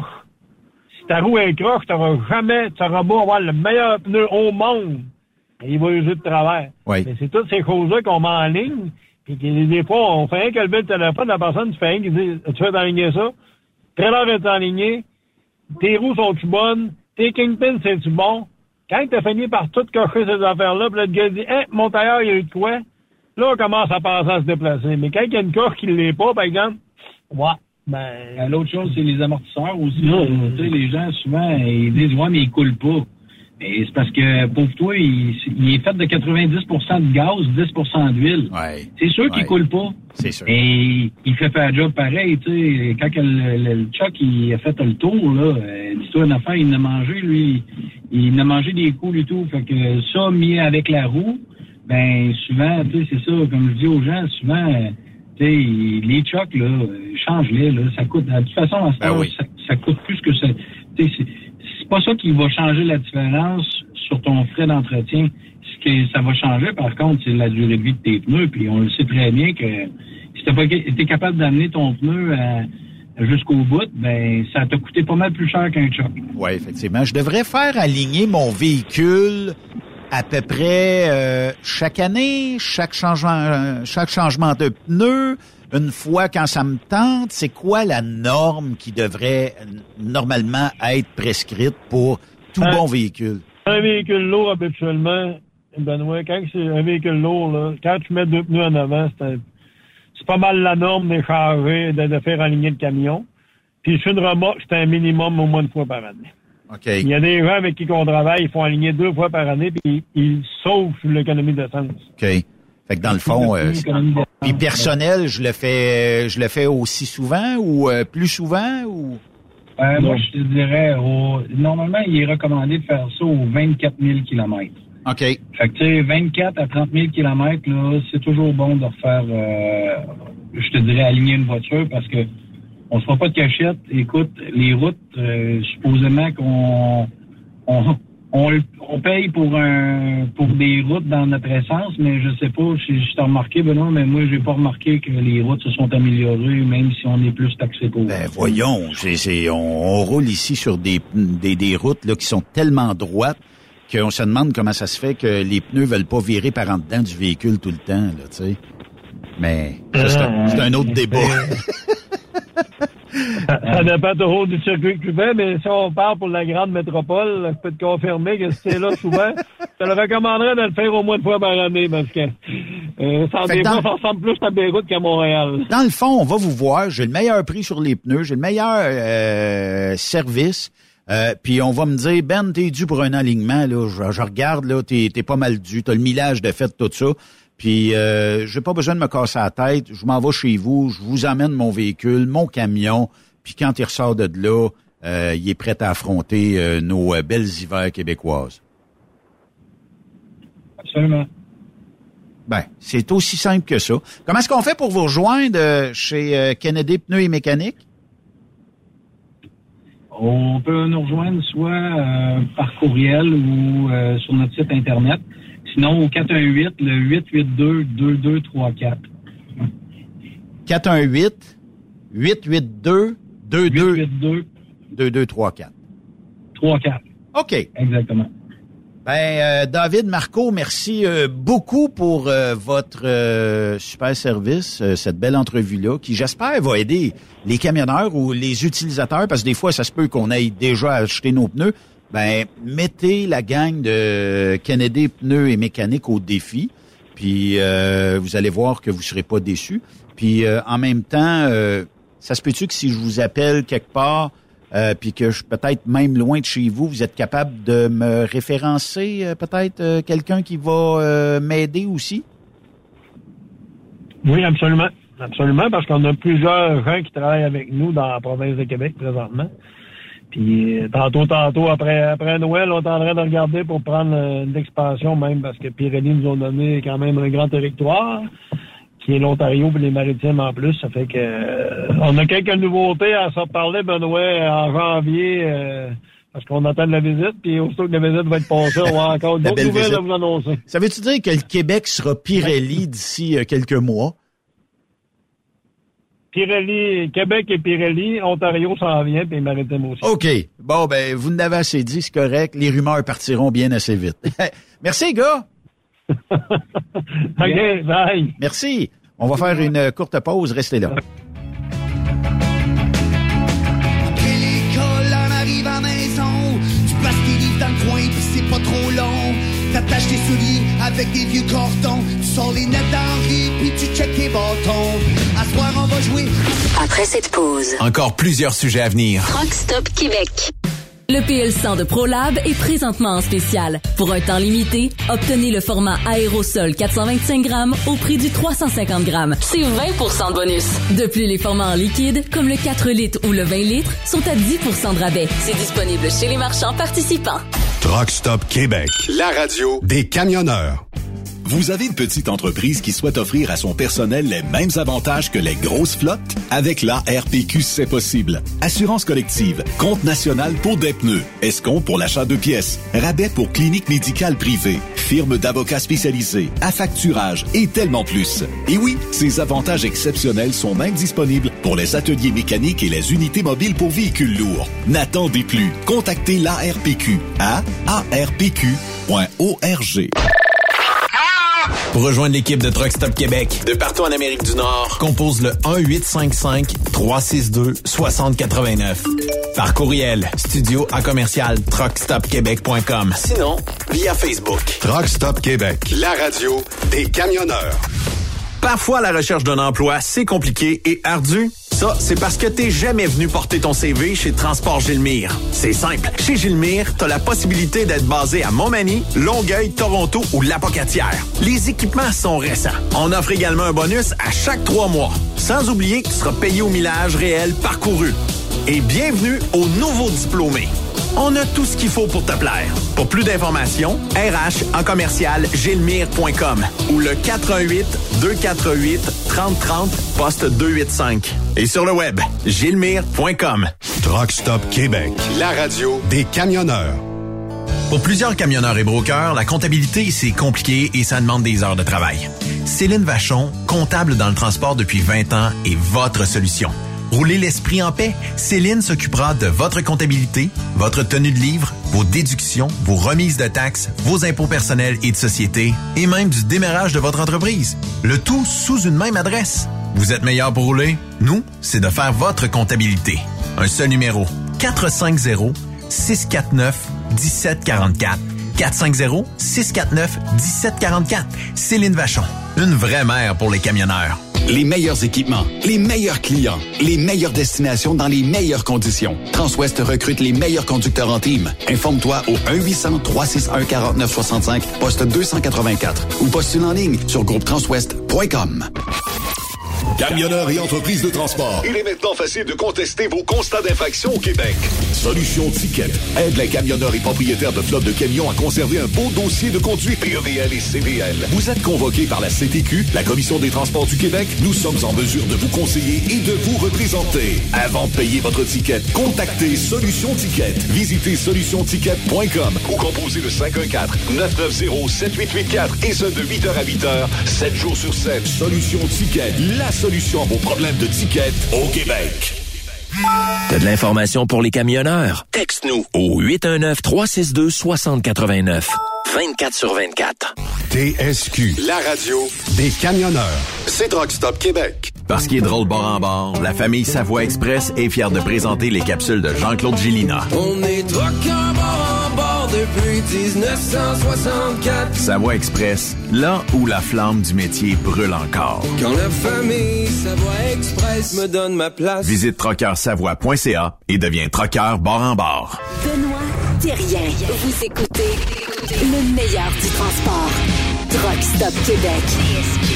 Si ta roue est croche, tu n'auras jamais, tu auras beau avoir le meilleur pneu au monde. Et il va user de travers. Oui. Mais c'est toutes ces choses-là qu'on met en ligne. Puis des fois, on fait rien que lever le téléphone, la personne, tu fais rien qui dit, tu fais t'enligner ça. Trailer est enligné. Tes roues sont-tu bonnes? Tes kingpins, c'est-tu bon? Quand t'as fini par tout cocher ces affaires-là, puis là, le gars dit, hein, mon tailleur, il y a eu de quoi? Là, on commence à penser à se déplacer. Mais quand il y a une coche qui ne l'est pas, par exemple, ouais, ben... L'autre chose, c'est les amortisseurs aussi. Mmh. Tu sais, les gens, souvent, ils disent, ouais, mais ils coulent pas. Et c'est parce que, pauvre toi, il, il est fait de quatre-vingt-dix pour cent de gaz, dix pour cent d'huile. Ouais. C'est sûr qu'il ouais. coule pas. C'est sûr. Et il fait faire un job pareil, tu sais. Quand le, le, le Chuck, il a fait le tour, là, euh, dis-toi une affaire, il en a mangé, lui. Il en a mangé des coups et tout. Fait que ça, mis avec la roue, ben, souvent, tu sais, c'est ça, comme je dis aux gens, souvent, tu sais, les Chuck, là, change-les, là. Ça coûte, de toute façon, à ce ben temps, oui. ça, ça coûte plus que ça. Tu sais, c'est, c'est pas ça qui va changer la différence sur ton frais d'entretien. Ce que ça va changer, par contre, c'est la durée de vie de tes pneus. Puis on le sait très bien que si t'as pas été capable d'amener ton pneu à, jusqu'au bout, ben ça t'a coûté pas mal plus cher qu'un choc. Oui, effectivement. Je devrais faire aligner mon véhicule à peu près euh, chaque année, chaque changement, chaque changement de pneu, une fois quand ça me tente. C'est quoi la norme qui devrait normalement être prescrite pour tout un, bon véhicule? Un véhicule lourd, habituellement, Benoît, quand c'est un véhicule lourd, là, quand tu mets deux pneus en avant, c'est, un, c'est pas mal la norme d'échanger, de, de faire aligner le camion. Puis sur une remorque, c'est un minimum au moins une fois par année. Okay. Il y a des gens avec qui on travaille, ils font aligner deux fois par année, puis ils sauvent sur l'économie d'essence. OK. Fait que dans le fond, euh, puis personnel, je le fais, je le fais aussi souvent ou euh, plus souvent ou? Euh, moi, je te dirais, au, normalement, il est recommandé de faire ça aux vingt-quatre mille kilomètres. OK. Fait que, tu sais, vingt-quatre à trente mille kilomètres, là, c'est toujours bon de refaire, euh, je te dirais, aligner une voiture parce que on se fera pas de cachette. Écoute, les routes, euh, supposément qu'on on, on, on paye pour un pour des routes dans notre essence, mais je sais pas si je t'ai remarqué, Benoît, mais moi, j'ai pas remarqué que les routes se sont améliorées, même si on est plus taxé pour. Ben voyons, c'est, c'est, on, on roule ici sur des, des, des routes là qui sont tellement droites qu'on se demande comment ça se fait que les pneus veulent pas virer par en dedans du véhicule tout le temps, là, tu sais. Mais ça, c'est, un, c'est un autre débat. Ça dépend toujours du circuit que tu fais, mais si on part pour la grande métropole, je peux te confirmer que si c'est là souvent, je te le recommanderais de le faire au moins une fois par année, parce que euh, ça, des fois, ça ressemble plus à Beyrouth qu'à Montréal. Dans le fond, on va vous voir, j'ai le meilleur prix sur les pneus, j'ai le meilleur euh, service, euh, puis on va me dire, Ben, t'es dû pour un alignement, là, je, je regarde, là, t'es, t'es pas mal dû, t'as le millage de fait, tout ça. Puis, euh, j'ai pas besoin de me casser la tête. Je m'en vais chez vous. Je vous amène mon véhicule, mon camion. Puis, quand il ressort de là, euh, il est prêt à affronter euh, nos euh, belles hivers québécoises. Absolument. Ben, c'est aussi simple que ça. Comment est-ce qu'on fait pour vous rejoindre euh, chez euh, Kennedy Pneus et Mécanique? On peut nous rejoindre soit euh, par courriel ou euh, sur notre site Internet. Sinon, au quatre un huit, le huit huit deux, deux deux trois quatre. quatre un huit, huit huit deux, deux deux trois quatre. trois quatre. OK. Exactement. Ben, euh, David, Marco, merci euh, beaucoup pour euh, votre euh, super service, euh, cette belle entrevue-là, qui, j'espère, va aider les camionneurs ou les utilisateurs, parce que des fois, ça se peut qu'on aille déjà acheter nos pneus. Ben, mettez la gang de Kennedy Pneus et Mécanique au défi, puis euh, vous allez voir que vous serez pas déçus. Puis, euh, en même temps, euh, ça se peut-tu que si je vous appelle quelque part, Euh, puis que je peut-être même loin de chez vous, vous êtes capable de me référencer euh, peut-être euh, quelqu'un qui va euh, m'aider aussi? Oui, absolument. Absolument, parce qu'on a plusieurs gens qui travaillent avec nous dans la province de Québec présentement. Puis euh, tantôt, tantôt, après après Noël, on est en train de regarder pour prendre euh, une expansion même, parce que Pirelli nous a donné quand même un grand territoire, qui est l'Ontario et les Maritimes en plus. Ça fait que euh, on a quelques nouveautés à s'en parler, Benoît, en janvier, euh, parce qu'on attend de la visite, puis aussitôt que la visite va être passée, on va encore d'autres nouvelles visite. à vous annoncer. Ça veut-tu dire que le Québec sera Pirelli d'ici euh, quelques mois? Pirelli, Québec et Pirelli, Ontario s'en vient, puis les Maritimes aussi. OK. Bon, ben, vous n'avez assez dit, c'est correct. Les rumeurs partiront bien assez vite. Merci, gars! OK, bye. Merci. On va faire une courte pause. Restez là. Après l'école, on arrive à la maison. Tu passes tes livres dans le coin, puis c'est pas trop long. T'attaches tes souliers avec des vieux cordons. Tu sors les nettes d'Henri, puis tu checkes tes bâtons. À ce soir, on va jouer. Après cette pause, Encore plusieurs sujets à venir. Truck Stop Québec. Le P L cent de ProLab est présentement en spécial. Pour un temps limité, obtenez le format aérosol quatre cent vingt-cinq grammes au prix du trois cent cinquante grammes. C'est vingt pour cent de bonus. De plus, les formats en liquide, comme le quatre litres ou le vingt litres, sont à dix pour cent de rabais. C'est disponible chez les marchands participants. Truck Stop Québec, la radio des camionneurs. Vous avez une petite entreprise qui souhaite offrir à son personnel les mêmes avantages que les grosses flottes? Avec l'A R P Q, c'est possible. Assurance collective, compte national pour des pneus, escompte pour l'achat de pièces, rabais pour clinique médicale privée, firme d'avocats spécialisés, affacturage et tellement plus. Et oui, ces avantages exceptionnels sont même disponibles pour les ateliers mécaniques et les unités mobiles pour véhicules lourds. N'attendez plus. Contactez l'A R P Q à a r p q point org. Pour rejoindre l'équipe de Truck Stop Québec, de partout en Amérique du Nord, compose le un huit cinq cinq trois six deux six zéro huit neuf. Par courriel, studio à commercial truck stop québec point com. Sinon, via Facebook. Truck Stop Québec, la radio des camionneurs. Parfois, la recherche d'un emploi, c'est compliqué et ardu. Ça, c'est parce que t'es jamais venu porter ton C V chez Transport Gilmire. C'est simple. Chez Gilmire, t'as la possibilité d'être basé à Montmagny, Longueuil, Toronto ou Lapocatière. Les équipements sont récents. On offre également un bonus à chaque trois mois. Sans oublier que tu seras payé au millage réel parcouru. Et bienvenue aux nouveaux diplômés. On a tout ce qu'il faut pour te plaire. Pour plus d'informations, R H en commercial gilmire point com ou le quatre un huit deux quatre huit trente trente poste deux huit cinq. Et sur le web, gilmire point com. Truck Stop Québec, la radio des camionneurs. Pour plusieurs camionneurs et brokers, la comptabilité, c'est compliqué et ça demande des heures de travail. Céline Vachon, comptable dans le transport depuis vingt ans, est votre solution. Roulez l'esprit en paix. Céline s'occupera de votre comptabilité, votre tenue de livre, vos déductions, vos remises de taxes, vos impôts personnels et de société, et même du démarrage de votre entreprise. Le tout sous une même adresse. Vous êtes meilleur pour rouler? Nous, c'est de faire votre comptabilité. Un seul numéro. quatre cinq zéro six quatre neuf un sept quatre quatre. quatre cinq zéro six quatre neuf un sept quatre quatre. Céline Vachon. Une vraie mère pour les camionneurs. Les meilleurs équipements, les meilleurs clients, les meilleures destinations dans les meilleures conditions. Transwest recrute les meilleurs conducteurs en team. Informe-toi au un huit cents trois six un quatre neuf six cinq, poste deux cent quatre-vingt-quatre ou postule en ligne sur groupe transwest point com. Camionneurs et entreprises de transport. Il est maintenant facile de contester vos constats d'infraction au Québec. Solution Ticket aide les camionneurs et propriétaires de flottes de camions à conserver un beau dossier de conduite P E V L et C V L. Vous êtes convoqué par la C T Q, la Commission des transports du Québec. Nous sommes en mesure de vous conseiller et de vous représenter. Avant de payer votre ticket, contactez Solution Ticket. Visitez solution ticket point com ou composez le cinq un quatre, neuf neuf zéro, sept huit huit quatre et ce de huit heures à huit heures, sept jours sur sept. Solution Ticket, la solution à vos problèmes de ticket au Québec. T'as de l'information pour les camionneurs? Texte-nous au huit un neuf, trois six deux, six zéro huit neuf. vingt-quatre sur vingt-quatre. T S Q, la radio des camionneurs. C'est Truck Stop Québec. Parce qu'il est drôle bord en bord, la famille Savoie Express est fière de présenter les capsules de Jean-Claude Gélina. On est truckers bord en bord depuis dix-neuf cent soixante-quatre. Savoie Express, là où la flamme du métier brûle encore. Quand la famille Savoie Express me donne ma place. Visite trucker savoie point c a et deviens trucker bord en bord. Benoît Thérien. Vous écoutez le meilleur du transport. Truck Stop Québec.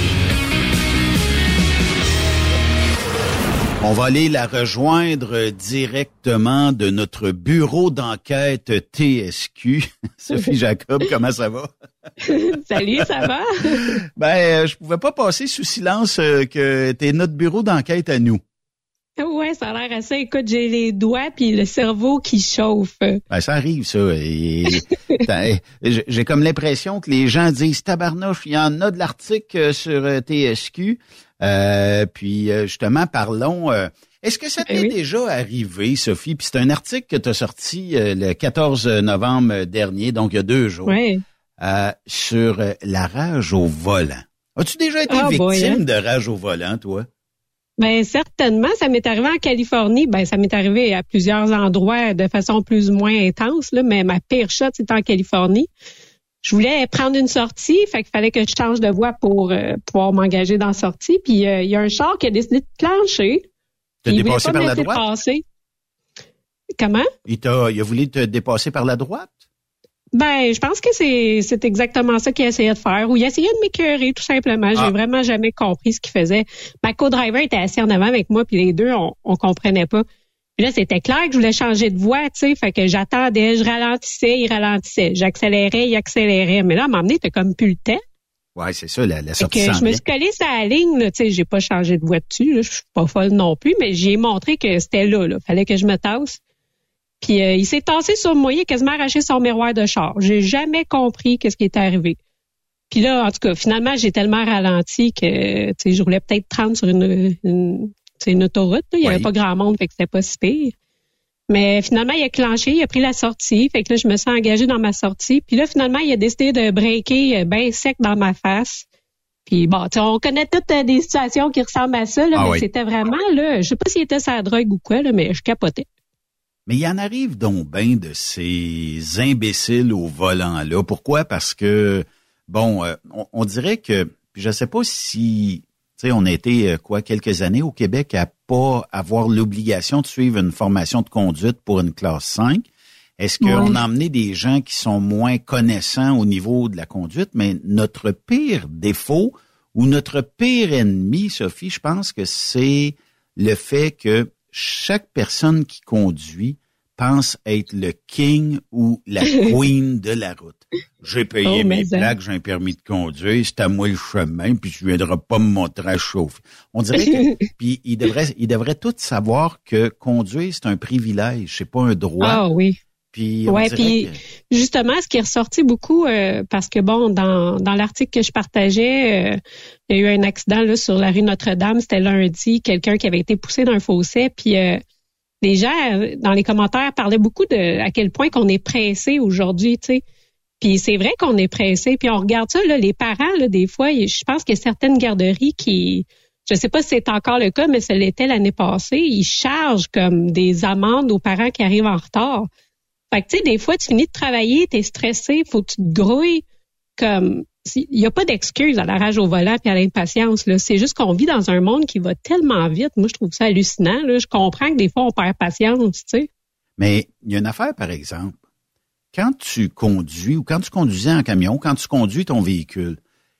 On va aller la rejoindre directement de notre bureau d'enquête T S Q. Sophie Jacob, comment ça va? Salut, ça va? Ben, je pouvais pas passer sous silence que t'es notre bureau d'enquête à nous. Ouais, ça a l'air assez. Écoute, j'ai les doigts puis le cerveau qui chauffe. Ben, ça arrive, ça. Et, j'ai comme l'impression que les gens disent tabarnouche, il y en a de l'article sur T S Q. Euh, puis justement, parlons. Euh, est-ce que ça t'est oui. déjà arrivé, Sophie? Puis c'est un article que tu as sorti euh, le quatorze novembre dernier, donc il y a deux jours, oui. euh, sur euh, la rage au volant. As-tu déjà été oh victime boy, hein? de rage au volant, toi? Ben certainement, ça m'est arrivé en Californie. Ben ça m'est arrivé à plusieurs endroits de façon plus ou moins intense, là, mais ma pire shot, c'était en Californie. Je voulais prendre une sortie, fait qu'il fallait que je change de voie pour euh, pouvoir m'engager dans la sortie. Puis il euh, y a un char qui a décidé de plancher. T'as dépassé par la droite? Passer. Comment? Il t'a, il a voulu te dépasser par la droite? Ben, je pense que c'est c'est exactement ça qu'il essayait de faire. Ou il essayait de m'écœurer, tout simplement. J'ai ah. vraiment jamais compris ce qu'il faisait. Ma co-driver était assis en avant avec moi, puis les deux, on, on comprenait pas. Puis là, c'était clair que je voulais changer de voie, tu sais. Fait que j'attendais, je ralentissais, il ralentissait. J'accélérais, il accélérait. Mais là, à un moment donné, t'as comme plus le temps. Ouais, c'est ça, la, la sortie. Fait que je me suis collée sur la ligne, là, tu sais. J'ai pas changé de voie dessus, là. Je suis pas folle non plus, mais j'ai montré que c'était là, là. Fallait que je me tasse. Puis euh, il s'est tassé sur moi, il a quasiment arraché son miroir de char. J'ai jamais compris qu'est-ce qui était arrivé. Puis là, en tout cas, finalement, j'ai tellement ralenti que, tu sais, je roulais peut-être trente sur une, une c'est une autoroute, là. Il y oui. avait pas grand monde, fait que c'était pas si pire. Mais finalement, il a clenché, il a pris la sortie, fait que là, je me sens engagée dans ma sortie. Puis là, finalement, il a décidé de breaker bien sec dans ma face. Puis bon, tu sais, on connaît toutes euh, des situations qui ressemblent à ça, là, ah mais oui. c'était vraiment, là, je sais pas s'il était sur la drogue ou quoi, là, mais je capotais. Mais il y en arrive donc bien de ces imbéciles au volant-là. Pourquoi? Parce que, bon, euh, on, on dirait que, puis je sais pas si... Tu sais, on a été, quoi, quelques années au Québec à pas avoir l'obligation de suivre une formation de conduite pour une classe cinq. Est-ce qu'on oui. a emmené des gens qui sont moins connaissants au niveau de la conduite? Mais notre pire défaut ou notre pire ennemi, Sophie, je pense que c'est le fait que chaque personne qui conduit pense être le king ou la queen de la route. J'ai payé oh, mes plaques, j'ai un permis de conduire, c'est à moi le chemin, puis tu viendras pas me montrer à chauffer. On dirait que, puis ils devraient, ils devraient tous savoir que conduire, c'est un privilège, c'est pas un droit. Ah oui. Puis, ouais, puis que... justement, ce qui est ressorti beaucoup, euh, parce que bon, dans dans l'article que je partageais, euh, il y a eu un accident là sur la rue Notre-Dame, c'était lundi, quelqu'un qui avait été poussé d'un fossé, puis euh, les gens dans les commentaires parlaient beaucoup de à quel point qu'on est pressé aujourd'hui, tu sais. Puis c'est vrai qu'on est pressé, puis on regarde ça là, les parents là, des fois, je pense qu'il y a certaines garderies qui, je sais pas si c'est encore le cas, mais ça l'était l'année passée, ils chargent comme des amendes aux parents qui arrivent en retard. Fait que tu sais, des fois tu finis de travailler, t'es stressé, faut que tu te grouilles, comme il y a pas d'excuse à la rage au volant puis à l'impatience là, c'est juste qu'on vit dans un monde qui va tellement vite. Moi je trouve ça hallucinant là, je comprends que des fois on perd patience, tu sais. Mais il y a une affaire par exemple. Quand tu conduis ou quand tu conduisais en camion, quand tu conduis ton véhicule,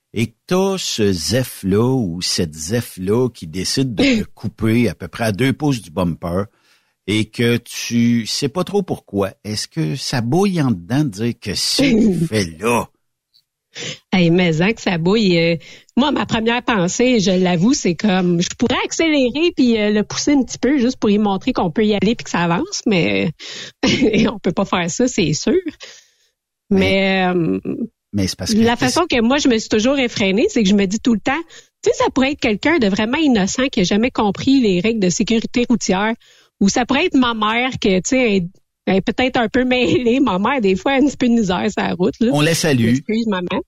et que t'as ce Zef-là ou cette Zef-là qui décide de te couper à peu près à deux pouces du bumper et que tu sais pas trop pourquoi, est-ce que ça bouille en dedans de dire que si tu fais là? Hey, mais hein, que ça bouille. Euh, moi, ma première pensée, je l'avoue, c'est comme je pourrais accélérer puis euh, le pousser un petit peu juste pour y montrer qu'on peut y aller puis que ça avance, mais euh, on peut pas faire ça, c'est sûr. Mais, mais, euh, mais c'est parce que la façon que moi, je me suis toujours réfrénée, c'est que je me dis tout le temps, tu sais, ça pourrait être quelqu'un de vraiment innocent qui a jamais compris les règles de sécurité routière, ou ça pourrait être ma mère que, tu sais, elle est peut-être un peu mêlée. Ma mère, des fois, a un petit peu de misère sur la route. Là. On la salue. Excuse, maman.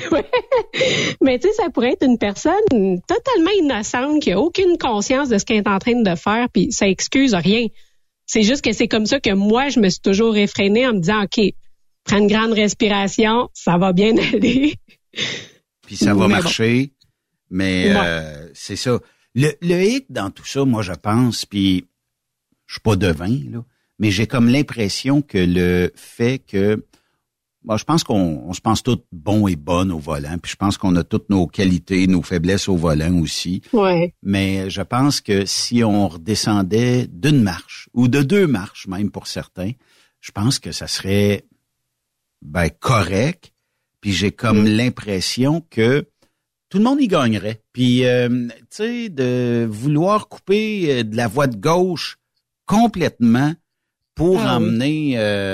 Mais tu sais, ça pourrait être une personne totalement innocente qui a aucune conscience de ce qu'elle est en train de faire, puis ça excuse rien. C'est juste que c'est comme ça que moi, je me suis toujours réfrénée en me disant, OK, prends une grande respiration, ça va bien aller. Puis ça va mais marcher, bon. mais ouais. euh, c'est ça. Le, le hic dans tout ça, moi, je pense, puis je suis pas devin, là, mais j'ai comme l'impression que le fait que, bon, je pense qu'on on se pense tous bons et bonnes au volant, puis je pense qu'on a toutes nos qualités, nos faiblesses au volant aussi. Ouais. Mais je pense que si on redescendait d'une marche, ou de deux marches même pour certains, je pense que ça serait ben correct. Puis j'ai comme mmh. l'impression que tout le monde y gagnerait. Puis, euh, tu sais, de vouloir couper de la voie de gauche complètement pour ah, emmener, oui.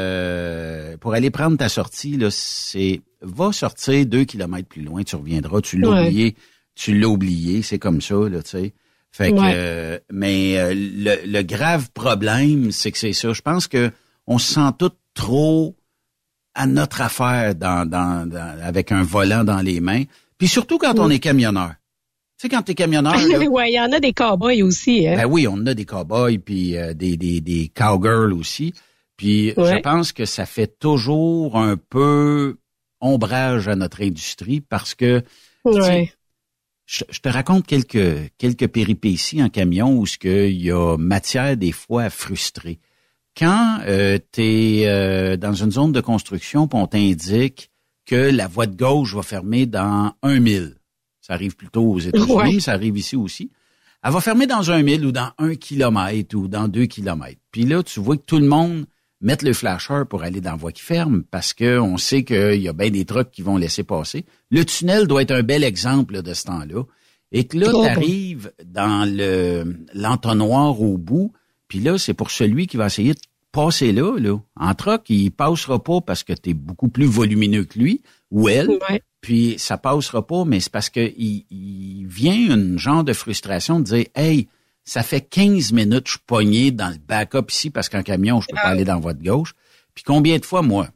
euh, pour aller prendre ta sortie, là, c'est, va sortir deux kilomètres plus loin, tu reviendras, tu l'as ouais. oublié, tu l'as oublié, c'est comme ça, là, tu sais. Fait que, ouais. euh, mais euh, le, le grave problème, c'est que c'est ça. Je pense que on se sent tous trop à notre affaire dans, dans, dans, avec un volant dans les mains. Puis surtout quand oui. on est camionneur. Tu sais, quand t'es camionneur... Oui, il y en a des cow-boys aussi. Hein? Ben oui, on a des cow-boys, puis euh, des, des, des cowgirls aussi. Puis ouais. je pense que ça fait toujours un peu ombrage à notre industrie parce que... Ouais. Je, je te raconte quelques, quelques péripéties en camion où il y a matière des fois à frustrer. Quand euh, tu es euh, dans une zone de construction, puis on t'indique que la voie de gauche va fermer dans un mille. Ça arrive plutôt aux États-Unis, ouais. ça arrive ici aussi. Elle va fermer dans un mille ou dans un kilomètre ou dans deux kilomètres. Puis là, tu vois que tout le monde met le flasher pour aller dans la voie qui ferme parce que on sait qu'il y a bien des trucks qui vont laisser passer. Le tunnel doit être un bel exemple de ce temps-là. Et que là, tu arrives dans le l'entonnoir au bout, puis là, c'est pour celui qui va essayer de passer là, là. En truck, il passera pas parce que tu es beaucoup plus volumineux que lui ou elle. Ouais. Puis ça passera pas, mais c'est parce que il, il vient une genre de frustration de dire « Hey, ça fait quinze minutes que je suis pogné dans le back-up ici parce qu'en camion, je peux pas aller dans la voie de gauche. » Puis combien de fois, moi,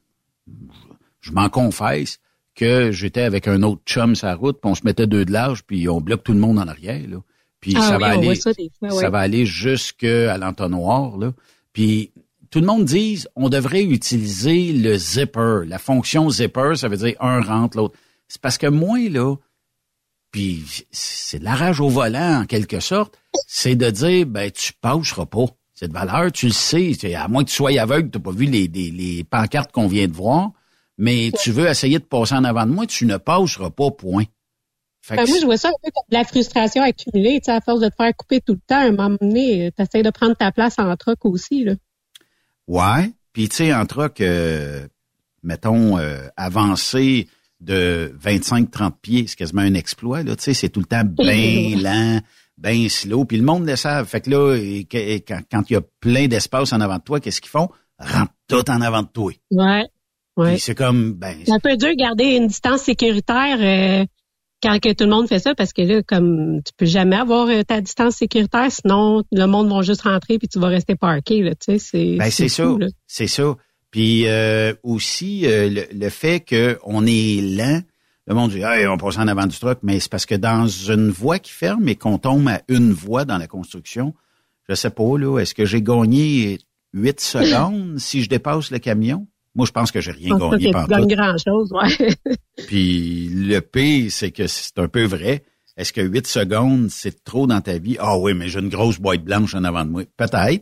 je m'en confesse que j'étais avec un autre chum sur la route, puis on se mettait deux de large, puis on bloque tout le monde en arrière, là. Puis ah, ça oui, va aller, ça, des fois, ça oui. va aller jusqu'à l'entonnoir, là. Puis tout le monde dit, on devrait utiliser le zipper. La fonction zipper, ça veut dire un rentre, l'autre. C'est parce que moi, là, puis c'est de la rage au volant, en quelque sorte, c'est de dire, ben, tu passeras pas. Cette valeur, tu le sais. À moins que tu sois aveugle, tu n'as pas vu les, les, les pancartes qu'on vient de voir, mais tu veux essayer de passer en avant de moi, tu ne passeras pas, point. Fait ben, moi, je vois ça un peu comme de la frustration accumulée. Tu sais, à force de te faire couper tout le temps, à un moment donné, tu essaies de prendre ta place en truck aussi, là. Ouais. Puis, tu sais, en truck, euh, mettons, euh, avancer de vingt-cinq à trente pieds, c'est quasiment un exploit, là. Tu sais, c'est tout le temps bien lent, bien slow. Puis le monde le savent. Fait que là, et, et, quand, quand il y a plein d'espace en avant de toi, qu'est-ce qu'ils font? Rentre tout en avant de toi. Ouais. Ouais. Puis c'est comme, ben. C'est un peu dur de garder une distance sécuritaire, euh, quand que tout le monde fait ça, parce que là, comme, tu peux jamais avoir euh, ta distance sécuritaire, sinon, le monde va juste rentrer puis tu vas rester parké, là, tu sais, c'est, ben, c'est, c'est ça. fou, là. C'est ça. Puis euh, aussi, euh, le, le fait qu'on est lent, le monde dit, hey, on passe en avant du truck, mais c'est parce que dans une voie qui ferme et qu'on tombe à une voie dans la construction, je sais pas, là, est-ce que j'ai gagné huit secondes si je dépasse le camion? Moi, je pense que j'ai rien oh, gagné pendant tout. Tu gagnes grand-chose, ouais. Puis le pire, c'est que c'est un peu vrai. Est-ce que huit secondes, c'est trop dans ta vie? Ah oui, mais j'ai une grosse boîte blanche en avant de moi. Peut-être.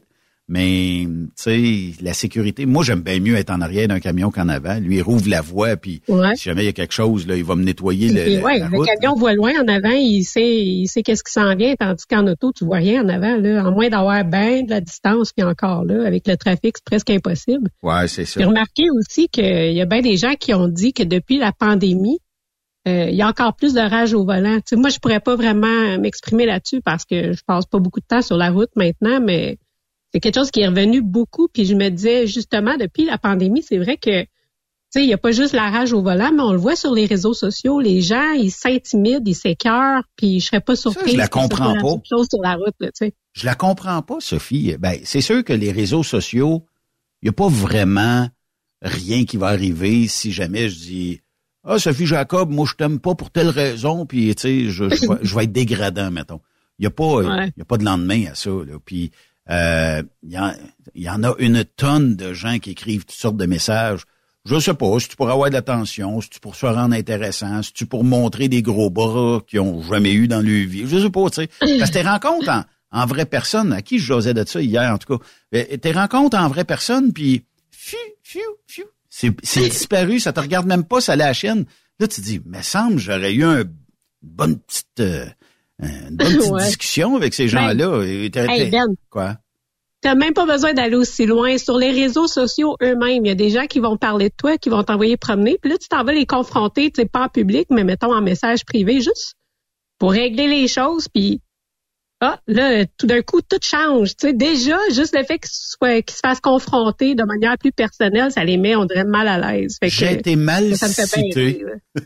Mais, tu sais, la sécurité, moi, j'aime bien mieux être en arrière d'un camion qu'en avant. Lui, il rouvre la voie, puis ouais. si jamais il y a quelque chose, là, il va me nettoyer le, puis, la, ouais, la le route. camion voit loin en avant, il sait, il sait qu'est-ce qui s'en vient, tandis qu'en auto, tu vois rien en avant, là. En moins d'avoir bien de la distance, puis encore là, avec le trafic, c'est presque impossible. Ouais, c'est ça. J'ai remarqué aussi qu'il y a bien des gens qui ont dit que depuis la pandémie, euh, il y a encore plus de rage au volant. Tu sais, moi, je pourrais pas vraiment m'exprimer là-dessus parce que je passe pas beaucoup de temps sur la route maintenant, mais c'est quelque chose qui est revenu beaucoup. Puis je me disais, justement, depuis la pandémie, c'est vrai que, tu sais, il y a pas juste la rage au volant, mais on le voit sur les réseaux sociaux. Les gens, ils s'intimident, ils s'écœurent, puis je serais pas surprise. Ça, je la comprends que pas. La même chose sur la route, là, tu sais. Je la comprends pas, Sophie. Ben, c'est sûr que les réseaux sociaux, il y a pas vraiment rien qui va arriver si jamais je dis « Ah, Sophie Jacob, moi, je t'aime pas pour telle raison, puis, tu sais, je, je, vais, je vais être dégradant, mettons. » Il y a pas, ouais. il y a pas de lendemain à ça, là. Puis, euh, il y en, il y en a une tonne de gens qui écrivent toutes sortes de messages. Je sais pas, si tu pour avoir de l'attention, si tu pour se rendre intéressant, si tu pour montrer des gros bras qu'ils ont jamais eu dans leur vie. Je sais pas, tu sais. Parce que tes rencontres en, en vraie personne, à qui je jasais de ça hier, en tout cas, tes rencontres en vraie personne, puis fiu, fiu, fiu, c'est, c'est disparu, ça te regarde même pas, ça la chaîne. Là, tu te dis, mais semble, j'aurais eu un, une bonne petite, euh, une bonne petite ouais. discussion avec ces gens-là. Ben, hey Ben, quoi? T'as même pas besoin d'aller aussi loin. Sur les réseaux sociaux eux-mêmes, il y a des gens qui vont parler de toi, qui vont t'envoyer promener, puis là, tu t'en vas les confronter, tu sais, pas en public, mais mettons en message privé, juste pour régler les choses, puis ah, là, tout d'un coup, tout change. Tu sais, déjà, juste le fait qu'ils soient, qu'ils se fassent confronter de manière plus personnelle, ça les met, on dirait, mal à l'aise. Fait que, j'ai été mal ça me fait cité.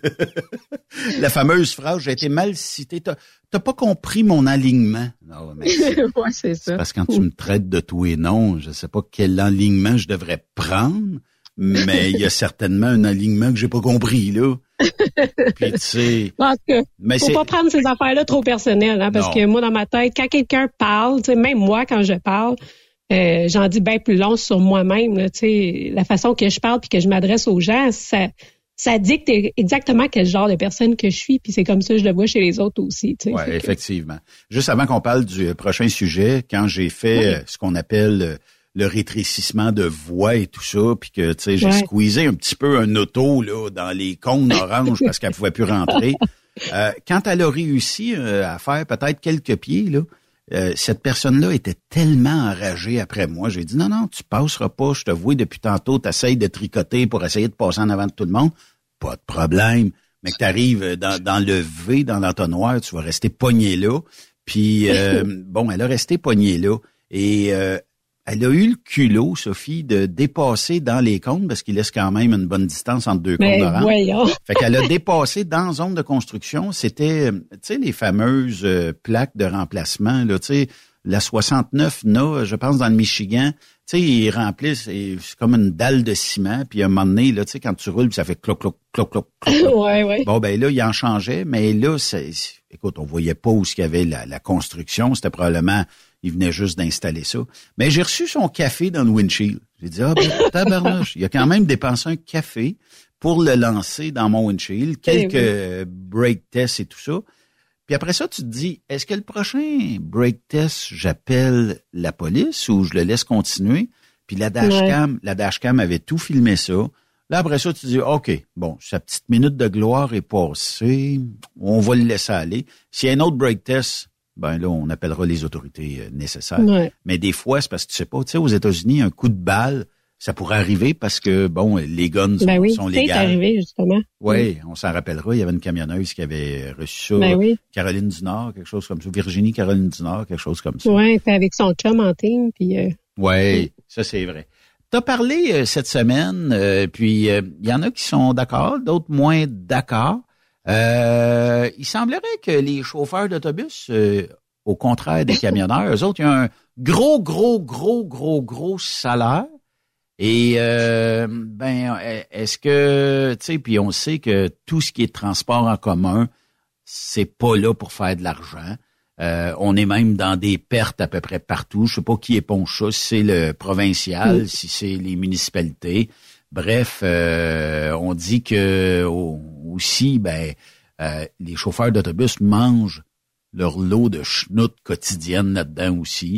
La fameuse phrase, j'ai été mal cité. T'as, t'as pas compris mon alignement. Non, mais c'est, ouais, c'est ça. C'est parce que quand tu me traites de tout et non, je sais pas quel alignement je devrais prendre, mais il y a certainement un alignement que j'ai pas compris, là. Puis, tu sais. En tout cas, mais faut c'est... pas prendre ces affaires-là trop personnelles, hein, parce non. que moi, dans ma tête, quand quelqu'un parle, tu sais, même moi, quand je parle, euh, j'en dis bien plus long sur moi-même, là, tu sais, la façon que je parle puis que je m'adresse aux gens, ça, ça dicte exactement quel genre de personne que je suis, puis c'est comme ça que je le vois chez les autres aussi, tu sais. Ouais, effectivement. Que... Juste avant qu'on parle du prochain sujet, quand j'ai fait oui. euh, ce qu'on appelle euh, le rétrécissement de voix et tout ça, puis que, tu sais, j'ai ouais. squeezé un petit peu un auto, là, dans les cônes oranges parce qu'elle pouvait plus rentrer. Euh, quand elle a réussi euh, à faire peut-être quelques pieds, là, euh, cette personne-là était tellement enragée après moi. J'ai dit, non, non, tu passeras pas, je te vois depuis tantôt, t'essayes de tricoter pour essayer de passer en avant de tout le monde. Pas de problème. Mais que t'arrives dans, dans le V, dans l'entonnoir, tu vas rester pogné là. Puis, euh, bon, elle a resté pognée là. Et... Euh, elle a eu le culot, Sophie, de dépasser dans les cônes, parce qu'il laisse quand même une bonne distance entre deux cônes oranges. Voyons. Fait qu'elle a dépassé dans zone de construction. C'était, tu sais, les fameuses euh, plaques de remplacement, là, tu sais, la soixante-neuf N A, je pense, dans le Michigan. Tu sais, ils remplissent, et c'est comme une dalle de ciment, puis à un moment donné, là, tu sais, quand tu roules, ça fait cloc, cloc, cloc, cloc, cloc. Ouais, ouais. Bon, ben là, il en changeait, mais là, c'est, écoute, on voyait pas où il y avait la, la construction. C'était probablement... Il venait juste d'installer ça. Mais j'ai reçu son café dans le windshield. J'ai dit, ah ben, tabarnouche, il a quand même dépensé un café pour le lancer dans mon windshield, quelques oui. break tests et tout ça. Puis après ça, tu te dis, est-ce que le prochain break test, j'appelle la police ou je le laisse continuer? Puis la dashcam, ouais. la dashcam avait tout filmé ça. Là, après ça, tu te dis, OK, bon, sa petite minute de gloire est passée, on va le laisser aller. S'il y a un autre break test, ben là, on appellera les autorités nécessaires. Ouais. Mais des fois, c'est parce que tu sais pas, tu sais, aux États-Unis, un coup de balle, ça pourrait arriver parce que, bon, les guns sont, ben oui, sont légales. C'est arrivé, justement. Oui, on s'en rappellera, il y avait une camionneuse qui avait reçu ça. Ben oui. Caroline du Nord, quelque chose comme ça. Virginie Caroline du Nord, quelque chose comme ça. Oui, avec son chum en team, puis... Euh... Oui, ça c'est vrai. T'as parlé euh, cette semaine, euh, puis il euh, y en a qui sont d'accord, d'autres moins d'accord. Euh, il semblerait que les chauffeurs d'autobus, euh, au contraire des camionneurs, eux autres, ils ont un gros, gros, gros, gros, gros salaire. Et euh, ben, est-ce que, tu sais, puis on sait que tout ce qui est transport en commun, c'est pas là pour faire de l'argent. Euh, on est même dans des pertes à peu près partout. Je sais pas qui éponge ça, si c'est le provincial, oui. si c'est les municipalités. Bref, euh, on dit que aussi, ben, euh, les chauffeurs d'autobus mangent leur lot de chenoutes quotidiennes là-dedans aussi.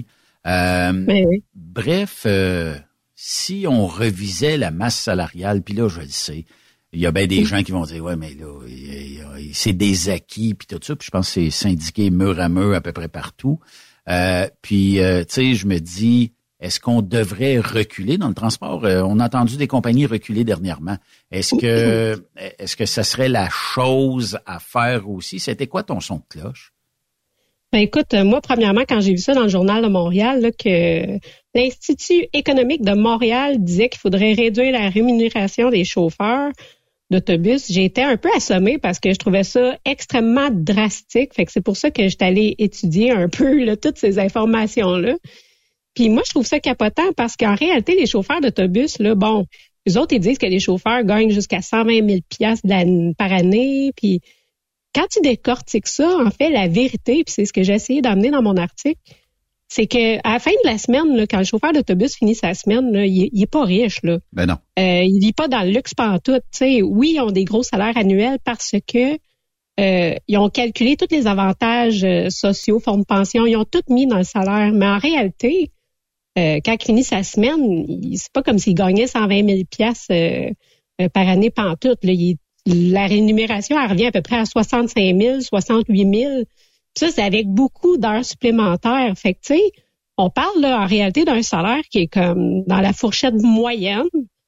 Euh, Ben oui. Bref, euh, si on revisait la masse salariale, puis là, je le sais, il y a bien des gens qui vont dire, ouais, mais là, il, il, c'est des acquis, puis tout ça, puis je pense que c'est syndiqué mur à mur à peu près partout. Euh, puis, euh, tu sais, je me dis, est-ce qu'on devrait reculer dans le transport? Euh, on a entendu des compagnies reculer dernièrement. Est-ce que est-ce que ça serait la chose à faire aussi? C'était quoi ton son de cloche? Ben écoute, moi, premièrement, quand j'ai vu ça dans le Journal de Montréal, là, que l'Institut économique de Montréal disait qu'il faudrait réduire la rémunération des chauffeurs d'autobus, j'ai été un peu assommée parce que je trouvais ça extrêmement drastique. Fait que c'est pour ça que j'étais allée étudier un peu là, toutes ces informations-là. Puis moi, je trouve ça capotant parce qu'en réalité, les chauffeurs d'autobus, là, bon, les autres, ils disent que les chauffeurs gagnent jusqu'à cent vingt mille dollars par année. Puis quand tu décortiques ça, en fait, la vérité, puis c'est ce que j'ai essayé d'amener dans mon article, c'est que à la fin de la semaine, là, quand le chauffeur d'autobus finit sa semaine, là, il, il est pas riche, là. Ben non. Euh, il vit pas dans le luxe pantoute. Tu sais, oui, ils ont des gros salaires annuels parce que euh, ils ont calculé tous les avantages euh, sociaux, fonds de pension, ils ont tout mis dans le salaire. Mais en réalité, euh, quand il finit sa semaine, il, c'est pas comme s'il gagnait cent vingt mille piastres euh, euh, par année pantoute. Là, il, la rémunération, elle revient à peu près à soixante-cinq mille, soixante-huit mille. Ça, c'est avec beaucoup d'heures supplémentaires. Fait que, tu sais, on parle là en réalité d'un salaire qui est comme dans la fourchette moyenne.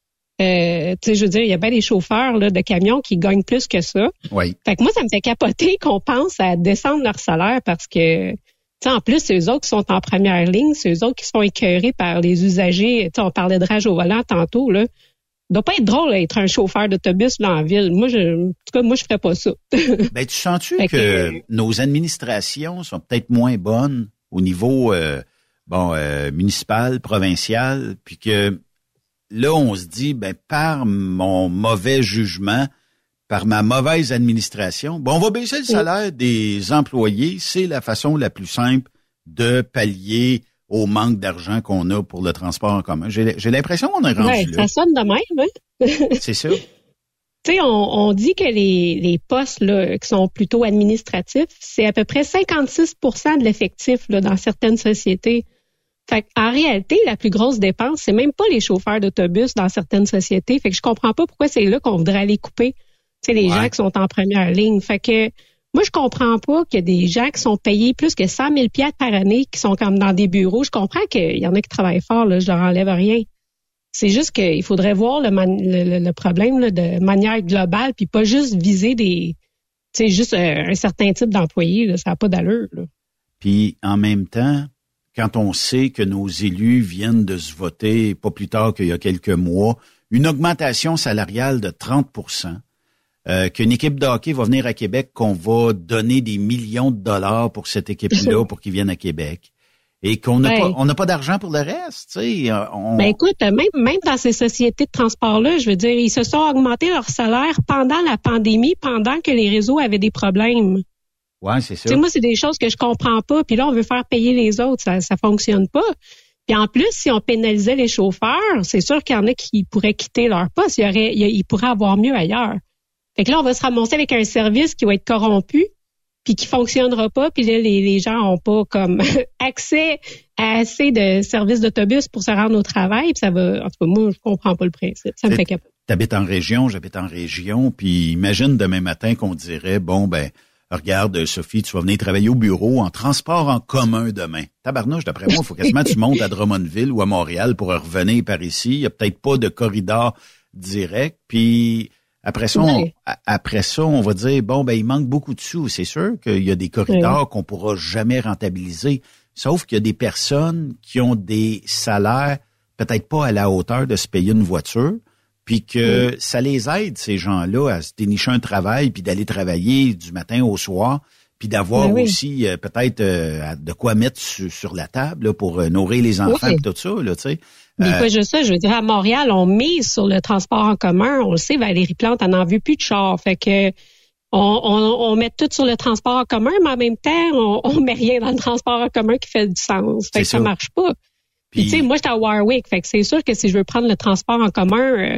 Euh, tu sais, je veux dire, il y a bien des chauffeurs là, de camions qui gagnent plus que ça. Oui. Fait que moi, ça me fait capoter qu'on pense à descendre leur salaire parce que, tu sais, en plus, c'est eux autres qui sont en première ligne, c'est eux autres qui sont écœurés par les usagers. Tu sais, on parlait de rage au volant tantôt, là. Ça doit pas être drôle d'être un chauffeur d'autobus là en ville. Moi, je, en tout cas, moi, je ferais pas ça. Ben, tu sens-tu que, que nos administrations sont peut-être moins bonnes au niveau euh, bon euh, municipal, provincial, puis que là, on se dit, ben par mon mauvais jugement, par ma mauvaise administration, bon, on va baisser le salaire des employés. C'est la façon la plus simple de pallier au manque d'argent qu'on a pour le transport en commun. J'ai, j'ai l'impression qu'on est rendu ouais, là. Ça sonne de même, hein? C'est ça. Tu sais, on, on dit que les, les postes là, qui sont plutôt administratifs, c'est à peu près cinquante-six pour cent de l'effectif là, dans certaines sociétés. Fait en réalité, la plus grosse dépense, c'est même pas les chauffeurs d'autobus dans certaines sociétés. Fait que je comprends pas pourquoi c'est là qu'on voudrait aller couper. Tu sais, les ouais. gens qui sont en première ligne. Fait que moi, je comprends pas qu'il y a des gens qui sont payés plus que cent mille piastres par année, qui sont comme dans des bureaux. Je comprends qu'il y en a qui travaillent fort, là, je leur enlève rien. C'est juste qu'il faudrait voir le, man- le, le problème là, de manière globale, puis pas juste viser des, tu sais, juste un, un certain type d'employés. Là, ça n'a pas d'allure. Là. Puis en même temps, quand on sait que nos élus viennent de se voter, pas plus tard qu'il y a quelques mois, une augmentation salariale de trente pour cent, Euh, qu'une équipe de hockey va venir à Québec, qu'on va donner des millions de dollars pour cette équipe-là, pour qu'ils viennent à Québec, et qu'on n'a ouais. pas, on n'a pas d'argent pour le reste, tu sais. On... Ben écoute, même même dans ces sociétés de transport-là, je veux dire, ils se sont augmentés leur salaire pendant la pandémie, pendant que les réseaux avaient des problèmes. Ouais, c'est ça. Tu sais, moi, c'est des choses que je comprends pas. Puis là, on veut faire payer les autres, ça, ça fonctionne pas. Puis en plus, si on pénalisait les chauffeurs, c'est sûr qu'il y en a qui pourraient quitter leur poste. Il y aurait, il, ils pourraient avoir mieux ailleurs. Fait que là, on va se ramasser avec un service qui va être corrompu, puis qui fonctionnera pas, puis là, les, les gens ont pas comme accès à assez de services d'autobus pour se rendre au travail, puis ça va... En tout cas, moi, je comprends pas le principe. Ça me fait capoter. T'habites en région, j'habite en région, puis imagine demain matin qu'on dirait, bon, ben, regarde, Sophie, tu vas venir travailler au bureau en transport en commun demain. Tabarnouche, d'après moi, il faut quasiment que tu montes à Drummondville ou à Montréal pour revenir par ici. Il y a peut-être pas de corridor direct, puis... Après ça, on, après ça, on va dire, bon, ben, il manque beaucoup de sous. C'est sûr qu'il y a des corridors oui. qu'on pourra jamais rentabiliser. Sauf qu'il y a des personnes qui ont des salaires peut-être pas à la hauteur de se payer une voiture, puis que oui. ça les aide, ces gens-là, à se dénicher un travail, puis d'aller travailler du matin au soir, puis d'avoir oui. aussi euh, peut-être euh, de quoi mettre su, sur la table là, pour euh, nourrir les enfants et oui. tout ça, là, tu sais. Mais pas juste ça, je veux dire, à Montréal, on mise sur le transport en commun. On le sait, Valérie Plante, on n'en veut plus de char. Fait que on, on, on met tout sur le transport en commun, mais en même temps, on, on met rien dans le transport en commun qui fait du sens. Fait c'est que ça. ça marche pas. Puis, Puis tu sais, moi, j'étais à Warwick. Fait que c'est sûr que si je veux prendre le transport en commun, euh,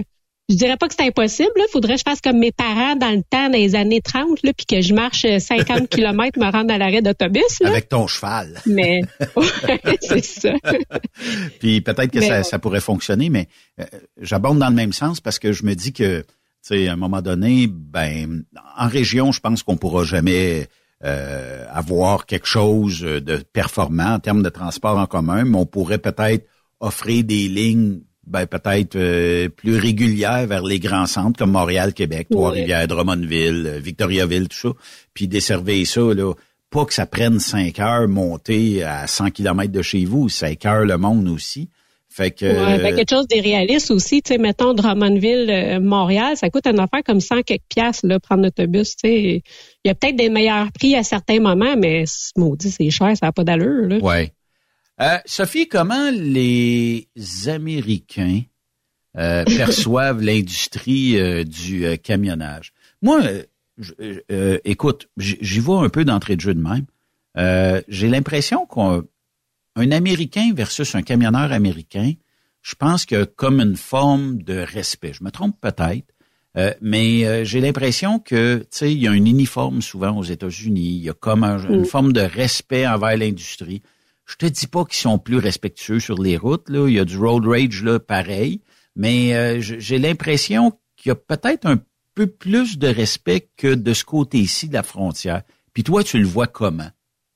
je dirais pas que c'est impossible. Il faudrait que je fasse comme mes parents dans le temps, dans les années trente, là, puis que je marche cinquante kilomètres, me rendre à l'arrêt d'autobus. Là. Avec ton cheval. Mais ouais, c'est ça. Puis peut-être que mais, ça, ça pourrait fonctionner, mais euh, j'abonde dans le même sens parce que je me dis que, tu sais, à un moment donné, ben, en région, je pense qu'on pourra jamais euh, avoir quelque chose de performant en termes de transport en commun, mais on pourrait peut-être offrir des lignes ben peut-être euh, plus régulières vers les grands centres comme Montréal, Québec, Trois-Rivières, oui. Drummondville, Victoriaville, tout ça, puis desservir ça, là, pas que ça prenne cinq heures monter à cent kilomètres de chez vous, ça écœure le monde aussi. Fait que ouais, ben quelque chose d'irréaliste aussi, tu sais, mettons Drummondville, euh, Montréal, ça coûte une affaire comme cent quelques piastres, là, prendre l'autobus, tu sais. Il y a peut-être des meilleurs prix à certains moments, mais maudit, c'est cher, ça n'a pas d'allure, là. Ouais. Euh, Sophie, comment les Américains euh, perçoivent l'industrie euh, du euh, camionnage? Moi, euh, euh, écoute, j'y vois un peu d'entrée de jeu de même. Euh, j'ai l'impression qu'un un Américain versus un camionneur américain, je pense que comme une forme de respect. Je me trompe peut-être, euh, mais euh, j'ai l'impression que, tu sais, il y a un uniforme souvent aux États-Unis. Il y a comme un, une forme de respect envers l'industrie. Je te dis pas qu'ils sont plus respectueux sur les routes, là. Il y a du road rage, là, pareil. Mais euh, j'ai l'impression qu'il y a peut-être un peu plus de respect que de ce côté-ci de la frontière. Puis toi, tu le vois comment?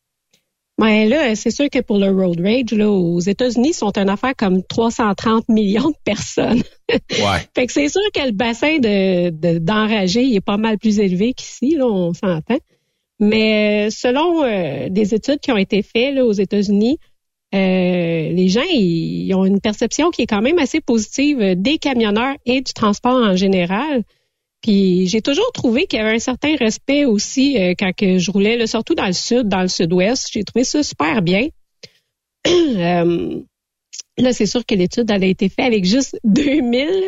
Ouais, là, c'est sûr que pour le road rage, là, aux États-Unis, sont une affaire comme trois cent trente millions de personnes. Ouais. Fait que c'est sûr que le bassin de, de d'enragés, il est pas mal plus élevé qu'ici, là, on s'entend. Mais selon euh, des études qui ont été faites là, aux États-Unis, euh, les gens ils, ils ont une perception qui est quand même assez positive des camionneurs et du transport en général. Puis j'ai toujours trouvé qu'il y avait un certain respect aussi euh, quand que je roulais, là, surtout dans le sud, dans le sud-ouest. J'ai trouvé ça super bien. euh, là, c'est sûr que l'étude elle a été faite avec juste deux mille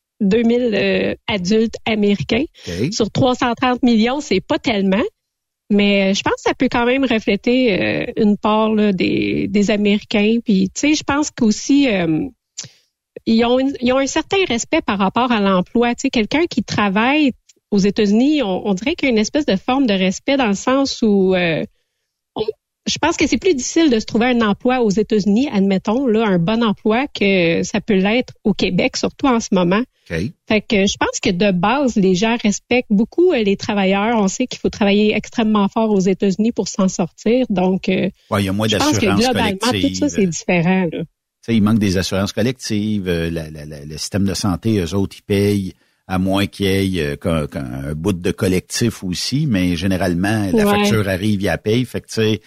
euh, adultes américains. Okay. Sur trois cent trente millions, c'est pas tellement. Mais je pense que ça peut quand même refléter euh, une part là, des, des Américains. Puis, tu sais, je pense qu'aussi, euh, ils ont une, ils ont un certain respect par rapport à l'emploi. Tu sais, quelqu'un qui travaille aux États-Unis, on, on dirait qu'il y a une espèce de forme de respect dans le sens où euh, on, je pense que c'est plus difficile de se trouver un emploi aux États-Unis, admettons, là, un bon emploi que ça peut l'être au Québec, surtout en ce moment. Okay. Fait que je pense que de base, les gens respectent beaucoup les travailleurs. On sait qu'il faut travailler extrêmement fort aux États-Unis pour s'en sortir. Donc, euh, ouais, il y a moins je pense que globalement, tout ça, c'est différent. Là. Il manque des assurances collectives. La, la, la, le système de santé, eux autres, ils payent à moins qu'il y ait euh, un bout de collectif aussi. Mais généralement, la ouais. facture arrive, il y a paye. Fait que, tu sais,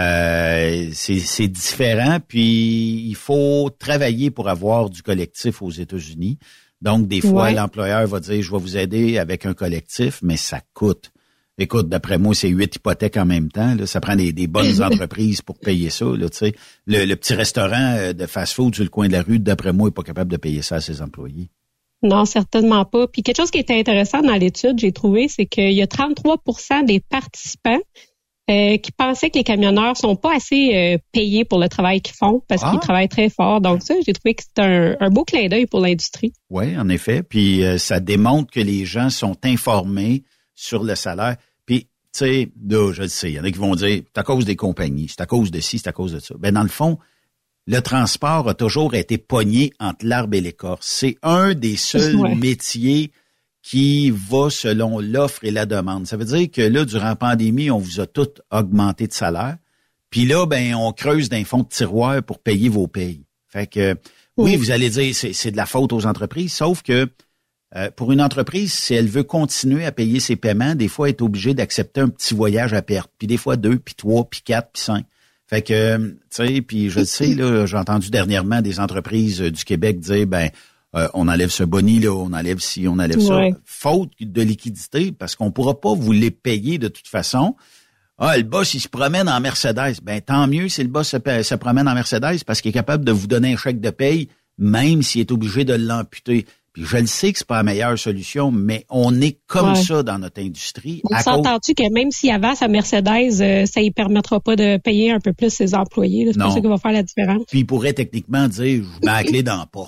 euh, c'est, c'est différent. Puis, il faut travailler pour avoir du collectif aux États-Unis. Donc, des fois, ouais. l'employeur va dire, je vais vous aider avec un collectif, mais ça coûte. Écoute, d'après moi, c'est huit hypothèques en même temps. Là. Ça prend des, des bonnes entreprises pour payer ça. Là, tu sais. Le, le petit restaurant de fast-food sur le coin de la rue, d'après moi, n'est pas capable de payer ça à ses employés. Non, certainement pas. Puis quelque chose qui était intéressant dans l'étude, j'ai trouvé, c'est qu'il y a trente-trois pour cent des participants Euh, qui pensaient que les camionneurs sont pas assez euh, payés pour le travail qu'ils font parce ah. qu'ils travaillent très fort. Donc ça, j'ai trouvé que c'était un, un beau clin d'œil pour l'industrie. Oui, en effet. Puis euh, ça démontre que les gens sont informés sur le salaire. Puis, tu sais, là, je le sais, il y en a qui vont dire, c'est à cause des compagnies, c'est à cause de ci, c'est à cause de ça. Ben dans le fond, le transport a toujours été pogné entre l'arbre et l'écorce. C'est un des seuls ouais. métiers qui va selon l'offre et la demande. Ça veut dire que là, durant la pandémie, on vous a tout augmenté de salaire. Puis là, ben, on creuse d'un fonds de tiroir pour payer vos payes. Fait que, oui, oui vous allez dire, c'est, c'est de la faute aux entreprises, sauf que euh, pour une entreprise, si elle veut continuer à payer ses paiements, des fois, elle est obligée d'accepter un petit voyage à perte. Puis des fois, deux, puis trois, puis quatre, puis cinq. Fait que, tu sais, puis je le sais, là, j'ai entendu dernièrement des entreprises du Québec dire, ben, Euh, on enlève ce boni là, on enlève ci, on enlève ouais. ça. Faute de liquidité, parce qu'on pourra pas vous les payer de toute façon. Ah, le boss, il se promène en Mercedes. Ben, tant mieux si le boss se, se promène en Mercedes parce qu'il est capable de vous donner un chèque de paye, même s'il est obligé de l'amputer. Puis je le sais que c'est pas la meilleure solution, mais on est comme ouais. ça dans notre industrie. On s'entend-tu que même s'il avance sa Mercedes, euh, ça ne permettra pas de payer un peu plus ses employés? Là, c'est non. pas ça qui va faire la différence. Puis il pourrait techniquement dire, je mets la clé dans la porte.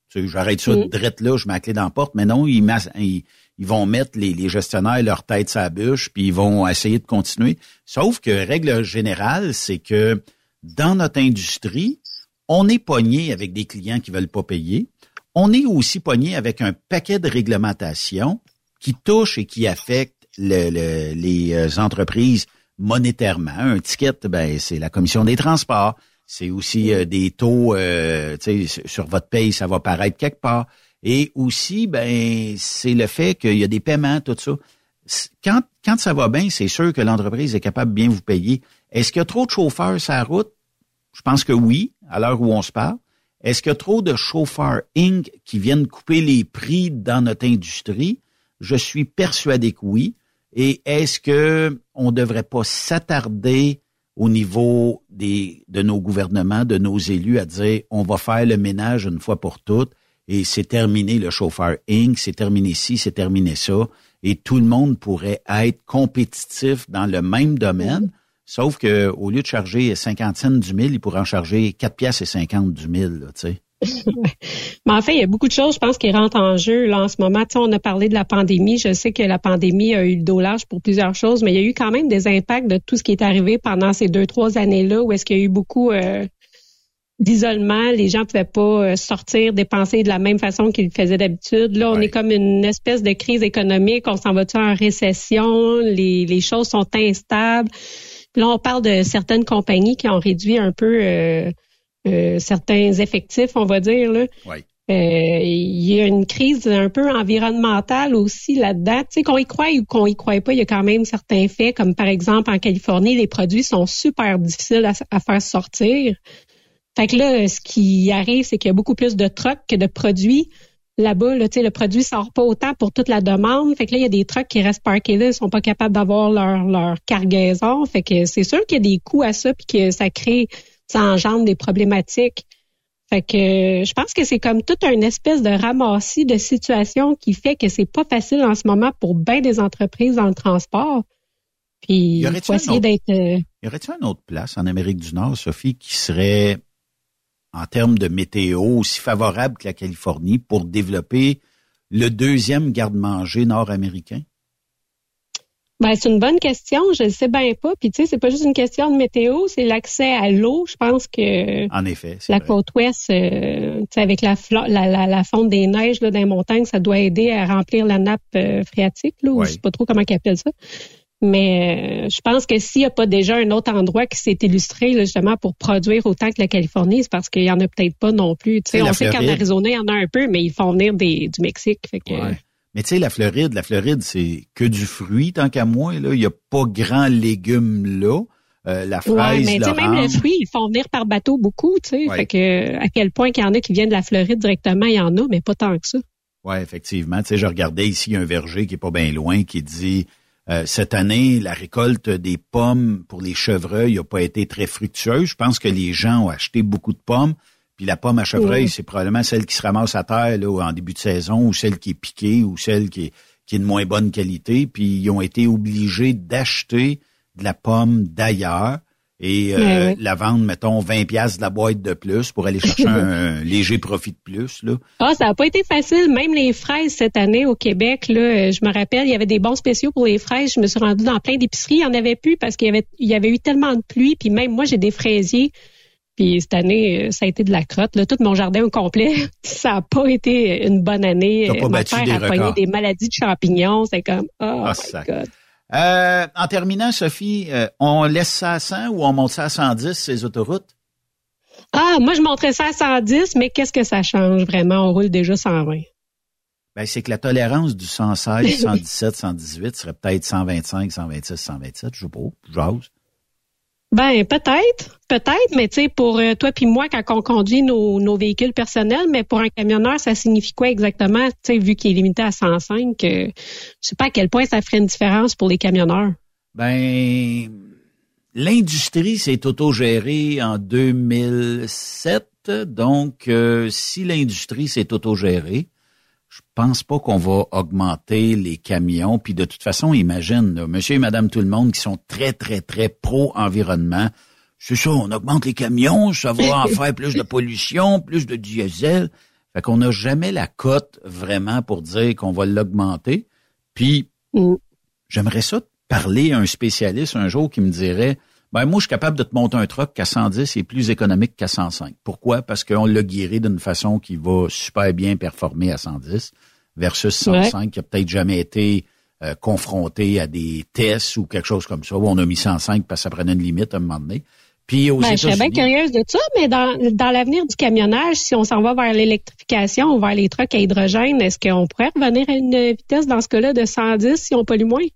Tu sais, j'arrête ça Mm. drette là, je mets la clé dans la porte. Mais non, ils, mas- ils, ils vont mettre les, les gestionnaires leur tête sur la bûche, puis ils vont essayer de continuer. Sauf que, règle générale, c'est que dans notre industrie, on est pogné avec des clients qui veulent pas payer. On est aussi pogné avec un paquet de réglementations qui touchent et qui affectent le, le, les entreprises monétairement. Un ticket, ben c'est la commission des transports. C'est aussi euh, des taux, euh, tu sais, sur votre paye, ça va paraître quelque part. Et aussi, ben c'est le fait qu'il y a des paiements, tout ça. Quand, quand ça va bien, c'est sûr que l'entreprise est capable de bien vous payer. Est-ce qu'il y a trop de chauffeurs sur la route? Je pense que oui, à l'heure où on se parle. Est-ce qu'il y a trop de chauffeurs Inc qui viennent couper les prix dans notre industrie? Je suis persuadé que oui. Et est-ce que on devrait pas s'attarder au niveau des de nos gouvernements, de nos élus, à dire on va faire le ménage une fois pour toutes et c'est terminé le chauffeur Inc, c'est terminé ci, c'est terminé ça, et tout le monde pourrait être compétitif dans le même domaine, sauf que au lieu de charger cinquante cents du mille, il pourrait en charger quatre piastres et cinquante du mille, là, tu sais. Mais en fait, il y a beaucoup de choses, je pense, qui rentrent en jeu là en ce moment. Tu sais, on a parlé de la pandémie. Je sais que la pandémie a eu le dos large pour plusieurs choses, mais il y a eu quand même des impacts de tout ce qui est arrivé pendant ces deux, trois années-là, où est-ce qu'il y a eu beaucoup euh, d'isolement. Les gens ne pouvaient pas sortir, dépenser de la même façon qu'ils le faisaient d'habitude. Là, on ouais. est comme une espèce de crise économique. On s'en va-tu en récession? Les, les choses sont instables. Puis là, on parle de certaines compagnies qui ont réduit un peu... Euh, Euh, certains effectifs, on va dire. Là. Oui. Euh, il y a une crise un peu environnementale aussi là-dedans. Tu sais, qu'on y croit ou qu'on y croit pas, il y a quand même certains faits, comme par exemple en Californie, les produits sont super difficiles à, à faire sortir. Fait que là, ce qui arrive, c'est qu'il y a beaucoup plus de trucks que de produits. Là-bas, là, tu sais, le produit sort pas autant pour toute la demande. Fait que là, il y a des trucks qui restent parkés là, ils sont pas capables d'avoir leur, leur cargaison. Fait que c'est sûr qu'il y a des coûts à ça puis que ça crée... ça engendre des problématiques. Fait que je pense que c'est comme toute une espèce de ramassis de situations qui fait que c'est pas facile en ce moment pour bien des entreprises dans le transport. Puis, il faut essayer d'être... Euh... Y aurait-il une autre place en Amérique du Nord, Sophie, qui serait, en termes de météo, aussi favorable que la Californie pour développer le deuxième garde-manger nord-américain? Ben, c'est une bonne question. Je le sais bien pas. Puis, tu sais, c'est pas juste une question de météo, c'est l'accès à l'eau. Je pense que... En effet, c'est La vrai. côte ouest, euh, tu sais, avec la, fla- la, la, la fonte des neiges là, dans les montagnes, ça doit aider à remplir la nappe euh, phréatique, là, ou Ouais. je sais pas trop comment ils appellent ça. Mais euh, je pense que s'il n'y a pas déjà un autre endroit qui s'est illustré là, justement pour produire autant que la Californie, c'est parce qu'il y en a peut-être pas non plus. Tu sais, C'est on la sait qu'en Floride. Arizona, il y en a un peu, mais ils font venir des, du Mexique. Fait que, Ouais. Mais tu sais, la Floride, la Floride, c'est que du fruit, tant qu'à moi. Là, il n'y a pas grand légumes là. Euh, la fraise, ouais, mais tu sais, même le l'orange. fruit, ils font venir par bateau beaucoup, tu sais. Ouais. Fait que à quel point qu'il y en a qui viennent de la Floride directement, il y en a, mais pas tant que ça. Oui, effectivement. Tu sais, je regardais ici un verger qui est pas bien loin qui dit euh, cette année, la récolte des pommes pour les chevreuils n'a pas été très fructueuse. Je pense que les gens ont acheté beaucoup de pommes. Puis la pomme à chevreuil, Oui. c'est probablement celle qui se ramasse à terre là, en début de saison ou celle qui est piquée ou celle qui est, qui est de moins bonne qualité. Puis ils ont été obligés d'acheter de la pomme d'ailleurs et euh, Ouais, ouais. la vendre, mettons, vingt piastres de la boîte de plus pour aller chercher un, un léger profit de plus. Là. Ah, ça n'a pas été facile. Même les fraises cette année au Québec, là, euh, je me rappelle, il y avait des bons spéciaux pour les fraises. Je me suis rendue dans plein d'épiceries. Il n'y en avait plus parce qu'il y avait, il y avait eu tellement de pluie. Puis même moi, j'ai des fraisiers. Puis cette année, euh, ça a été de la crotte. Là. Tout mon jardin au complet, ça n'a pas été une bonne année. T'as pas Mon battu père des a pogné records. des maladies de champignons. C'est comme, oh, Ah, my sac. God. Euh, en terminant, Sophie, euh, on laisse ça à cent ou on monte ça à cent dix, ces autoroutes? Ah, moi, je montrais ça à cent dix, mais qu'est-ce que ça change vraiment? On roule déjà cent vingt. Ben, c'est que la tolérance du cent seize, cent dix-sept, cent dix-huit serait peut-être cent vingt-cinq, cent vingt-six, cent vingt-sept, je sais pas, j'ose. Ben, peut-être, peut-être, mais tu sais, pour euh, toi puis moi, quand on conduit nos, nos véhicules personnels, mais pour un camionneur, ça signifie quoi exactement? Tu sais, vu qu'il est limité à cent cinq, euh, je sais pas à quel point ça ferait une différence pour les camionneurs. Ben, l'industrie s'est autogérée en deux mille sept, donc euh, si l'industrie s'est autogérée, je pense pas qu'on va augmenter les camions. Puis de toute façon, imagine, là, monsieur et madame tout le monde qui sont très, très, très pro-environnement. C'est ça, on augmente les camions, ça va en faire plus de pollution, plus de diesel. Fait qu'on n'a jamais la cote vraiment pour dire qu'on va l'augmenter. Puis, mm. j'aimerais ça parler à un spécialiste un jour qui me dirait, ben moi, je suis capable de te monter un truck qu'à cent dix est plus économique qu'à cent cinq. Pourquoi? Parce qu'on l'a guéri d'une façon qui va super bien performer à cent dix versus cent cinq, ouais. qui a peut-être jamais été euh, confronté à des tests ou quelque chose comme ça, où on a mis cent cinq parce que ça prenait une limite à un moment donné. Puis aux ben, je serais bien curieuse de ça, mais dans, dans l'avenir du camionnage, si on s'en va vers l'électrification ou vers les trucks à hydrogène, est-ce qu'on pourrait revenir à une vitesse dans ce cas-là de cent dix si on pollue moins?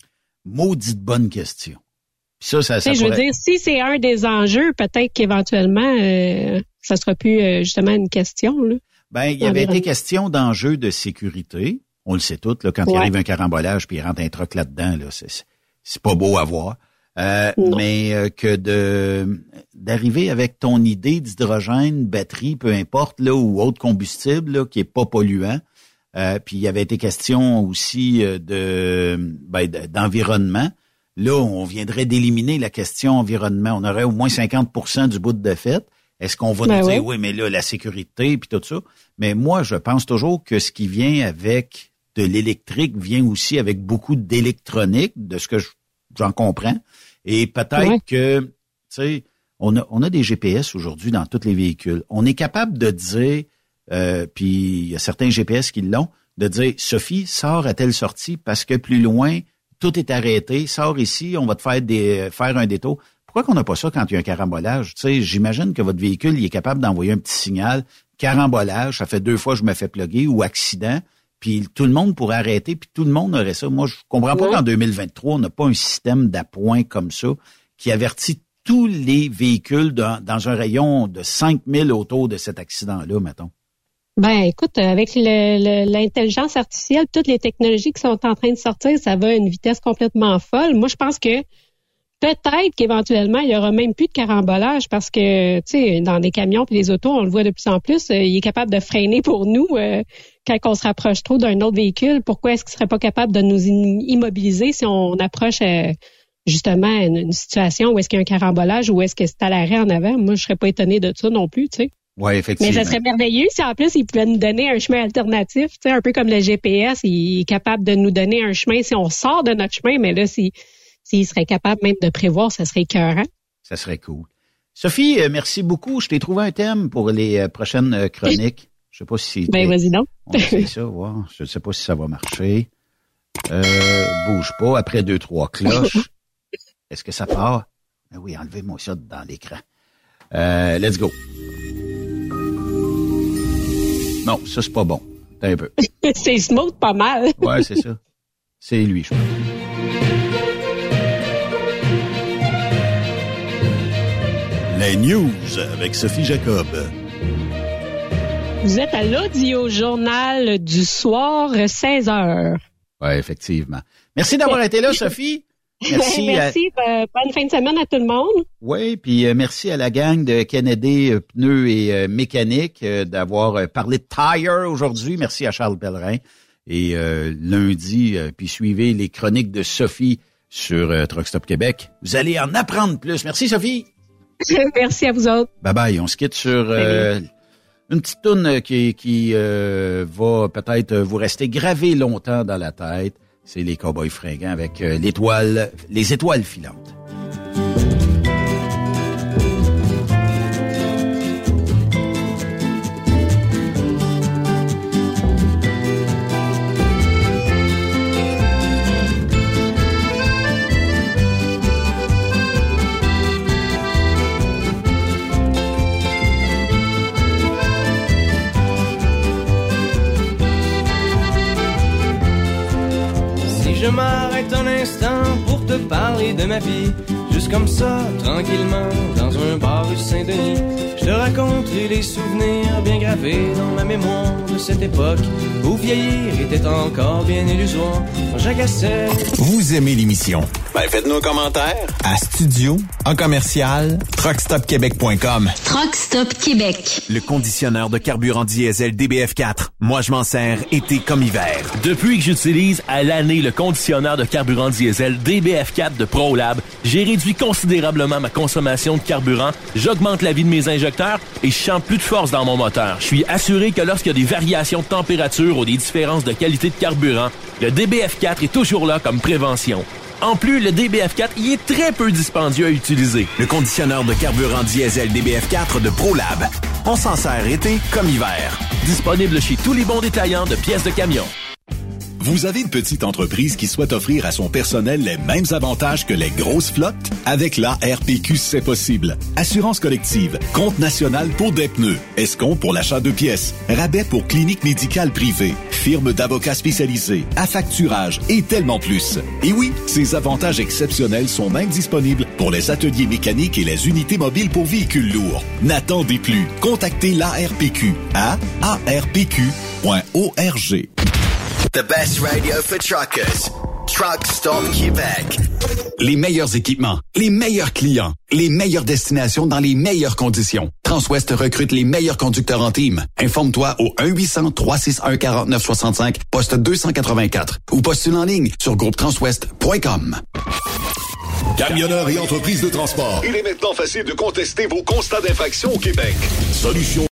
Maudite bonne question. Puis ça, ça, ça je pourrait... veux dire, si c'est un des enjeux, peut-être qu'éventuellement, euh, ça sera plus euh, justement une question. Là, ben, il y avait été question d'enjeux de sécurité. On le sait tous, là, quand ouais. il arrive un carambolage puis il rentre un truck là-dedans, là, c'est, c'est pas beau à voir. Euh, mais euh, que de d'arriver avec ton idée d'hydrogène, batterie, peu importe, là, ou autre combustible là, qui est pas polluant. Euh, puis il y avait été question aussi de ben, d'environnement. Là, on viendrait d'éliminer la question environnement. On aurait au moins cinquante pour cent du bout de fait. Est-ce qu'on va ben nous dire, oui. oui, mais là, la sécurité, puis tout ça. Mais moi, je pense toujours que ce qui vient avec de l'électrique vient aussi avec beaucoup d'électronique, de ce que je, j'en comprends. Et peut-être ouais. que, tu sais, on a, on a des G P S aujourd'hui dans tous les véhicules. On est capable de dire, euh, puis il y a certains G P S qui l'ont, de dire, Sophie, sors à telle sortie parce que plus loin, tout est arrêté, sors ici, on va te faire des faire un détour. Pourquoi qu'on n'a pas ça quand il y a un carambolage? Tu sais, j'imagine que votre véhicule, il est capable d'envoyer un petit signal, carambolage, ça fait deux fois que je me fais plugger, ou accident, puis tout le monde pourrait arrêter, puis tout le monde aurait ça. Moi, je comprends pas ouais. qu'en deux mille vingt-trois, on n'a pas un système d'appoint comme ça qui avertit tous les véhicules dans, dans un rayon de cinq mille autour de cet accident-là, mettons. Ben, écoute, avec le, le, l'intelligence artificielle, toutes les technologies qui sont en train de sortir, ça va à une vitesse complètement folle. Moi, je pense que peut-être qu'éventuellement, il y aura même plus de carambolage parce que, tu sais, dans des camions puis les autos, on le voit de plus en plus, euh, il est capable de freiner pour nous euh, quand on se rapproche trop d'un autre véhicule. Pourquoi est-ce qu'il serait pas capable de nous immobiliser si on approche euh, justement une, une situation où est-ce qu'il y a un carambolage ou est-ce que c'est à l'arrêt en avant? Moi, je serais pas étonnée de ça non plus, tu sais. Oui, effectivement. Mais ça serait merveilleux si en plus, il pouvait nous donner un chemin alternatif, tu sais, un peu comme le G P S, il est capable de nous donner un chemin si on sort de notre chemin, mais là, si s'il serait capable même de prévoir, ça serait écœurant. Ça serait cool. Sophie, euh, merci beaucoup. Je t'ai trouvé un thème pour les euh, prochaines euh, chroniques. Je sais pas si... Ben, vas-y donc. On essaie ça, wow. Je ne sais pas si ça va marcher. Euh, bouge pas. Après deux, trois cloches. Est-ce que ça part? Ben oui, enlevez-moi ça dans l'écran. Euh, let's go. Non, ça, c'est pas bon. T'as un peu. C'est smooth pas mal. Ouais, c'est ça. C'est lui, je pense. Les news avec Sophie Jacob. Vous êtes à l'audio journal du soir, seize heures. Oui, effectivement. Merci d'avoir été là, Sophie. Merci. merci. À... Bonne fin de semaine à tout le monde. Oui, puis euh, merci à la gang de Kennedy euh, Pneus et euh, Mécanique euh, d'avoir euh, parlé de Tire aujourd'hui. Merci à Charles Pellerin. Et euh, lundi, euh, puis suivez les chroniques de Sophie sur euh, Truck Stop Québec. Vous allez en apprendre plus. Merci, Sophie. Merci à vous autres. Bye bye. On se quitte sur euh, une petite toune qui, qui euh, va peut-être vous rester gravée longtemps dans la tête. C'est les Cowboys Fringants avec euh, l'étoile, les étoiles filantes. Je m'arrête un instant pour te parler de ma vie, juste comme ça, tranquillement, dans un bar rue Saint-Denis. Je te raconterai les souvenirs bien gravés dans ma mémoire de cette époque où vieillir était encore bien illusoire. Quand j'agaçais. Vous aimez l'émission Ben, faites-nous un commentaire. À studio, en commercial, truck stop québec point com. Truck Stop Québec. Le conditionneur de carburant diesel D B F quatre. Moi, je m'en sers été comme hiver. Depuis que j'utilise à l'année le conditionneur de carburant diesel D B F quatre de ProLab, j'ai réduit considérablement ma consommation de carburant, j'augmente la vie de mes injecteurs et je sens plus de force dans mon moteur. Je suis assuré que lorsqu'il y a des variations de température ou des différences de qualité de carburant, le D B F quatre est toujours là comme prévention. En plus, le D B F quatre y est très peu dispendieux à utiliser. Le conditionneur de carburant diesel D B F quatre de ProLab. On s'en sert été comme hiver. Disponible chez tous les bons détaillants de pièces de camion. Vous avez une petite entreprise qui souhaite offrir à son personnel les mêmes avantages que les grosses flottes? Avec l'A R P Q, c'est possible. Assurance collective, compte national pour des pneus, escompte pour l'achat de pièces, rabais pour clinique médicale privée, firme d'avocats spécialisés, affacturage et tellement plus. Et oui, ces avantages exceptionnels sont même disponibles pour les ateliers mécaniques et les unités mobiles pour véhicules lourds. N'attendez plus. Contactez l'A R P Q à a r p q point org. The best radio for truckers. Truck Stop Québec. Les meilleurs équipements, les meilleurs clients, les meilleures destinations dans les meilleures conditions. Transwest recrute les meilleurs conducteurs en team. Informe-toi au un huit cents, trois six un, quatre neuf six cinq, poste deux cent quatre-vingt-quatre ou postule en ligne sur groupe transwest point com. Camionneurs et entreprises de transport. Il est maintenant facile de contester vos constats d'infraction au Québec. Solution